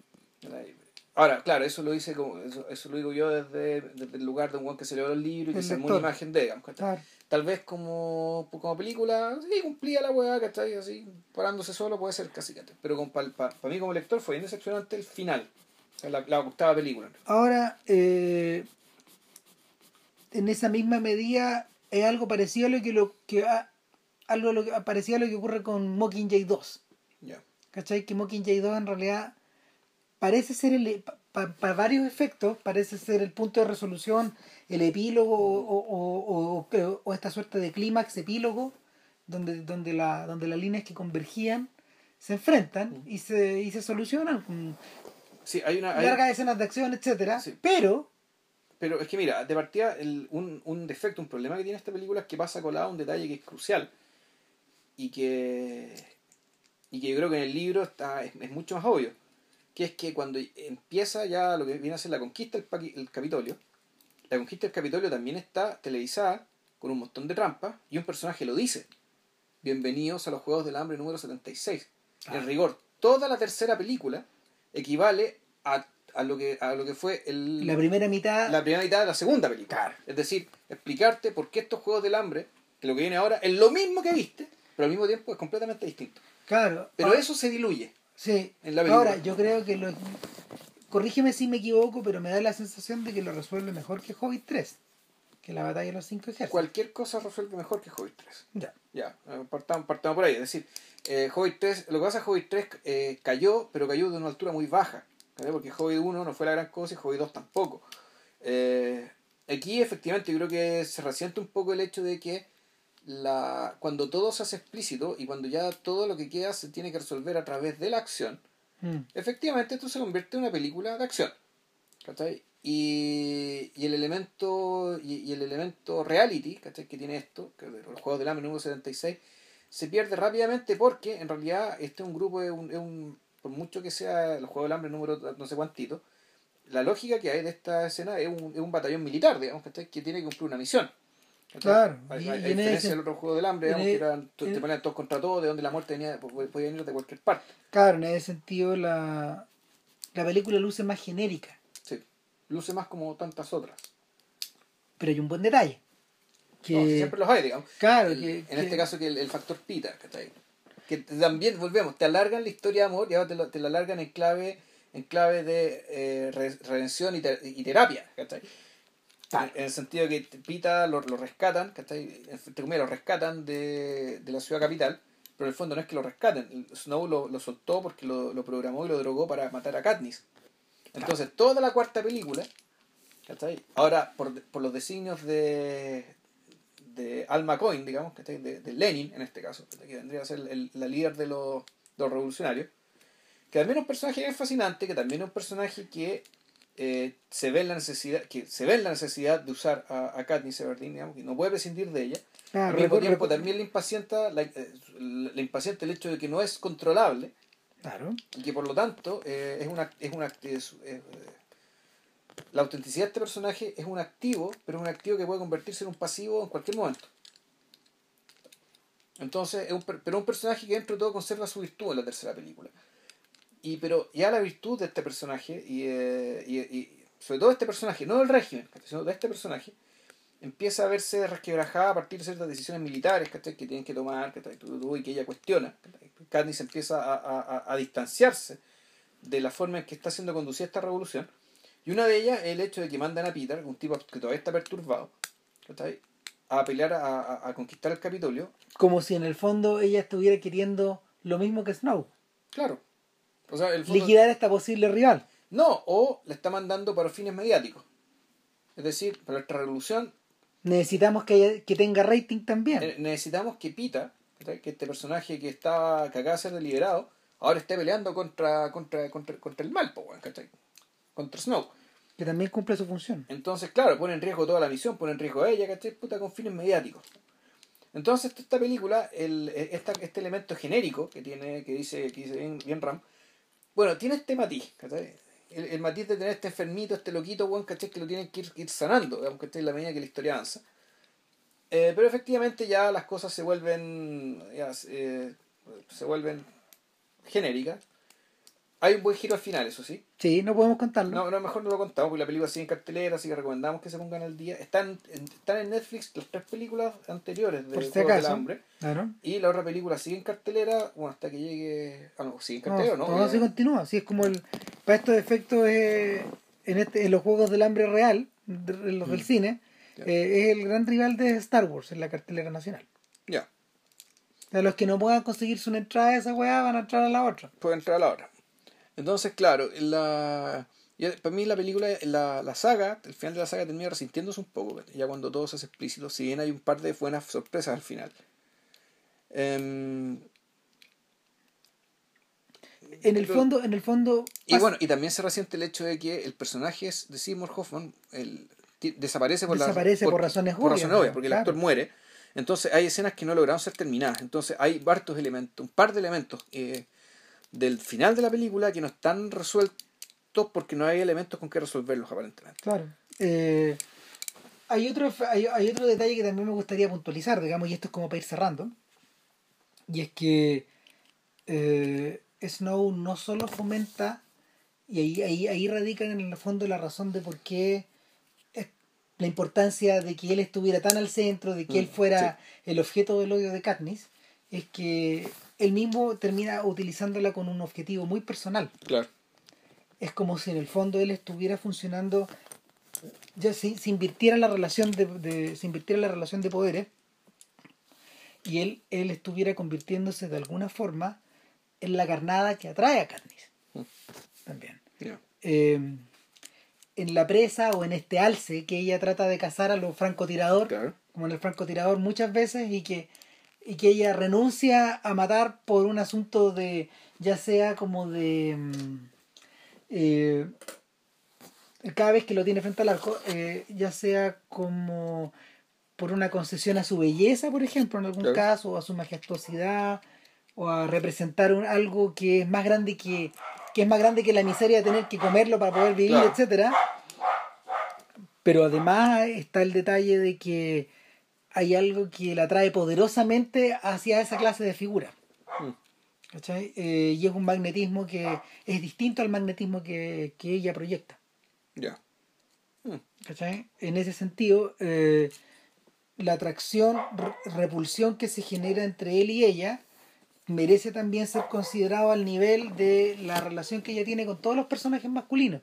Ahora, claro, eso lo dice como, eso, eso lo digo yo desde, desde el lugar de un guan que se leyó los libros y que El se armó una lector. imagen de, digamos, ¿cachai? Claro. Tal vez como, como película, sí, cumplía la weá, ¿cachai? Así, parándose solo puede ser casi, ¿cachai? Pero para pa, pa mí como lector fue bien decepcionante el final. O sea, la, la octava película. Ahora, eh, en esa misma medida, es algo parecido a lo que... Lo, que a, algo lo, que- parecido a lo que ocurre con Mockingjay dos. Ya. ¿Cachai? Que Mockingjay dos en realidad parece ser el para pa, pa varios efectos parece ser el punto de resolución, el epílogo o, o, o, o, o esta suerte de clímax epílogo donde donde la donde las líneas que convergían se enfrentan y se y se solucionan con Sí, hay una... hay- largas escenas de acción, etcétera. Sí. Pero Pero es que mira, de partida, el, un, un defecto, un problema que tiene esta película es que pasa colado un detalle que es crucial. Y que... Y que yo creo que en el libro está es, es mucho más obvio. Que es que cuando empieza ya lo que viene a ser la conquista del Paqui- el Capitolio, la conquista del Capitolio también está televisada con un montón de trampas y un personaje lo dice. Bienvenidos a los Juegos del Hambre número setenta y seis. Ah. En rigor, toda la tercera película equivale a, a, lo, que, a lo que fue el, la primera mitad la primera mitad de la segunda película. Claro. Es decir, explicarte por qué estos Juegos del Hambre, que lo que viene ahora es lo mismo que viste, pero al mismo tiempo es completamente distinto. claro. Pero ahora, eso se diluye. sí. en la película. Ahora, yo creo que lo corrígeme si me equivoco, pero me da la sensación de que lo resuelve mejor que Hobbit tres, que la batalla de los cinco ejércitos. Cualquier cosa resuelve mejor que Hobbit tres. Ya. Ya, eh, partamos, partamos por ahí. Es decir, eh, Hobbit tres, lo que pasa es que Hobbit tres eh, cayó, pero cayó de una altura muy baja. ¿Vale? Porque Hobbit uno no fue la gran cosa y Hobbit dos tampoco. Eh, aquí efectivamente yo creo que se resiente un poco el hecho de que la cuando todo se hace explícito y cuando ya todo lo que queda se tiene que resolver a través de la acción, Mm. efectivamente esto se convierte en una película de acción. ¿Cachai? Y, y el elemento y, y el elemento reality, ¿cachai? Que tiene esto, que de los Juegos del Hambre número setenta y seis, se pierde rápidamente porque en realidad este es un grupo, es un, es un, por mucho que sea los Juegos del Hambre número no sé cuántito, la lógica que hay de esta escena es un, es un batallón militar, digamos, ¿cachai? Que tiene que cumplir una misión. ¿cachai? Claro, A, a- y- a y en diferencia ese- del otro Juego del Hambre, digamos, en que e- eran, te en- ponían todos contra todos, de donde la muerte venía, podía venir de cualquier parte. Claro, en ese sentido la, la película luce más genérica, Sí. Luce más como tantas otras. pero hay un buen detalle. Que, No, si siempre los hay, digamos. claro, El- que, en que- este caso que el, el factor pita, ¿cachai? Que también, volvemos, te alargan la historia de amor y ahora te, lo, te la alargan en clave en clave de eh, re- redención y, te- y terapia, ¿cachai? Claro. En, en el sentido que Pita lo, lo rescatan, ¿cachai? Entre comillas, lo rescatan de, de la ciudad capital, pero en el fondo no es que lo rescaten. Snow lo, lo soltó porque lo, lo programó y lo drogó para matar a Katniss. Entonces, toda la cuarta película, ¿cachai? Ahora, por, por los designios de, de Alma Coin, digamos, ¿cachai? De, de Lenin, en este caso, ¿cachai? Que vendría a ser el- la líder de los, de los revolucionarios, que también es un personaje bien fascinante, que también es un personaje que eh, se ve en la necesidad que se ve en la necesidad de usar a, a Katniss Everdeen, digamos, que no puede prescindir de ella. Ah, Al mismo recu- tiempo recu- también le impacienta la, eh, le impacienta el hecho de que no es controlable Claro. y que por lo tanto eh, es una es una es, es, la autenticidad de este personaje es un activo, pero es un activo que puede convertirse en un pasivo en cualquier momento. Entonces, es un, pero un personaje que dentro de todo conserva su virtud en la tercera película. Y pero ya la virtud de este personaje, y, eh, y, y sobre todo de este personaje, no del régimen, sino de este personaje, empieza a verse resquebrajada a partir de ciertas decisiones militares, ¿cachai? Que tienen que tomar, ¿cachai? Y que ella cuestiona. Katniss empieza a, a, a distanciarse de la forma en que está siendo conducida esta revolución. Y una de ellas es el hecho de que mandan a Peter, un tipo que todavía está perturbado, ¿cachai? A pelear, a, a, a conquistar el Capitolio. Como si en el fondo ella estuviera queriendo lo mismo que Snow. Claro. O sea, el fondo... liquidar a esta posible rival. No, o la está mandando para fines mediáticos. Es decir, para esta revolución... Necesitamos que, haya, que tenga rating también. Eh, necesitamos que Pita, ¿cachai? Que este personaje que, está, que acaba de ser deliberado, ahora esté peleando contra, contra, contra, contra el mal, ¿cachai? Contra Snow. Que también cumple su función. Entonces, claro, pone en riesgo toda la misión, pone en riesgo a ella, ¿cachai? Puta, con fines mediáticos. Entonces, esta película, el, esta, este elemento genérico que tiene, que dice, que dice bien, bien Ram, bueno, tiene este matiz, ¿cachai? El, el matiz de tener este enfermito, este loquito, bueno, ¿cachai? Que lo tienen que ir, ir sanando, digamos, ¿cachai? En la medida que la historia avanza. Eh, pero efectivamente ya las cosas se vuelven, ya, eh, se vuelven genéricas. Hay un buen giro al final, eso sí. Sí, no podemos contarlo. No, no, mejor no lo contamos porque la película sigue en cartelera, así que recomendamos que se pongan al día. Están, están en Netflix las tres películas anteriores de Por si Juegos del acaso. Hambre. Claro. Y la otra película sigue en cartelera, bueno, hasta que llegue... Ah, no, sigue en cartelera, ¿no? No, no, Ya... sí continúa. Así es como el... Para estos efectos, eh, en, este, en los Juegos del Hambre real, de, en los mm. del cine, yeah. eh, es el gran rival de Star Wars en la cartelera nacional. Ya. Yeah. O sea, los que no puedan conseguirse una entrada a esa weá van a entrar a la otra. Pueden entrar a la otra. Entonces, claro, la... Ya, para mí la película, la, la saga, el final de la saga termina resintiéndose un poco, ya cuando todo se hace explícito, si bien hay un par de buenas sorpresas al final. Um, en el fondo, en el fondo... Y bueno, y también se resiente el hecho de que el personaje de Seymour Hoffman el, desaparece por, desaparece la, por, por razones por obvias. razones obvias, porque claro. el actor muere. Entonces hay escenas que no lograron ser terminadas. Entonces hay hartos elementos, un par de elementos eh, del final de la película que no están resueltos porque no hay elementos con que resolverlos aparentemente. Claro. Eh, hay otro hay, hay otro detalle que también me gustaría puntualizar, digamos, y esto es como para ir cerrando. Y es que eh, Snow no solo fomenta, y ahí, ahí, ahí radica en el fondo la razón de por qué es la importancia de que él estuviera tan al centro, de que mm, él fuera sí. el objeto del odio de Katniss, es que él mismo termina utilizándola con un objetivo muy personal. Claro. Es como si en el fondo él estuviera funcionando, ya se, se invirtiera la relación de, de se invirtiera la relación de poderes y él, él estuviera convirtiéndose de alguna forma en la carnada que atrae a Katniss. Mm. También. Yeah. Eh, en la presa o en este alce que ella trata de cazar a los francotiradores, claro. como en el francotirador muchas veces, y que, y que ella renuncia a matar por un asunto de, ya sea como de... Eh, cada vez que lo tiene frente al arco, eh, ya sea como por una concesión a su belleza, por ejemplo, en algún claro. caso, o a su majestuosidad, o a representar un, algo que es más grande que, que es más grande que la miseria de tener que comerlo para poder vivir, claro. etcétera. Pero además está el detalle de que hay algo que la atrae poderosamente hacia esa clase de figura. Mm. ¿Cachai? Eh, y es un magnetismo que es distinto al magnetismo que, que ella proyecta. Ya. Yeah. Mm. ¿Cachai? En ese sentido, eh, la atracción, re- repulsión que se genera entre él y ella merece también ser considerado al nivel de la relación que ella tiene con todos los personajes masculinos.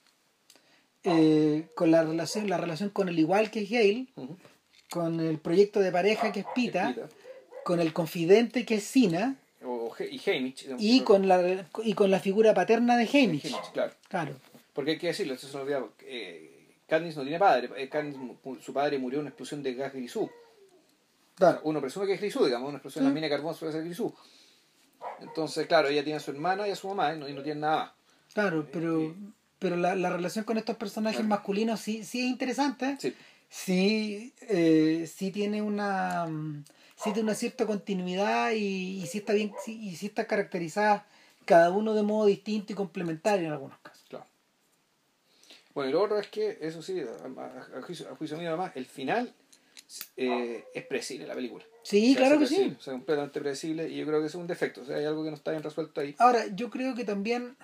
Eh, con la relación, la relación con el igual que es Gale, uh-huh. con el proyecto de pareja que es Pita, Pita. con el confidente que es Sina, o, y Haymitch, y con la y con la figura paterna de Haymitch. Haymitch, claro. claro. Porque hay que decirlo, esto se nos olvidaba. Eh, Katniss no tiene padre. Eh, Katniss, su padre murió en una explosión de gas grisú. Claro. Uno presume que es grisú, digamos, una explosión sí. en la mina de carbón suele ser grisú. Entonces, claro, ella tiene a su hermana y a su mamá y no, y no tiene nada más. Claro, pero, Y- pero la, la relación con estos personajes Claro. masculinos sí, sí es interesante. Sí, Sí, eh, sí tiene una mm, sí tiene una cierta continuidad y, y sí está bien sí, y sí está caracterizada cada uno de modo distinto y complementario en algunos casos. claro. Bueno, y lo otro es que, eso sí, a, a- a juicio, a juicio mío además, el final eh, es predecible la película. Sí, Se hace claro que predecible, sí. o sea, completamente predecible, y yo creo que eso es un defecto, o sea, hay algo que no está bien resuelto ahí. Ahora, yo creo que también,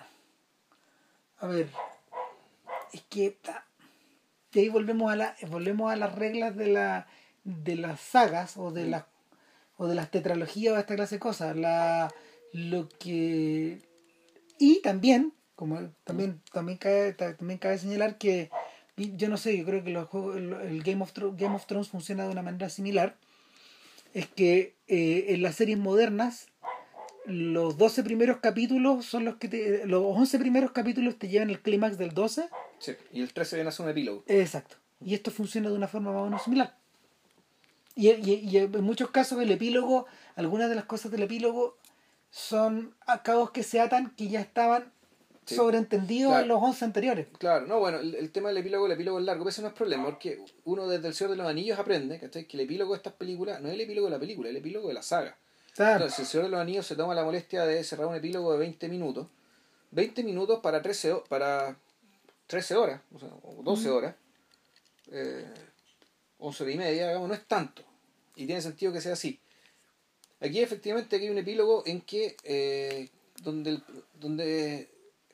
a ver, es que ah, de ahí volvemos a la volvemos a las reglas de la de las sagas o de Mm, las o de las tetralogías o esta clase de cosas. La lo que y también, como mm, también también cabe ta- también cabe señalar que y yo no sé, yo creo que los juegos, el, el Game of Thrones, Game of Thrones funciona de una manera similar, es que eh, en las series modernas los doce primeros capítulos son los que te, los once primeros capítulos te llevan al clímax del doce. sí, y el trece viene a ser un epílogo. Exacto. Y esto funciona de una forma más o menos similar. Y, y, y en muchos casos el epílogo, algunas de las cosas del epílogo son cabos que se atan que ya estaban Sí, sobreentendidos en claro. los once anteriores. Claro, no, bueno, el, el tema del epílogo, el epílogo es largo, pero ese no es problema, porque uno desde El Señor de los Anillos aprende, ¿cachai? Que el epílogo de estas películas no es el epílogo de la película, es el epílogo de la saga. Claro. Entonces, El Señor de los Anillos se toma la molestia de cerrar un epílogo de veinte minutos, veinte minutos para trece, ho- para trece horas, o sea, o doce Mm. horas, eh, once horas y media, digamos, no es tanto, y tiene sentido que sea así. Aquí efectivamente aquí hay un epílogo en que, eh, donde, el- donde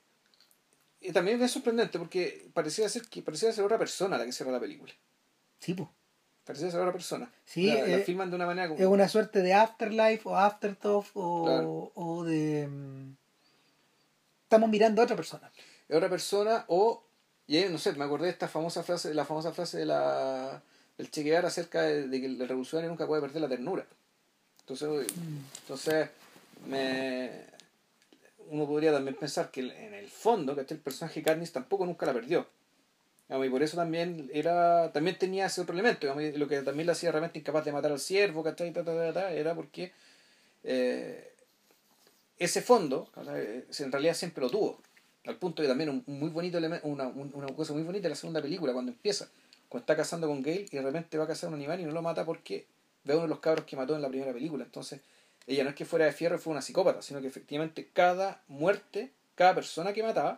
y también es sorprendente porque parecía ser que parecía ser otra persona la que cierra la película. Sí, pues. Parecía ser otra persona. Sí, La, la eh, filman de una manera es como... una suerte de afterlife o afterthought Claro, o, o de... mm, estamos mirando a otra persona. es otra persona o... Y ahí, no sé, me acordé de esta famosa frase, la famosa frase de la del Che Guevara acerca de, de que el revolucionario nunca puede perder la ternura. Entonces, Mm. entonces me, uno podría también pensar que en el fondo, que el personaje Katniss tampoco nunca la perdió. Digamos, y por eso también era también tenía ese otro elemento, digamos, y lo que también la hacía realmente incapaz de matar al ciervo, ¿cachai? Ta, ta, ta, ta, era porque eh, ese fondo, ¿cachai? En realidad siempre lo tuvo. Al punto que también un muy bonito elemento, una, una cosa muy bonita de la segunda película, cuando empieza, cuando está cazando con Gale y de repente va a cazar un animal y no lo mata porque ve a uno de los cabros que mató en la primera película. Entonces, ella no es que fuera de fierro y fue una psicópata, sino que efectivamente cada muerte, cada persona que mataba,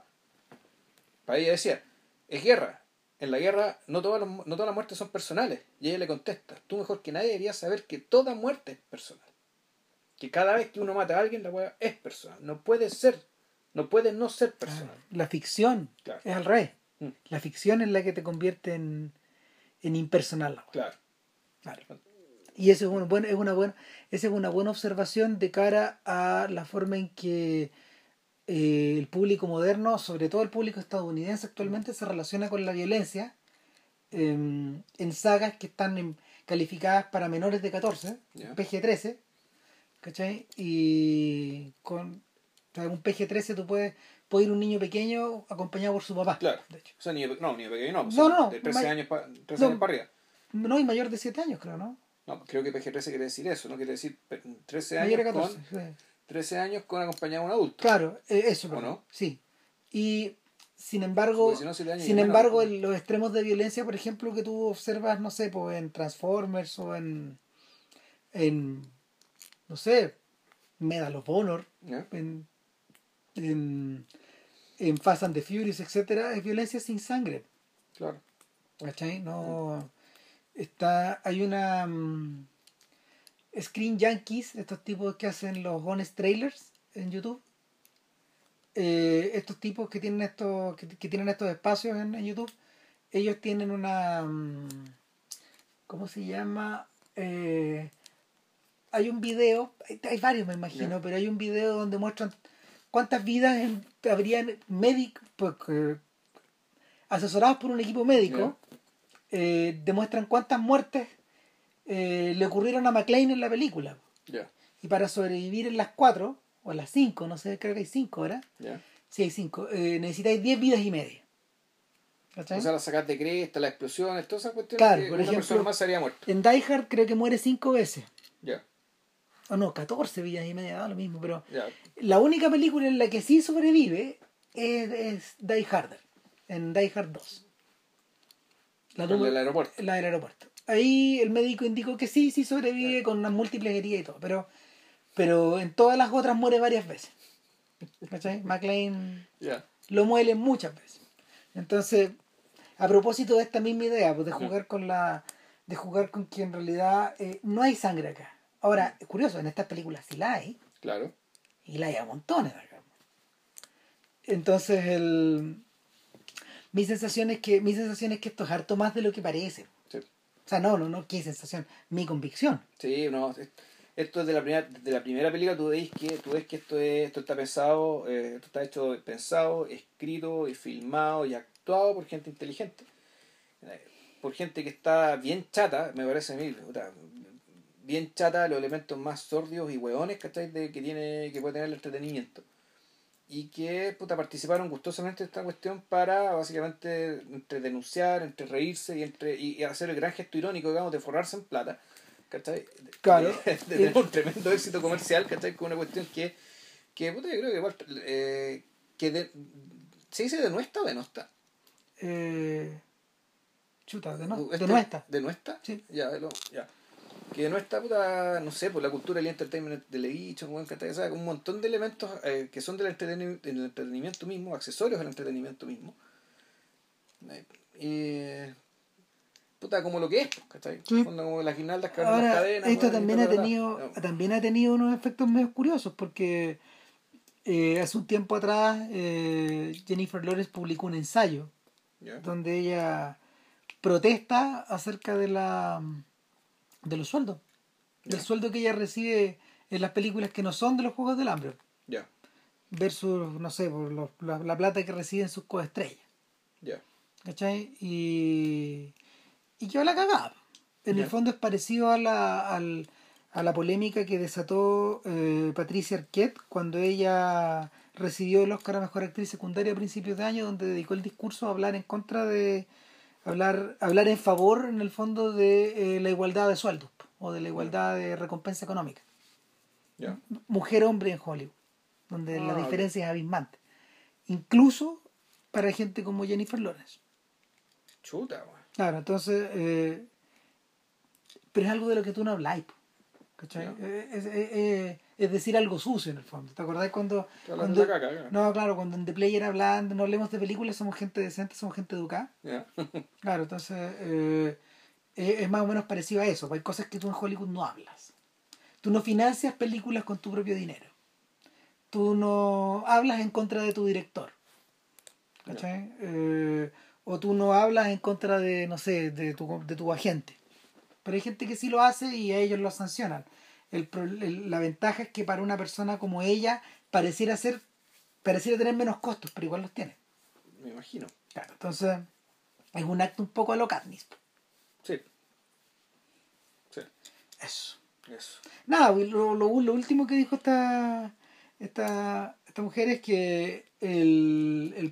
para ella decía, es guerra. En la guerra no todas, las, no todas las muertes son personales. Y ella le contesta, tú mejor que nadie deberías saber que toda muerte es personal. Que cada vez que uno mata a alguien, la hueá es personal. No puede ser, no puede no ser personal. La ficción Claro. es al revés. Mm, La ficción es la que te convierte en, en impersonal. La wea. claro. Claro. Y eso es una buena, es una buena, esa es una buena observación de cara a la forma en que eh, el público moderno, sobre todo el público estadounidense actualmente, se relaciona con la violencia eh, en sagas que están en- calificadas para menores de catorce, ¿Ya? P G trece, ¿cachai? Y con o sea, un P G trece tú puedes, puede ir un niño pequeño acompañado por su papá, Claro. de hecho. O sea, niño, no, niño pequeño no, pues, No, son no, no, de trece may- años, pa, trece no, años para arriba. no, y mayor de siete años, creo, ¿no? No, creo que P G trece quiere decir eso, no quiere decir pe- trece Mayor años de con catorce, sí. trece años con acompañado de un adulto. Claro, eh, eso, ¿O perdón. no? Sí. Y sin Porque embargo, si no, siete años ya sin es menor. embargo, el- los extremos de violencia, por ejemplo, que tú observas, no sé, pues en Transformers o en, en no sé, Medal of Honor, ¿Ya? en, en, en Fast and the Furious, etcétera, es violencia sin sangre. Claro. ¿Cachai? No está, hay una mm, Screen Junkies, estos tipos que hacen los honest trailers en YouTube. Eh, estos tipos que tienen estos que, que tienen estos espacios en, en YouTube, ellos tienen una mm, ¿cómo se llama? Eh, hay un video, hay, hay varios me imagino, ¿Ya? pero hay un video donde muestran cuántas vidas en- habrían médicos pues, que, asesorados por un equipo médico, eh, demuestran cuántas muertes eh, le ocurrieron a McClane en la película. Ya. Y para sobrevivir en las cuatro, o en las cinco, no sé, creo que hay cinco, ¿verdad? Ya. Sí, hay cinco. Eh, necesitáis diez vidas y media. ¿Cachai? O sea, las sacas de cresta, las explosiones, todas esas cuestiones Claro, que por una ejemplo, persona más se haría muerta. en Die Hard creo que muere cinco veces. Ya. o no, catorce vidas y media, da lo mismo, pero Ya. la única película en la que sí sobrevive es, es Die Harder, en Die Hard dos. La, El del número- aeropuerto. la del aeropuerto. Ahí el médico indicó que sí, sí sobrevive con unas múltiples heridas y todo, pero, pero en todas las otras muere varias veces. ¿Cachai? McClane Ya. lo muelen muchas veces. Entonces, a propósito de esta misma idea, pues de jugar con la de jugar con que en realidad eh, no hay sangre acá. Ahora, es curioso, en estas películas sí la hay, Claro. y la hay a montones acá. Entonces, el mi sensación es que mi sensación es que esto es harto más de lo que parece. Sí. O sea, no, no, no, qué sensación, mi convicción. Sí, no. es- Esto es de la primera, de la primera película, tú ves que, tú ves que esto es, esto está pensado, eh, esto está hecho, pensado, escrito y filmado y actuado por gente inteligente. Eh, Por gente que está bien chata, me parece a mí, puta, bien chata los elementos más sordios y hueones, ¿cachai? De, que tiene, que puede tener el entretenimiento. Y que puta, participaron gustosamente en esta cuestión para básicamente entre denunciar, entre reírse y entre y, y hacer el gran gesto irónico, digamos, de forrarse en plata, ¿cachai? Claro. De, de tener un tremendo éxito comercial, ¿cachai? Con una cuestión que, que puta, yo creo que igual, eh, que de, ¿se dice denuestra o denosta? Eh, chuta, de, no, Uh, de este- nuestra. ¿De nuestra? Sí. Ya, de lo- ya. Que no está puta, no sé, por la cultura del entertainment television, weón, ¿cachai? O sea, un montón de elementos eh, que son del, entreteni- del entretenimiento mismo, accesorios al entretenimiento mismo. Eh, y puta, como lo que es, pues, ¿cachai? Sí. Onda como las guirnaldas que abren las Ahora, cadenas. esto weón, y también ta, ha ta, ta, ta. tenido, No, también ha tenido unos efectos medio curiosos, porque eh, hace un tiempo atrás eh, Jennifer Lawrence publicó un ensayo ya, donde ella protesta acerca de la de los sueldos, del ya, sueldo que ella recibe en las películas que no son de los Juegos del Hambre, ya, versus, no sé, por los- la, la plata que reciben sus coestrellas. ya, ¿Cachai? Y, y quedó la cagada. En el ya, fondo es parecido a la, al, a la polémica que desató eh, Patricia Arquette cuando ella recibió el Oscar a Mejor Actriz Secundaria a principios de año, donde dedicó el discurso a hablar en contra de... hablar hablar en favor, en el fondo, de eh, la igualdad de sueldos o de la igualdad de recompensa económica. ya. Mujer-hombre en Hollywood, donde la Ah, ok. diferencia es abismante. Incluso para gente como Jennifer Lawrence. Chuta, weón. Claro, entonces, eh, pero es algo de lo que tú no habláis, po, ¿cachai? Ya. Eh, Es, es- es- es decir algo sucio en el fondo. ¿Te acordás cuando, Te hablas de cuando la caca, claro. no, claro, cuando en The Player hablan, no hablemos de películas, somos gente decente, somos gente educada? Ya. Claro, entonces eh, es, es más o menos parecido a eso. Hay cosas que tú en Hollywood no hablas. Tú no financias películas con tu propio dinero. Tú no hablas en contra de tu director. ¿Cachai? Eh, o tú no hablas en contra de, no sé, de tu, de tu agente. Pero hay gente que sí lo hace y a ellos lo sancionan. El, pro- el- la ventaja es que para una persona como ella pareciera ser, pareciera tener menos costos, pero igual los tiene. Me imagino. Claro, entonces es un acto un poco a lo Katniss. Sí. Sí. Eso. Eso. Nada, lo, lo, lo último que dijo esta, esta, esta mujer es que el, el,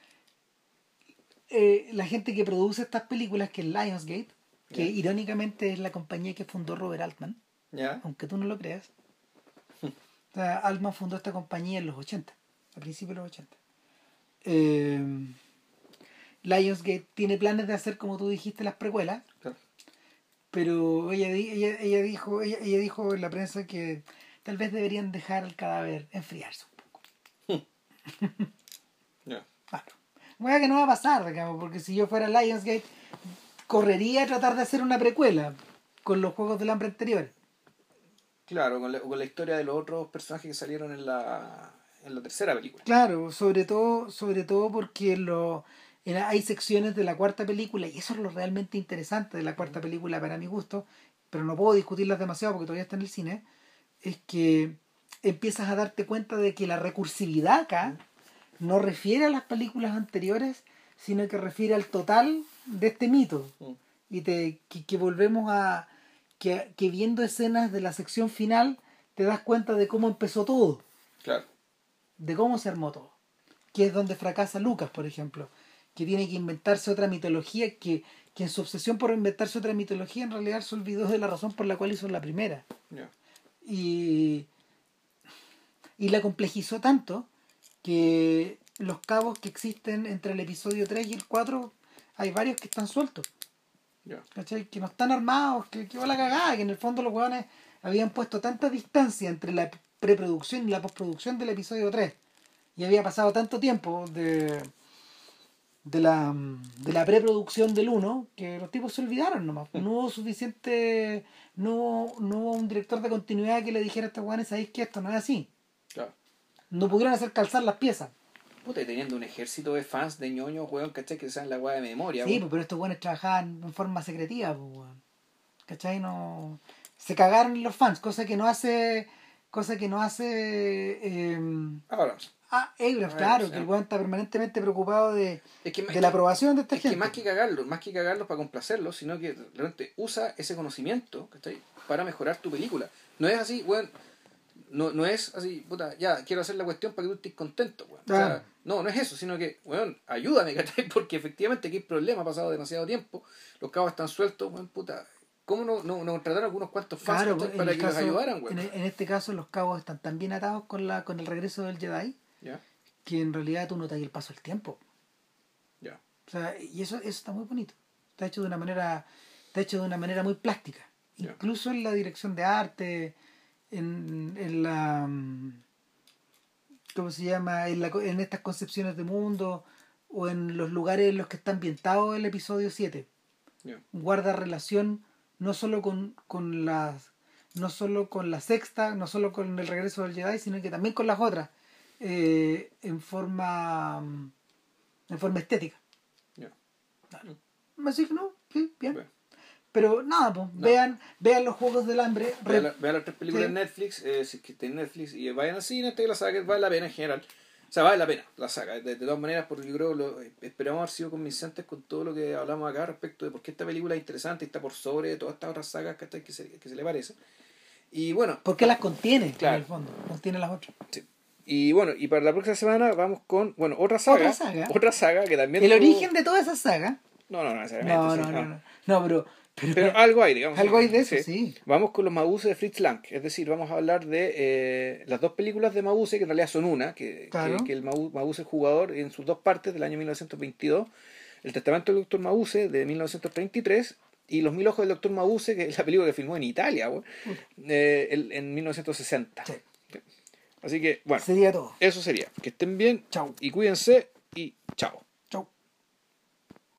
eh, la gente que produce estas películas, que es Lionsgate, que Ya. irónicamente es la compañía que fundó Robert Altman, Ya. aunque tú no lo creas. O sea, Altman fundó esta compañía en los ochenta, a principios de los ochenta. Eh, Lionsgate tiene planes de hacer, como tú dijiste, las precuelas, Claro. pero ella, di- ella, ella dijo ella, ella dijo en la prensa que tal vez deberían dejar el cadáver enfriarse un poco. Ya. Claro. Bueno, que no va a pasar, digamos, porque si yo fuera Lionsgate, correría a tratar de hacer una precuela con los Juegos del Hambre anteriores. Claro, con la, con la historia de los otros personajes que salieron en la, en la tercera película. Claro, sobre todo, sobre todo porque lo, en- hay secciones de la cuarta película, y eso es lo realmente interesante de la cuarta película para mi gusto, pero no puedo discutirlas demasiado porque todavía está en el cine, es que empiezas a darte cuenta de que la recursividad acá no refiere a las películas anteriores, sino que refiere al total de este mito. Mm. Y te, que, que volvemos a... Que, que viendo escenas de la sección final te das cuenta de cómo empezó todo, Claro. de cómo se armó todo. Que es donde fracasa Lucas, por ejemplo, que tiene que inventarse otra mitología, que, que en su obsesión por inventarse otra mitología en realidad se olvidó de la razón por la cual hizo la primera. Ya. y, y la complejizó tanto que los cabos que existen entre el episodio tres y el cuatro hay varios que están sueltos. Yeah. ¿Cachai? Que no están armados, que, que va la cagada, que en el fondo los hueones habían puesto tanta distancia entre la preproducción y la postproducción del episodio tres y había pasado tanto tiempo de de la de la preproducción del uno que los tipos se olvidaron nomás. No hubo suficiente, no hubo, no hubo un director de continuidad que le dijera a estos hueones, sabéis que esto no es así. Claro. No pudieron hacer calzar las piezas. Puta, y teniendo un ejército de fans, de ñoños, weón, ¿cachai? Que saben la weá de memoria, Sí, weón. pues, pero estos hueones trabajaban en forma secretiva, pues, weón. ¿Cachai? No... Se cagaron los fans, cosa que no hace... Cosa que no hace... Eh... Ahora, Ah, Abrams, Ah, claro, sí. que el weón está permanentemente preocupado de, es que, de la aprobación de esta es gente. que más que cagarlos, más que cagarlos para complacerlos, sino que realmente usa ese conocimiento, ¿cachai? Para mejorar tu película. No es así, weón. No, no es así, puta, ya, quiero hacer la cuestión para que tú estés contento, weón. Claro. O sea, no, no es eso, sino que, weón, ayúdame, ¿cachai? Porque efectivamente aquí hay problema, ha pasado demasiado tiempo, los cabos están sueltos, weón, puta. ¿Cómo no, no, no contrataron algunos cuantos fans, Claro, ¿cachai? en Para el que caso- los ayudaran, weón? En, en este caso los cabos están tan bien atados con la con el regreso del Jedi Ya, que en realidad tú notas el paso del tiempo. ya, O sea, y eso, eso está muy bonito. Está hecho de una manera, está hecho de una manera muy plástica. Ya. Incluso en la dirección de arte, en, en la mm, ¿cómo se llama? En, la, co- en estas concepciones de mundo o en los lugares en los que está ambientado el episodio siete. ya. Guarda relación no solo con, con las no solo con la sexta, no solo con el regreso del Jedi, sino que también con las otras, eh, en forma mm, en forma estética. Ya. Así que no, sí, bien. Bueno. Pero nada, pues, vean, vean los Juegos del Hambre. Vean, re- la- vean las tres películas sí. en Netflix, eh, si es que está en Netflix, y vayan al cine, este que la saga, vale la pena en general. O sea, vale la pena la saga, de, de todas maneras, porque yo creo que lo, esperamos haber sido convincentes con todo lo que hablamos acá respecto de por qué esta película es interesante y está por sobre de todas estas otras sagas que, que, se, que se le parece. Y bueno, Porque las contiene, Claro. en el fondo. Contiene las otras. sí. Y bueno, y para la próxima semana vamos con, bueno, otra saga. Otra saga. Otra saga que también El tuvo- origen de toda esa saga. No, no, no necesariamente. No, sí, no, no, no. No, pero. Pero, Pero algo hay, digamos. algo hay de eso, sí. Vamos con los Mabuse de Fritz Lang. Es decir, vamos a hablar de eh, las dos películas de Mabuse, que en realidad son una, que, Claro. que, que el Mabu- Mabuse jugador en sus dos partes del año mil novecientos veintidós, El testamento del doctor Mabuse de mil novecientos treinta y tres y Los mil ojos del doctor Mabuse, que es la película que filmó en Italia, güey, eh, el- en mil novecientos sesenta. Sí. Así que, bueno, Sería todo. eso sería. Que estén bien Chau. y cuídense y chao.